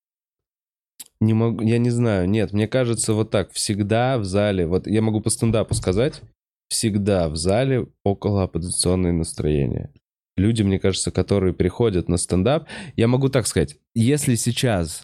Не могу, я не знаю. Нет, мне кажется, вот так. Всегда в зале, вот я могу по стендапу сказать, всегда в зале около оппозиционное настроение. Люди, мне кажется, которые приходят на стендап, я могу так сказать, если сейчас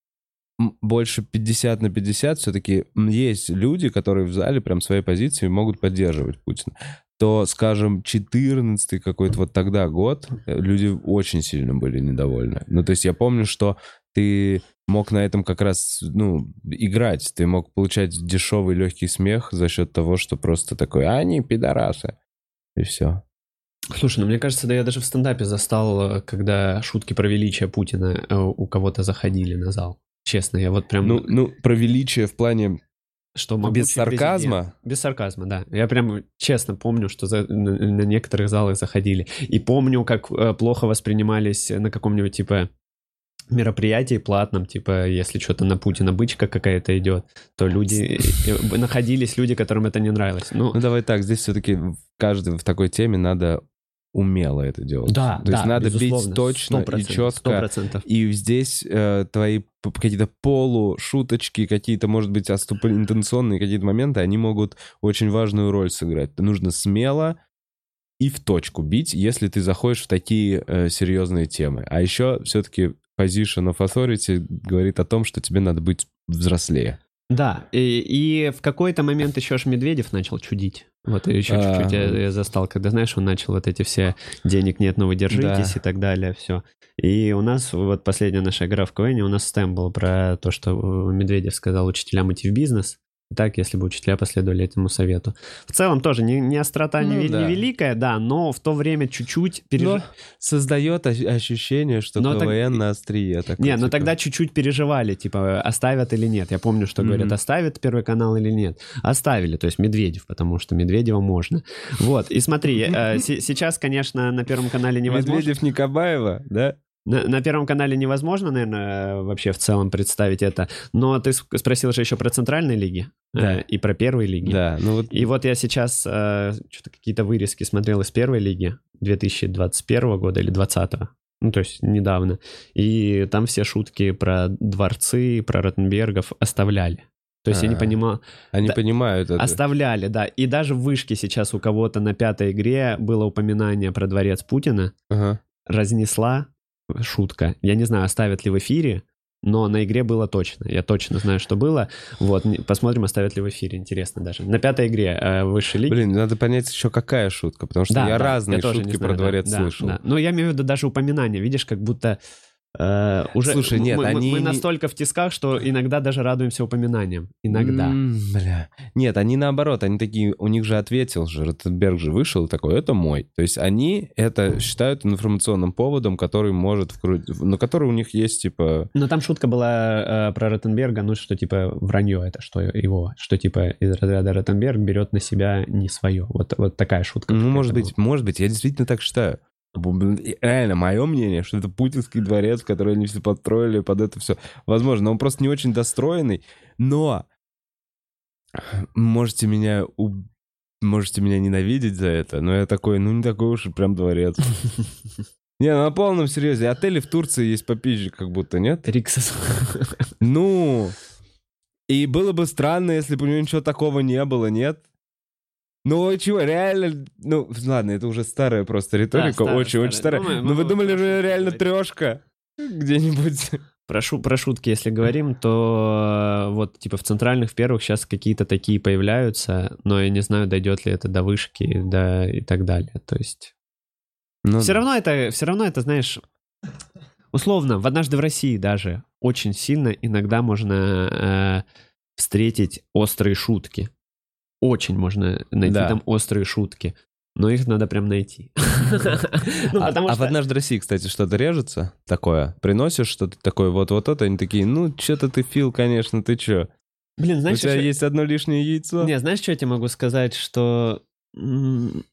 м, больше пятьдесят на пятьдесят, все-таки есть люди, которые в зале прям своей позиции могут поддерживать Путина, то, скажем, четырнадцатый какой-то вот тогда год, э, люди очень сильно были недовольны. Ну, то есть я помню, что ты мог на этом как раз, ну, играть. Ты мог получать дешевый легкий смех за счет того, что просто такой, а они пидорасы. И все. Слушай, ну мне кажется, да я даже в стендапе застал, э, когда шутки про величие Путина э, у кого-то заходили на зал. Честно, я вот прям... Ну, ну, про величие в плане что без могучий сарказма. президент. Без сарказма, да. Я прям честно помню, что за- на, на некоторых залах заходили. И помню, как э, плохо воспринимались на каком-нибудь, типа, мероприятии платном, типа, если что-то на Путина бычка какая-то идет, то люди... э, находились люди, которым это не нравилось. Ну, Ну, давай так, здесь все-таки каждый в такой теме надо умело это делать. да, То да, есть надо безусловно, бить точно сто и процентов, четко. сто процентов. И здесь э, твои п- какие-то полушуточки, какие-то, может быть, оступ- интенционные какие-то моменты, они могут очень важную роль сыграть. Нужно смело и в точку бить, если ты заходишь в такие э, серьезные темы. А еще все-таки position of authority говорит о том, что тебе надо быть взрослее. Да, и, и в какой-то момент еще ж Медведев начал чудить. Вот еще А. чуть-чуть я, я застал, когда, знаешь, он начал вот эти все «денег нет, но вы держитесь» Да. и так далее, все. И у нас, вот последняя наша игра в КВН, у нас стем был про то, что Медведев сказал учителям идти в бизнес. И так, если бы учителя последовали этому совету. В целом тоже не, не острота Ну не, да. невеликая, да, но в то время чуть-чуть переж... Но создает ощ- ощущение, что Но так- КВН на острие. Такой, Не, но типа. тогда чуть-чуть переживали, типа, оставят или нет. Я помню, что говорят, Мгм. оставят Первый канал или нет. Оставили, то есть Медведев, потому что Медведева можно. Вот, и смотри, э, се- сейчас, конечно, на Первом канале невозможно... Медведев не Кабаева, да? На, на Первом канале невозможно, наверное, вообще в целом представить это. Но ты с- спросил же еще про центральные лиги э, Да. и про первые лиги. Да, ну вот И вот я сейчас э, что-то какие-то вырезки смотрел из первой лиги две тысячи двадцать первого года или двадцатого. Ну, то есть недавно. И там все шутки про дворцы, про Ротенбергов оставляли. То есть я не А. понимал... они да, понимают это. Оставляли, да. И даже в вышке сейчас у кого-то на пятой игре было упоминание про дворец Путина. Ага. Разнесла шутка. Я не знаю, оставят ли в эфире, но на игре было точно. Я точно знаю, что было. Вот, не- посмотрим, оставят ли в эфире. Интересно даже. На пятой игре э, высшей лиги. Блин, надо понять еще какая шутка, потому что Да, я да, разные я тоже шутки не знаю, про да, дворец да, слышал. да. Но я имею в виду даже упоминание. Видишь, как будто э, уже Слушай, нет, мы, мы- они мы не- настолько в тисках, что иногда даже радуемся упоминаниям. Иногда. М, бля. Нет, они наоборот, они такие, у них же ответил же, Ротенберг же вышел и такой, это мой. То есть они это считают информационным поводом, который может вкрутить, на который у них есть типа... Но там шутка была э, про Ротенберга, ну что типа вранье это, что его, что типа из разряда Ротенберг берет на себя не свое. Вот, вот такая шутка. Ну, какая-то может была. быть, может быть, я действительно так считаю. И реально, мое мнение, что это путинский дворец, который они все подстроили под это все. Возможно, он просто не очень достроенный, но можете меня уб- можете меня ненавидеть за это, но я такой, ну не такой уж и прям дворец. Не, ну на полном серьезе, отели в Турции есть попизже, как будто, нет? Риксос. Ну, и было бы странно, если бы у него ничего такого не было, нет? Ну, чего, реально, ну, ладно, это уже старая просто риторика, старая, очень-очень старая. старая. Ну, мы- Но вы мы думали, про что шутки реально говорим. трешка где-нибудь? Про, шу- про шутки, если говорим, то э, вот типа в центральных, в первых сейчас какие-то такие появляются, но я не знаю, дойдет ли это до вышки, да и так далее. То есть Ну, все равно это, все равно это, знаешь, условно, в «Однажды в России» даже очень сильно иногда можно э, встретить острые шутки. Очень можно найти Да. там острые шутки. Но их надо прям найти. Ну, а, потому а в что... «Однажды в России», кстати, что-то режется такое? Приносишь что-то такое, вот-вот-вот, они такие, ну, что-то ты, Фил, конечно, ты чё? Блин, У знаешь, тебя ещё- есть одно лишнее яйцо? Не, знаешь, что я тебе могу сказать, что... м,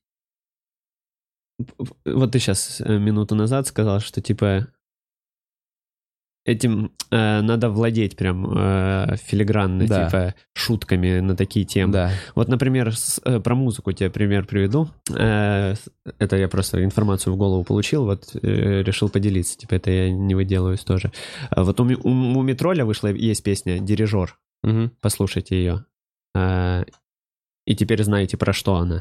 в- Вот ты сейчас минуту назад сказал, что типа этим э, надо владеть прям э, филигранно, Да. типа шутками на такие темы. Да. Вот, например, с- э, про музыку тебе пример приведу. Э, с- это я просто информацию в голову получил, вот э, решил поделиться. Типа это я не выделываюсь тоже. А вот у, Ми- у Мумитроля вышла, есть песня «Дирижер». Мгм. Послушайте ее. Э, и теперь знаете, про что она.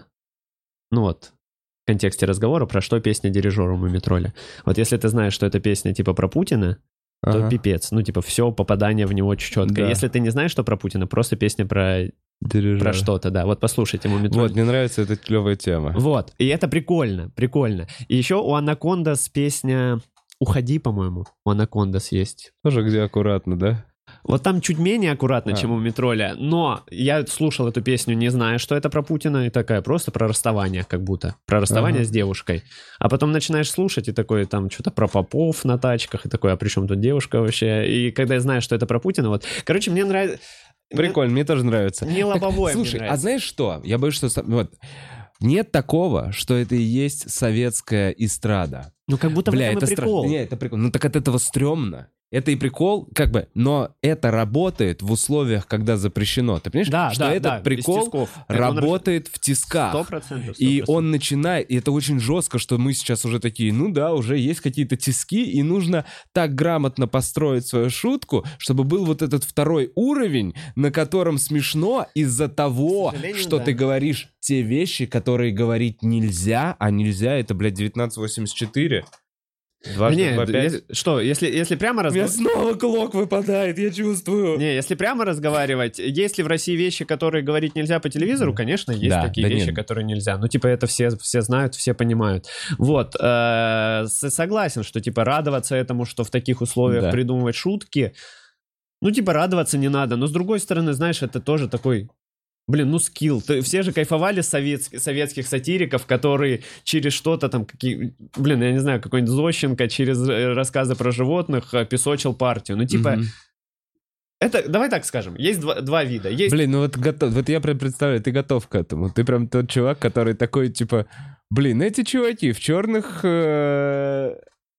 Ну вот, в контексте разговора, про что песня «Дирижер» у Мумитроля. Вот если ты знаешь, что это песня типа про Путина, то Ага. пипец. Ну, типа, все попадание в него четко. Да. Если ты не знаешь, что про Путина, просто песня про, Дирижер. про что-то, да. Вот послушайте Мумитроль. Вот, мне нравится эта клевая тема. Вот. И это прикольно, прикольно. И еще у Анакондас песня «Уходи», по-моему. У Анакондас есть. Тоже где аккуратно, да? Вот там чуть менее аккуратно, А. чем у Метроля, но я слушал эту песню, не зная, что это про Путина, и такая просто про расставание, как будто. Про расставание Ага. с девушкой. А потом начинаешь слушать, и такой там что-то про попов на тачках, и такой, а при чем тут девушка вообще? И когда я знаю, что это про Путина, вот... Короче, мне нравится... Прикольно, мне тоже нравится. Не лобовое мне Слушай, а нравится. знаешь что? Я боюсь, что... сам- Вот. Нет такого, что это и есть советская эстрада. Ну, как будто Бля, в этом это и прикол. страшно. Не, это прикол. Ну так от этого стрёмно. Это и прикол, как бы, но это работает в условиях, когда запрещено. Ты понимаешь, Да, что да, этот да, без прикол тисков. Это он работает в тисках. Сто процентов. И он начинает, и это очень жестко, что мы сейчас уже такие, ну да, уже есть какие-то тиски, и нужно так грамотно построить свою шутку, чтобы был вот этот второй уровень, на котором смешно из-за того, К сожалению, что да. ты говоришь те вещи, которые говорить нельзя, а нельзя, это, блядь, девятнадцать восемьдесят четыре. Дважды Не, два пять. если- что, если, если прямо У меня разговаривать... снова клок выпадает, я чувствую. Не, если прямо разговаривать, есть ли в России вещи, которые говорить нельзя по телевизору? Конечно, есть Да, такие да вещи, нет. которые нельзя. Ну, типа, это все, все знают, все понимают. Вот, э, с- согласен, что, типа, радоваться этому, что в таких условиях Да. придумывать шутки, ну, типа, радоваться не надо. Но, с другой стороны, знаешь, это тоже такой... Блин, ну скилл. Ты- все же кайфовали советск- советских сатириков, которые через что-то там, какие, блин, я не знаю, какой-нибудь Зощенко через э, рассказы про животных э, песочил партию. Ну, типа, Мгм. это, давай так скажем, есть два, два вида. Есть... Блин, ну вот готов, вот я прям представляю, ты готов к этому. Ты прям тот чувак, который такой, типа, блин, эти чуваки в черных э,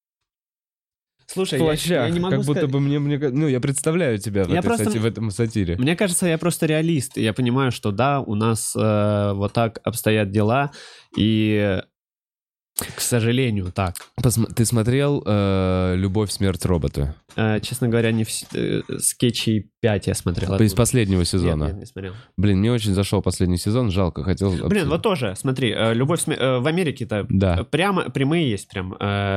Слушай, я, плащах, я не могу как будто сказать... бы мне, мне, ну, я представляю тебя в, Я этой просто- сати- в этом сатире. Мне кажется, я просто реалист. И я понимаю, что да, у нас э, вот так обстоят дела. И, к сожалению, так. Посма- ты смотрел э, «Любовь, смерть, робота»? Э, честно говоря, не вс- э, скетчей пять я смотрел. Из оттуда. последнего Нет, сезона. нет, не смотрел. Блин, мне очень зашел последний сезон, жалко, хотел... Блин, обсудить. вот тоже, смотри, э, любовь сме- э, в Америке-то Да. прямо прямые есть прям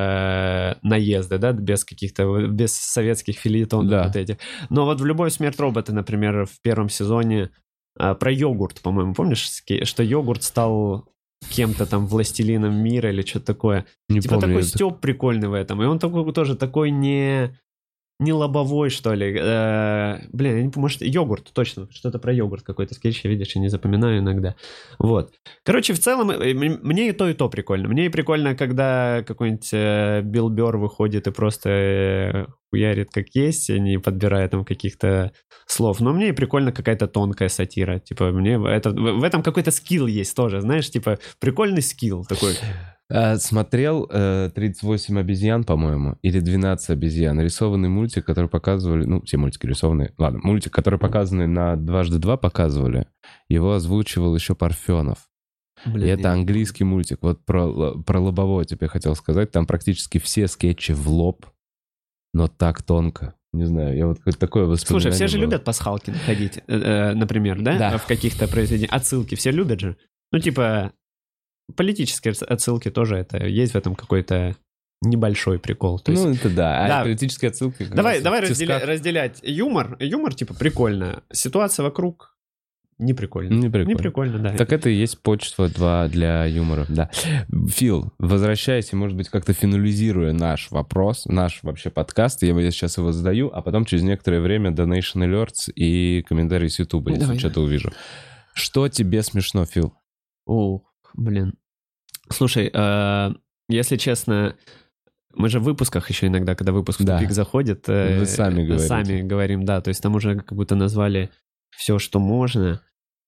э, наезды, да, без каких-то, без советских филитонов Да. вот этих. Но вот в «Любовь, смерть, роботы», например, в первом сезоне э, про йогурт, по-моему, помнишь, ски- что йогурт стал кем-то там властелином мира или что-то такое. Не Типа помню. такой это. стёб прикольный в этом. И он такой тоже такой не... Не лобовой, что ли. Э, блин, я не помню, может, йогурт, точно. Что-то про йогурт какой-то скетч, я, видишь, я не запоминаю иногда. Вот. Короче, в целом, э, м- мне и то, и то прикольно. Мне и прикольно, когда какой-нибудь э, Билл Бёрр выходит и просто э, хуярит как есть, а не подбирая там каких-то слов. Но мне и прикольно какая-то тонкая сатира. Типа, мне это, в, в этом какой-то скилл есть тоже, знаешь, типа, прикольный скилл такой. А, смотрел э, тридцать восемь обезьян, по-моему, или двенадцать обезьян. Нарисованный мультик, который показывали... Ну, все мультики рисованные. Ладно, мультик, который показанный на дважды два показывали. Его озвучивал еще Парфенов. Блин, И это я- английский мультик. Вот про, л- про лобовое тебе хотел сказать. Там практически все скетчи в лоб, но так тонко. Не знаю, я вот какое-то такое воспоминание. Слушай, все же было. любят пасхалки находить, э, э, например, да? Да. В каких-то произведениях. Отсылки все любят же. Ну, типа, политические отсылки тоже это. Есть в этом какой-то небольшой прикол. То есть, Ну, это да. А Да. политические отсылки... как давай раз давай в разделя- тисках. разделять юмор. Юмор, типа, прикольно. Ситуация вокруг не прикольно. Не прикольно. Не прикольно, да. Так это и есть почва два для юмора, да. Фил, возвращаясь, и, может быть, как-то финализируя наш вопрос, наш вообще подкаст, я сейчас его задаю, а потом через некоторое время Donation Alerts и комментарии с Ютуба, если Давай, что-то увижу. Что тебе смешно, Фил? О, блин. Слушай, э, если честно, мы же в выпусках еще иногда, когда выпуск в Да. тупик заходит, э, Вы сами говорите. сами говорим, да, то есть там уже как будто назвали все, что можно.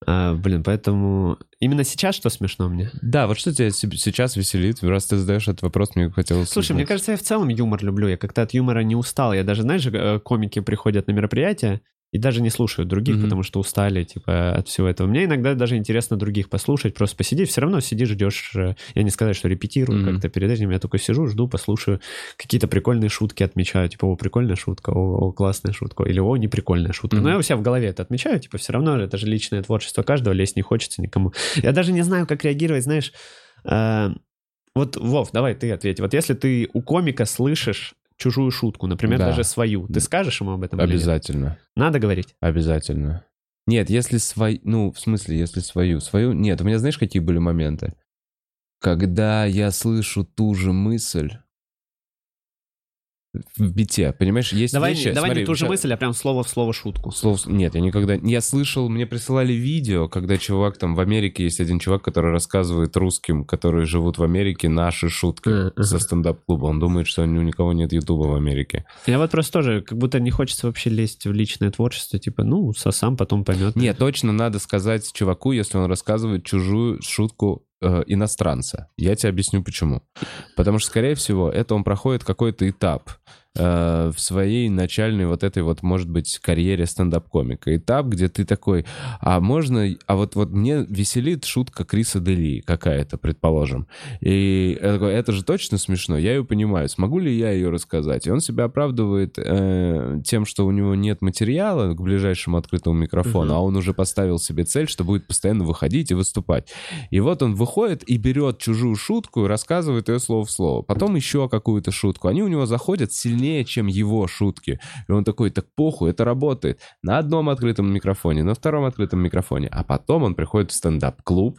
А, блин, поэтому именно сейчас что смешно мне? Да, вот что тебя се- сейчас веселит? Раз ты задаешь этот вопрос, мне хотелось... Слушай, мне узнать. кажется, я в целом юмор люблю. Я как-то от юмора не устал. Я даже, знаешь, э, комики приходят на мероприятия и даже не слушают других, Мгм. потому что устали, типа, от всего этого. Мне иногда даже интересно других послушать, просто посидеть. Все равно сидишь, ждешь. э, Я не сказать, что репетирую Мгм. как-то перед этим. Я только сижу, жду, послушаю. Какие-то прикольные шутки отмечаю. Типа, о, прикольная шутка, о, о, классная шутка. Или, о, неприкольная шутка. Мгм. Но я у себя в голове это отмечаю. Типа, все равно это же личное творчество каждого. Лезть не хочется никому. Я даже не знаю, как реагировать, знаешь... э, Вот, Вов, давай ты ответь. Вот если ты у комика слышишь чужую шутку, например, Да. даже свою, ты скажешь ему об этом или нет? Обязательно. Надо говорить? Обязательно. Нет, если свою... Ну, в смысле, если свою. Свою... Нет, у меня знаешь, какие были моменты? Когда я слышу ту же мысль в бите, понимаешь? Есть Давай, вещи... не, давай смотри, не ту же щас- мысль, а прям слово в слово шутку. Слово... Нет, я никогда... Я слышал, мне присылали видео, когда чувак там в Америке, есть один чувак, который рассказывает русским, которые живут в Америке, наши шутки Ага. со стендап-клуба. Он думает, что у никого нет ютуба в Америке. Я вот просто тоже, как будто не хочется вообще лезть в личное творчество, типа, ну, сам потом поймет. Нет, точно надо сказать чуваку, если он рассказывает чужую шутку э, иностранца. Я тебе объясню почему. Потому что, скорее всего, это он проходит какой-то этап э, в своей начальной вот этой вот, может быть, карьере стендап-комика. Этап, где ты такой, а можно... А вот, вот мне веселит шутка Криса Дели какая-то, предположим. И я такой, это же точно смешно, я ее понимаю. Смогу ли я ее рассказать? И он себя оправдывает э, тем, что у него нет материала к ближайшему открытому микрофону, Мгм. а он уже поставил себе цель, что будет постоянно выходить и выступать. И вот он выходит и берет чужую шутку и рассказывает ее слово в слово. Потом еще какую-то шутку. Они у него заходят сильнее, чем его шутки. И он такой, так похуй, это работает. На одном открытом микрофоне, на втором открытом микрофоне. А потом он приходит в стендап-клуб,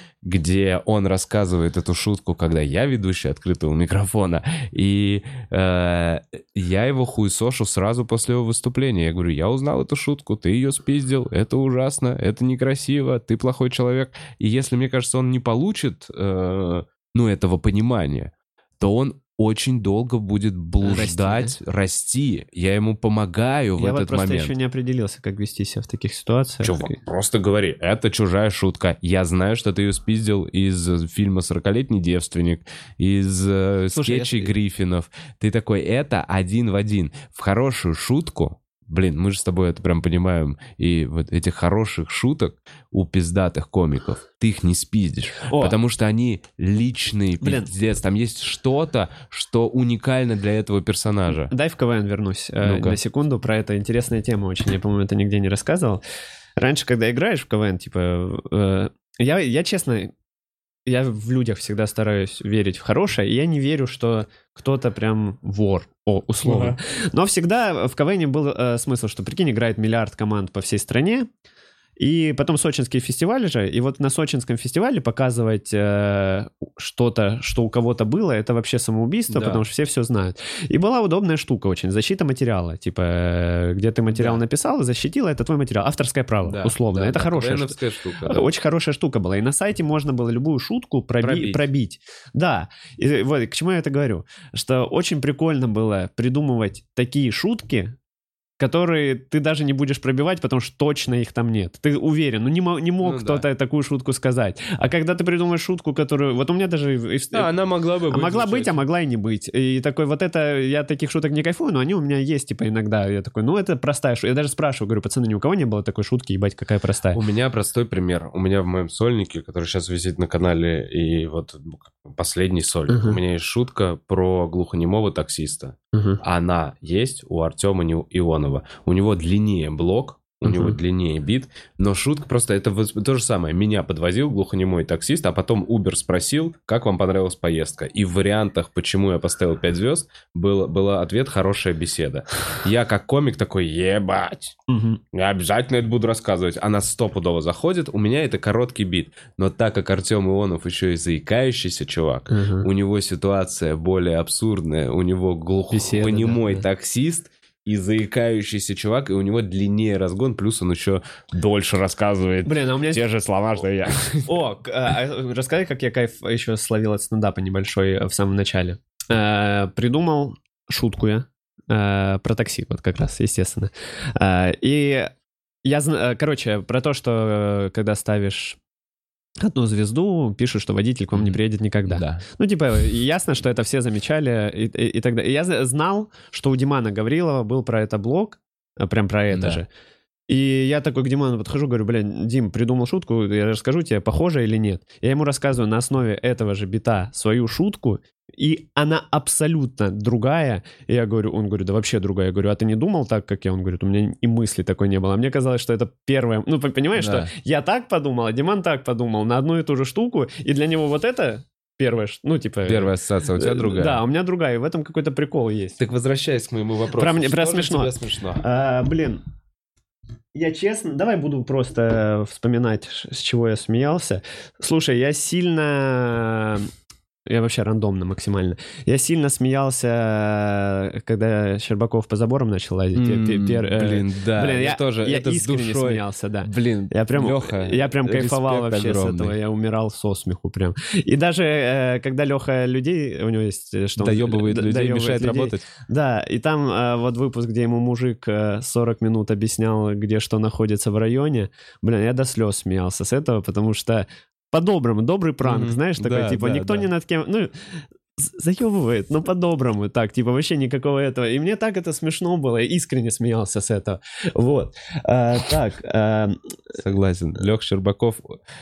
где он рассказывает эту шутку, когда я ведущий открытого микрофона, и э, я его хуесошу сразу после его выступления. Я говорю, я узнал эту шутку, ты ее спиздил, это ужасно, это некрасиво, ты плохой человек. И если, мне кажется, он не получит, э, ну, этого понимания, то он очень долго будет блуждать, расти. Я ему помогаю в Я этот вот просто момент. еще не определился, как вести себя в таких ситуациях. Чувак, просто говори, это чужая шутка. Я знаю, что ты ее спиздил из фильма «сорокалетний девственник», из э, Слушай, скетчей я- Гриффинов. Ты такой, это один в один. В хорошую шутку, блин, мы же с тобой это прям понимаем, и вот этих хороших шуток у пиздатых комиков, ты их не спиздишь. О. Потому что они личные, Блин. пиздец. Там есть что-то, что уникально для этого персонажа. Дай в КВН вернусь э, Ну-ка. на секунду. Про это интересная тема очень. Я, по-моему, это нигде не рассказывал. Раньше, когда играешь в КВН, типа... э, я, я, честно, я в людях всегда стараюсь верить в хорошее, и я не верю, что кто-то прям вор, о, условно. Но всегда в КВН был э, смысл, что, прикинь, играет миллиард команд по всей стране, и потом сочинский фестиваль же, и вот на сочинском фестивале показывать э, что-то, что у кого-то было, это вообще самоубийство, Да. потому что все все знают. И была удобная штука очень, защита материала. Типа, э, где ты материал Да. написал, защитила, это твой материал. Авторское право, условно. это хорошая штука. КВНовская штука. да. Очень хорошая штука была. И на сайте можно было любую шутку проби- Пробить. пробить. Да. И вот к чему я это говорю. Что очень прикольно было придумывать такие шутки, которые ты даже не будешь пробивать, потому что точно их там нет. Ты уверен, ну не, мо- не мог Ну кто-то такую шутку сказать. А когда ты придумаешь шутку, которую... Вот у меня даже... и в- Да, она могла бы а быть. могла быть, а кстати. могла и не быть. И такой, вот это, я таких шуток не кайфую, но они у меня есть, типа, иногда. Я такой, ну, это простая шутка. Я даже спрашиваю, говорю, пацаны, ни у кого не было такой шутки, ебать, какая простая. У меня простой пример. У меня в моем сольнике, который сейчас висит на канале, и вот последний сольник, Мгм. у меня есть шутка про глухонемого таксиста. Мгм. Она есть у Артема Ни- Ионова. У него длиннее блок, у Мгм. него длиннее бит, но шутка просто, это вот то же самое. Меня подвозил глухонемой таксист, а потом Uber спросил, как вам понравилась поездка. И в вариантах, почему я поставил пять звезд, был, был ответ «хорошая беседа». Я как комик такой, ебать. Мгм. Я обязательно это буду рассказывать. Она стопудово заходит. У меня это короткий бит. Но так как Артем Ионов еще и заикающийся чувак, Мгм. у него ситуация более абсурдная. У него Беседа, глухонемой да, да. таксист и заикающийся чувак, и у него длиннее разгон, плюс он еще дольше рассказывает Блин, а у меня... те же слова, что я. О, к- а, а, расскажи, как я кайф еще словил от стендапа небольшой э, в самом начале. Э, Придумал шутку я э, про такси, вот как раз, естественно. Э, И Я, зна- э, короче, про то, что э, когда ставишь одну звезду, пишут, что водитель к вам не приедет никогда. Да. Ну, типа, ясно, что это все замечали и, и, и так далее. И я зна- знал, что у Димана Гаврилова был про это блог, а, прям про это Да. же. И я такой к Диману подхожу, говорю, блин, Дим, придумал шутку, я расскажу тебе, похоже или нет. Я ему рассказываю на основе этого же бита свою шутку, и она абсолютно другая. И я говорю, он говорит, да вообще другая. Я говорю, а ты не думал так, как я? Он говорит, у меня и мысли такой не было. А мне казалось, что это первое... Ну, понимаешь, Да. что я так подумал, а Диман так подумал на одну и ту же штуку, и для него вот это первое, ш- ну, типа... Первая ассоциация у тебя э, другая. Да, у меня другая, и в этом какой-то прикол есть. Так возвращаясь к моему вопросу. Про мне- что про же смешно. тебе смешно? А, блин, я честно, давай буду просто вспоминать, ш- с чего я смеялся. Слушай, я сильно... Я вообще рандомно максимально. Я сильно смеялся, когда Щербаков по заборам начал лазить. Пе- пе- М, пер- э, Блин, да. блин, я, я, тоже. я это с искренне душой. смеялся, да. Блин, Я прям, Леха, я прям кайфовал респект вообще огромный. с этого. Я умирал со смеху прям. И даже э, когда Леха людей, у него есть... э, Что он- Доебывает д- людей, доебывает мешает людей. работать. Да, и там э, вот выпуск, где ему мужик э, сорок минут объяснял, где что находится в районе. Блин, я до слез смеялся с этого, потому что по-доброму, добрый пранк, Мгм. знаешь, такой, Да, типа, да, никто да. ни над кем... Ну, з- заебывает, но по-доброму, так, типа, вообще никакого этого. И мне так это смешно было, я искренне смеялся с этого. Вот. А, так, а, Согласен. Лех Щербаков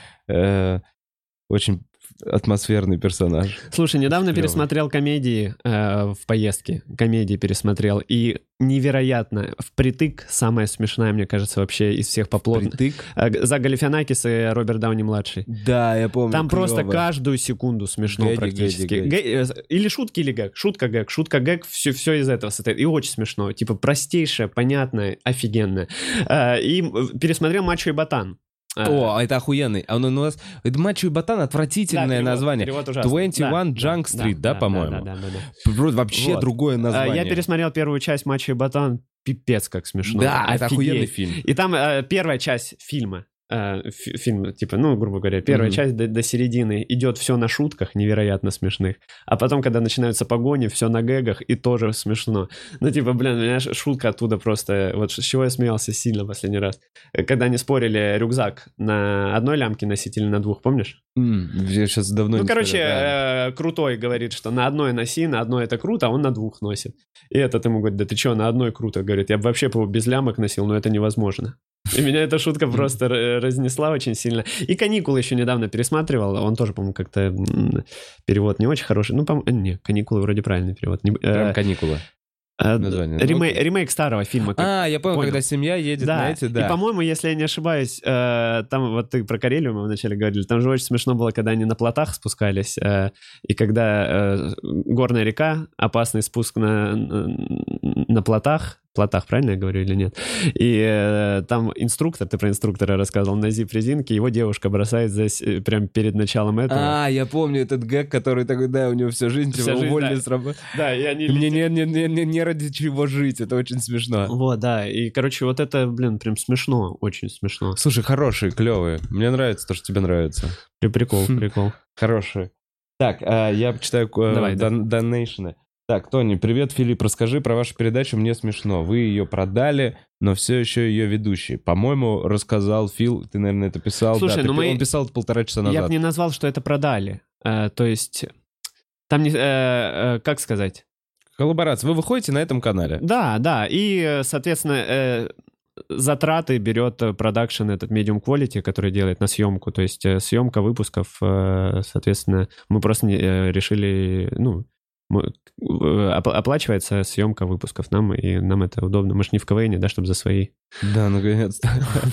э, очень атмосферный персонаж. слушай, недавно Клёвый. пересмотрел комедии э, в поездке, комедии пересмотрел, и невероятно, впритык, самая смешная, мне кажется, вообще из всех по плотно. Притык. Э, г- За Галифианакис и Роберт Дауни-младший. Да, я помню. Там просто клёво. каждую секунду смешно Гэги, практически. гэги, гэги. Гэ- э, Или шутки, или гэг. Шутка, гэг. Шутка, гэг. Все, все из этого состоит. И очень смешно. Типа простейшее, понятное, офигенное. Э, И м, пересмотрел «Мачо и Ботан». Э, О, это охуенный. А он у нас... Это «Мачо и Ботан» да, отвратительное перевод- название. перевод ужасный. двадцать один Да, Junk Street, да, по-моему? Да, да, да, да. Вроде вообще Вот. другое Э, название. Я пересмотрел первую часть «Мачо и Ботан». Пипец, как смешно. Да, это Офигеть. охуенный фильм. И там э, первая часть фильма, э, фи- фильм, типа, ну, грубо говоря, первая Мгм. часть до, до середины идет все на шутках невероятно смешных, а потом, когда начинаются погони, все на гэгах и тоже смешно. Ну, типа, блин, у меня ш- шутка оттуда просто... Вот с чего я смеялся сильно последний раз. Э, Когда они спорили, рюкзак на одной лямке носить или на двух, помнишь? М, Я сейчас давно Ну, не короче, смотрел, да. э, Крутой говорит, что на одной носи, на одной это круто, а он на двух носит. И этот ему говорит, да ты что, на одной круто? Говорит, я бы вообще бы его без лямок носил, но это невозможно. И меня эта шутка просто р- разнесла очень сильно. И «Каникулы» еще недавно пересматривал, он тоже, по-моему, как-то м, перевод не очень хороший. Ну, по не, «Каникулы» вроде правильный перевод. Не- э, Прям каникулы. э, название. ремей- Окей. ремейк старого фильма. как- А, я понял, Понял. когда семья едет Да, на эти, да. и, по-моему, если я не ошибаюсь, э, там вот ты про Карелию мы вначале говорили, там же очень смешно было, когда они на плотах спускались, э, и когда э, горная река, опасный спуск на, на, на плотах, плотах, правильно я говорю или нет? И э, там инструктор, ты про инструктора рассказывал, на зип-резинке, его девушка бросает здесь э, прям перед началом этого. А, я помню этот гэг, который такой, да, у него всю жизнь, Вся типа, жизнь, уволили да. с работы. Да, и они Мне летят. не, не, не, не, не ради чего жить, это очень смешно. Вот, да, и, короче, вот это, блин, прям смешно, очень смешно. Слушай, хорошие, клевые. Мне нравится то, что тебе нравится. При- Прикол, Хм. прикол. Хорошие. Так, а, я почитаю э, Давай, да. дон- донейшены. Так, Тони, привет, Филипп, расскажи про вашу передачу, мне смешно. Вы ее продали, но все еще ее ведущий. По-моему, рассказал Фил, ты, наверное, это писал. Слушай, да, ты ну пи- мы- он писал это полтора часа Я назад. бы не назвал, что это продали. Э, то есть, там не... э, э, как сказать? Коллаборация. Вы выходите на этом канале? Да, да, и, э, соответственно, э, затраты берет э, продакшн, этот Medium Quality, который делает на съемку. То есть э, съемка выпусков, э, соответственно, мы просто не, э, решили, ну, мы, э, опла- оплачивается съемка выпусков нам, и нам это удобно. Мы же не в КВН, да, чтобы за свои. Да, наконец-то.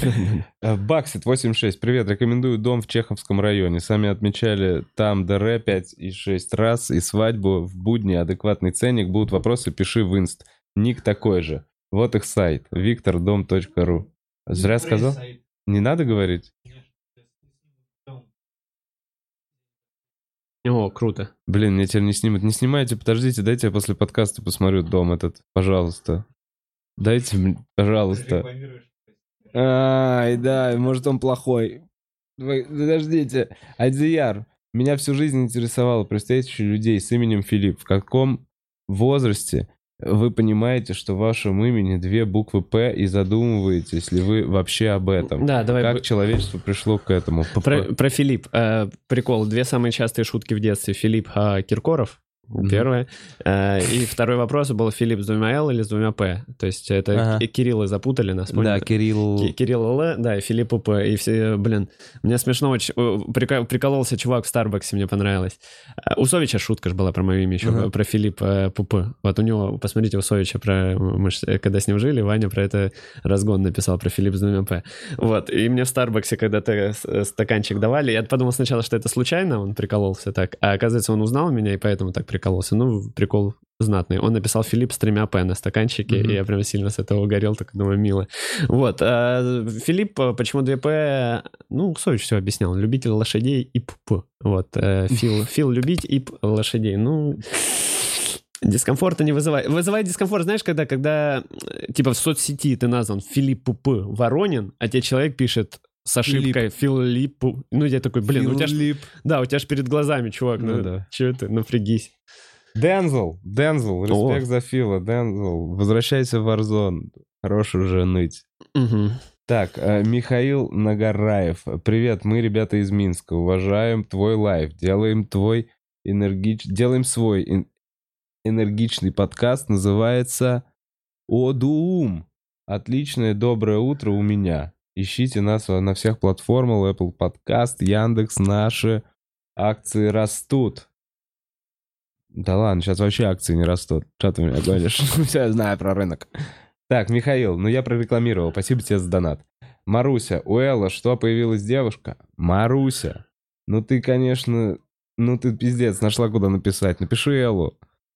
Э, Баксит восемьдесят шесть. Привет, рекомендую дом в Чеховском районе. Сами отмечали там ДР пять и шесть раз и свадьбу в будни, адекватный ценник. Будут вопросы, пиши в инст. Ник такой же. Вот их сайт. виктор дом точка ру. Зря сказал? Не надо говорить? О, круто. Блин, мне теперь не снимут. Не снимайте, подождите, дайте я после подкаста посмотрю дом этот. Пожалуйста. Дайте мне, пожалуйста. Ай, да, может он плохой. Вы, подождите. Адзияр, меня всю жизнь интересовало представителей людей с именем Филипп. В каком возрасте вы понимаете, что в вашем имени две буквы «П» и задумываетесь ли вы вообще об этом? Да, давай. Как б- человечество пришло к этому? Про, про Филипп. Э, прикол. Две самые частые шутки в детстве. Филипп э, Киркоров. Мгм. Первое. Э, и второй вопрос был Филипп с двумя «Л» или с двумя «П». То есть это Ага. Ки- Кириллы запутали нас. Да, поняли? Кирилл... Ки- Кирилл Л, да, и Филипп П. И все, блин, мне смешно, очень, э, прика- прикололся чувак в Старбаксе, мне понравилось. А, У Совича шутка же была про мое имя еще, Ага. про Филиппа Пупы. Вот у него, посмотрите, у Совича, про, мы ж, э, когда с ним жили, Ваня про это разгон написал, про Филипп с двумя П. Вот, и мне в Старбаксе когда-то с- э, стаканчик давали, я подумал сначала, что это случайно, он прикололся так, а оказывается, он узнал меня, и поэтому так прикололся. Ну, прикол знатный. Он написал Филипп с тремя П на стаканчике, Мгм. и я прям сильно с этого угорел, так думаю, мило. Вот. а Филипп, а, почему две П? Ну, Сович все объяснял. Любитель лошадей и п. Вот. э, Фил, Фил любить и п лошадей. Ну, дискомфорта не вызывает. Вызывает дискомфорт, знаешь, когда, когда э, типа в соцсети ты назван Филипп П. Воронин, а тебе человек пишет с ошибкой Филипп. Ну, я такой, блин, у тебя ж, Филипп. да, у тебя же перед глазами, чувак. Ну Ну, да. Че ты, напрягись. Дензел, Дензел, респект О. за Фила, Дензел. Возвращайся в Warzone. Хорош уже ныть. Мгм. Так, э, Михаил Нагараев. Привет, мы ребята из Минска. Уважаем твой лайв. Делаем твой энергич... Делаем свой эн- энергичный подкаст. Называется Одуум. Отличное доброе утро у меня. Ищите нас на всех платформах. Apple Podcast, Яндекс, наши акции растут. Да ладно, сейчас вообще акции не растут. Что ты меня гонишь? Все я знаю про рынок. Так, Михаил, ну я прорекламировал. Спасибо тебе за донат. Маруся, у Элла что, появилась девушка? Маруся, ну ты, конечно, ну ты пиздец, нашла куда написать. Напиши Эллу.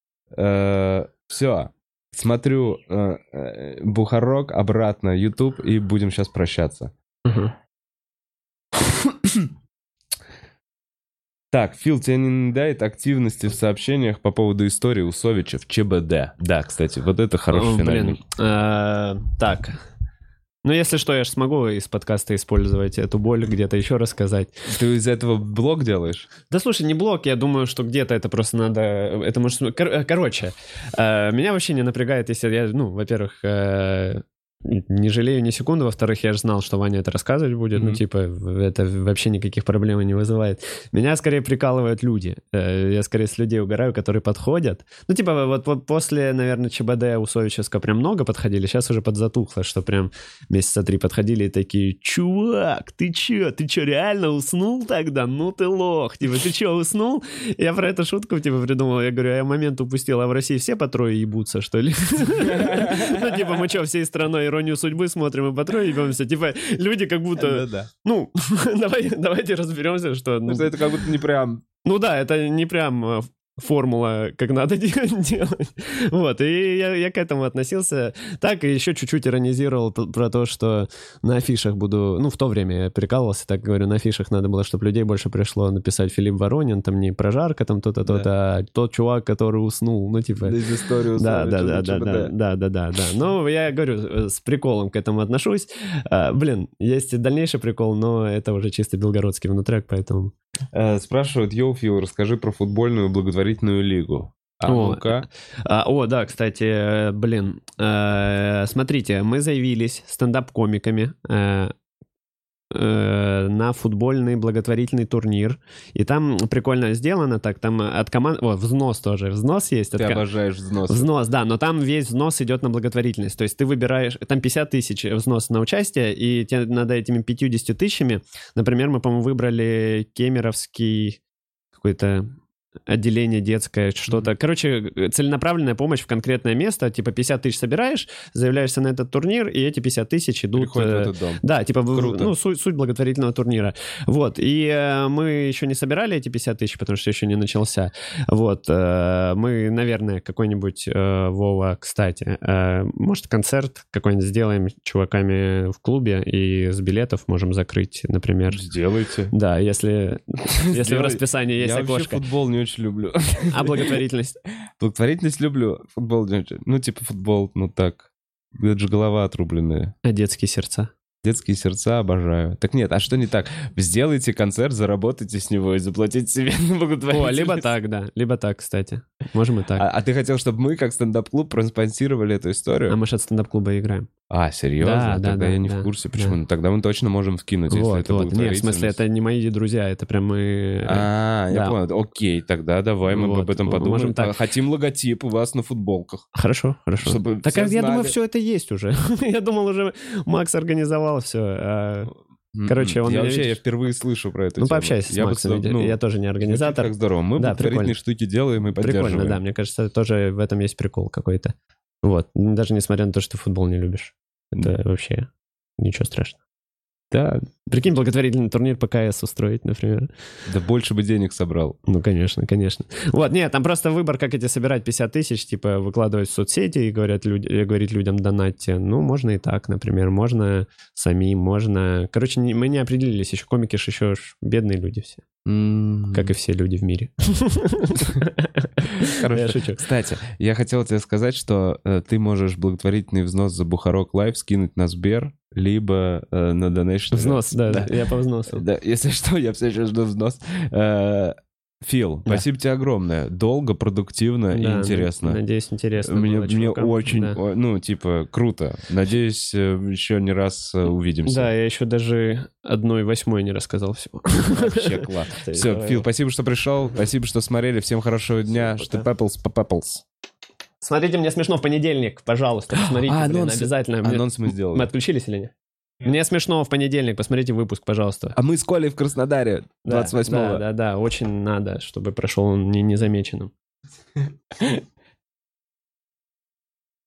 Все, смотрю э, э, Бухарок, обратно YouTube, и будем сейчас прощаться. Мгм. Так, Фил, тебе не надоедает активности в сообщениях по поводу истории Усовича в ЧБД? Да, кстати, вот это хороший О, финальный. Блин, э, так. Ну, если что, я же смогу из подкаста использовать эту боль, где-то еще рассказать. Ты из этого блог делаешь? Да слушай, не блог, я думаю, что где-то это просто надо... Это может... кор- Короче, э, меня вообще не напрягает, если я, ну, во-первых, э, не жалею ни секунды, во-вторых, я же знал, что Ваня это рассказывать будет, Мгм. ну, типа, это вообще никаких проблем не вызывает. Меня скорее прикалывают люди. Э, Я скорее с людей угораю, которые подходят. Ну, типа, вот, вот после, наверное, ЧБД у Совичевска прям много подходили, сейчас уже подзатухло, что прям месяца три подходили и такие: чувак, ты чё, ты чё, реально уснул тогда? Ну ты лох, типа, ты чё, уснул? Я про эту шутку, типа, придумал, я говорю, я момент упустил, а в России все по трое ебутся, что ли? Ну, типа, мы чё, всей страной «Иронию судьбы» смотрим и по трое ебемся? Типа, люди как будто... Да-да. Ну, давай, давайте разберемся, что... ну, Потому что это как будто не прям... ну да, это не прям э, формула, как надо де- делать. Вот, и я, я к этому относился. Так, и еще чуть-чуть иронизировал т- про то, что на афишах буду... Ну, в то время я прикалывался, так говорю, на афишах надо было, чтобы людей больше пришло написать Филипп Воронин, там не прожарка, там то-то, то-то, а тот чувак, который уснул, ну, типа... Из истории Да, да, Усовича да, на да, ЧБД. да, да, да, да, да. Ну, я говорю, э, с приколом к этому отношусь. А, блин, есть и дальнейший прикол, но это уже чисто белгородский внутряк, поэтому... Э, Спрашивают, йоу, Фил, расскажи про футбольную благотворительную лигу. А О, ну-ка. А, о, да, кстати, э, блин, э, смотрите, мы заявились стендап-комиками э, э, на футбольный благотворительный турнир, и там прикольно сделано так, там от команд... О, взнос тоже, взнос есть. от Ты ко- обожаешь взнос. Взнос, да, но там весь взнос идет на благотворительность. То есть ты выбираешь, там пятьдесят тысяч взнос на участие, и тебе надо этими пятьюдесятью тысячами, например, мы, по-моему, выбрали Кемеровский какой-то отделение детское, что-то. Короче, целенаправленная помощь в конкретное место. Типа пятьдесят тысяч собираешь, заявляешься на этот турнир, и эти пятьдесят тысяч идут... Приходит в э, этот дом. Да, типа, в- Круто. ну, суть, суть благотворительного турнира. Вот, и э, мы еще не собирали эти пятьдесят тысяч, потому что еще не начался. Вот, э, мы, наверное, какой-нибудь, э, Вова, кстати, э, может, концерт какой-нибудь сделаем чуваками в клубе, и с билетов можем закрыть, например. Сделайте. Да, если, если в Сделай. расписании есть Я вообще окошко. футбол не очень люблю. А благотворительность? Благотворительность люблю, футбол не очень. Ну, типа футбол, ну так. Это же голова отрубленная. А детские сердца? Детские сердца обожаю. Так нет, а что не так? Сделайте концерт, заработайте с него и заплатите себе на благотворительность. О, либо так, да. Либо так, кстати. Можем и так. А, а ты хотел, чтобы мы, как стендап-клуб, проспонсировали эту историю? А мы же от стендап-клуба играем. А, серьезно? Да, да, Тогда да, я не да, в курсе. Почему? да. Ну, тогда мы точно можем вкинуть, если Вот, это вот. Нет, в смысле, благотворительность. это не мои друзья, это прям мы... А, я Да. понял. Окей, тогда давай мы Вот, об этом мы подумаем. можем так. Хотим логотип у вас на футболках. Хорошо, хорошо. Чтобы Так все я знали. думаю, все это есть уже. Я думал, уже Макс организовал все. Короче, он Я меня, вообще я видишь- впервые слышу про это. Ну, пообщайся с я бы Максом. сказал, ведь ну, Я тоже не организатор. Как здорово. Мы Да, благотворительные прикольно. штуки делаем и поддерживаем. Прикольно, да. Мне кажется, тоже в этом есть прикол какой-то. Вот. Даже несмотря на то, что ты футбол не любишь. Это вообще ничего страшного. Да, Прикинь, благотворительный турнир по КС устроить, например. да больше бы денег собрал. Ну, конечно, конечно. Вот, нет, там просто выбор, как эти собирать пятьдесят тысяч, типа выкладывать в соцсети и говорят люди, и говорить людям донатьте. Ну, можно и так, например. Можно самим, можно... Короче, не- мы не определились. Еще комики ж еще ж бедные люди все. Как и все люди в мире. Хорошо. Я шучу. Кстати, я хотел тебе сказать, что э, ты можешь благотворительный взнос за Бухарок Лайв скинуть на Сбер, либо э, на Donation. Взнос, да, Да. я по взносу. Да, если что, я все еще жду взнос. Э, Фил, Да. спасибо тебе огромное. Долго, продуктивно и Да, интересно. Надеюсь, интересно Мне, было мне чувакам. очень, Да. о, ну, типа, круто. Надеюсь, э, еще не раз э, увидимся. Да, я еще даже одной восьмой не рассказал всего. Вообще класс. Все, Фил, спасибо, что пришел. Спасибо, что смотрели. Всем хорошего дня. Всё, Что пока. Пеплс по Пеплс. Смотрите, мне смешно в понедельник, пожалуйста, посмотрите, А, блин, анонсы. обязательно. Мне- Анонс мы сделали. Мы отключились или нет? Мне смешно в понедельник, посмотрите выпуск, пожалуйста. А мы с Колей в Краснодаре Да, двадцать восьмого. Да, да, да, очень надо, чтобы прошел он не- незамеченным.